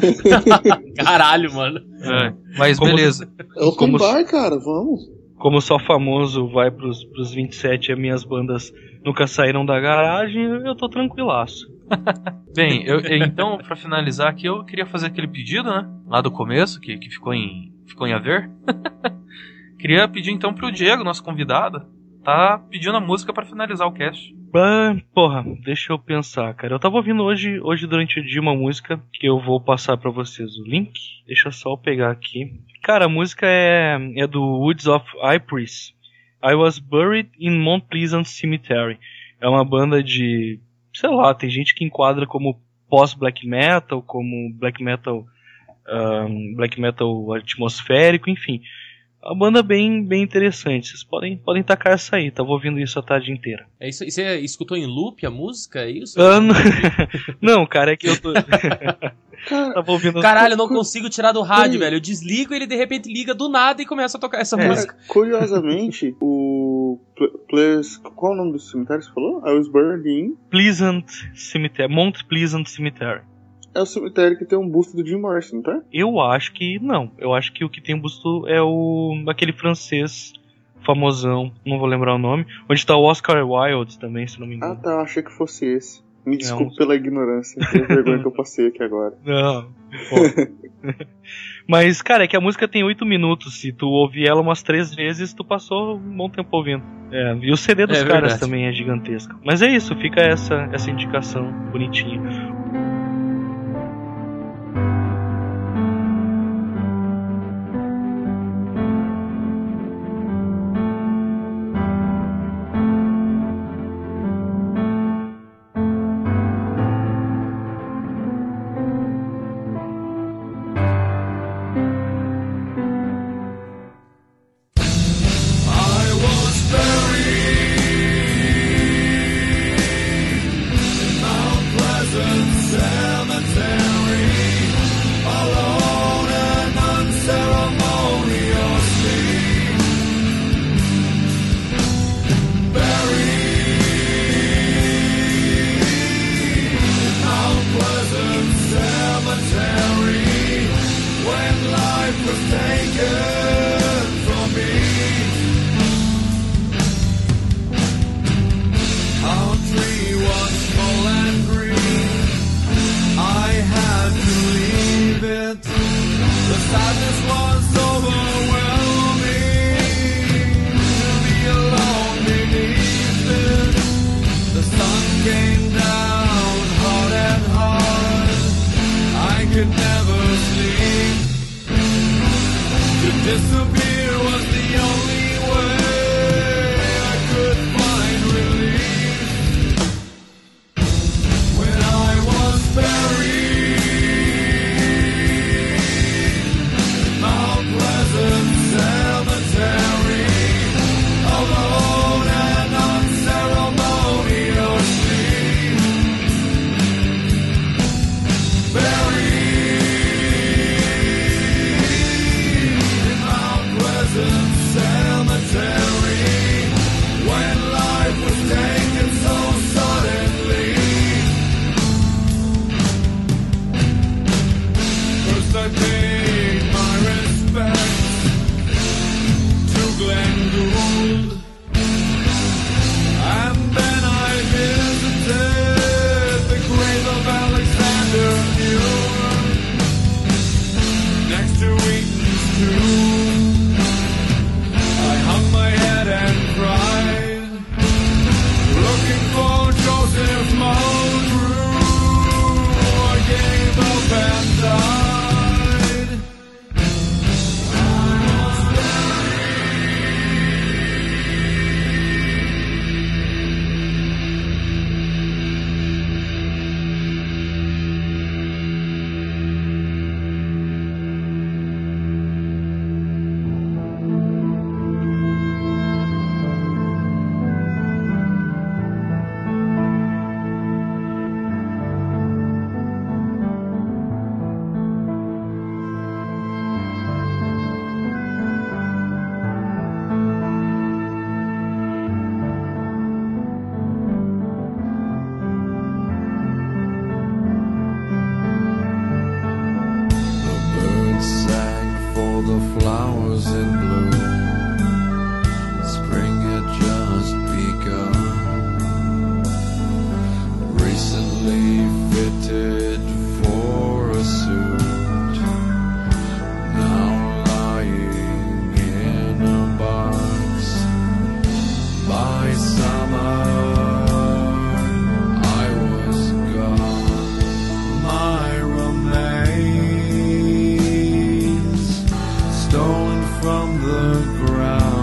[SPEAKER 5] Caralho, mano.
[SPEAKER 6] É, mas
[SPEAKER 9] como,
[SPEAKER 6] beleza.
[SPEAKER 7] É o
[SPEAKER 9] como,
[SPEAKER 7] bar, cara, vamos.
[SPEAKER 9] Como só famoso vai pros, pros vinte e sete e as minhas bandas nunca saíram da garagem, eu tô tranquilaço.
[SPEAKER 6] Bem, eu, então, pra finalizar aqui, eu queria fazer aquele pedido, né? Lá do começo, que, que ficou em... Ficou em haver? Queria pedir então pro Diego, nosso convidado, tá pedindo a música pra finalizar o cast.
[SPEAKER 9] Ah, porra, deixa eu pensar, cara. Eu tava ouvindo hoje, hoje durante o dia uma música que eu vou passar pra vocês o link. Deixa eu só pegar aqui. Cara, a música é, é do Woods of Ypres. I Was Buried in Mount Pleasant Cemetery. É uma banda de, sei lá, tem gente que enquadra como pós-black metal, como black metal... Um, black metal atmosférico, enfim. A banda bem, bem interessante. Vocês podem, podem tacar essa aí. Tava ouvindo isso a tarde inteira.
[SPEAKER 5] É isso, você escutou em loop a música? É isso?
[SPEAKER 9] Ah, não... não, cara, é que eu tô. Tava ouvindo.
[SPEAKER 5] Caralho, eu não consigo tirar do rádio, velho. Eu desligo e ele de repente liga do nada e começa a tocar essa
[SPEAKER 7] é,
[SPEAKER 5] música.
[SPEAKER 7] Curiosamente, o. Place... Qual é o nome do cemitério que você falou? I Was Buried in
[SPEAKER 9] Pleasant Cemetery. Mount Pleasant Cemetery.
[SPEAKER 7] É o cemitério que tem um busto do Jim Morrison, tá?
[SPEAKER 9] Eu acho que não. Eu acho que o que tem busto é o aquele francês famosão, não vou lembrar o nome, onde tá o Oscar Wilde também, se não me engano.
[SPEAKER 7] Ah tá, achei que fosse esse. Me desculpe pela ignorância, pela vergonha que eu passei aqui agora.
[SPEAKER 9] Não, mas, cara, é que a música tem oito minutos. Se tu ouvir ela umas três vezes, tu passou um bom tempo ouvindo. É, e o C D dos
[SPEAKER 5] é
[SPEAKER 9] caras
[SPEAKER 5] verdade.
[SPEAKER 9] também é gigantesco. Mas é isso, fica essa, essa indicação bonitinha.
[SPEAKER 17] Cell
[SPEAKER 1] the ground.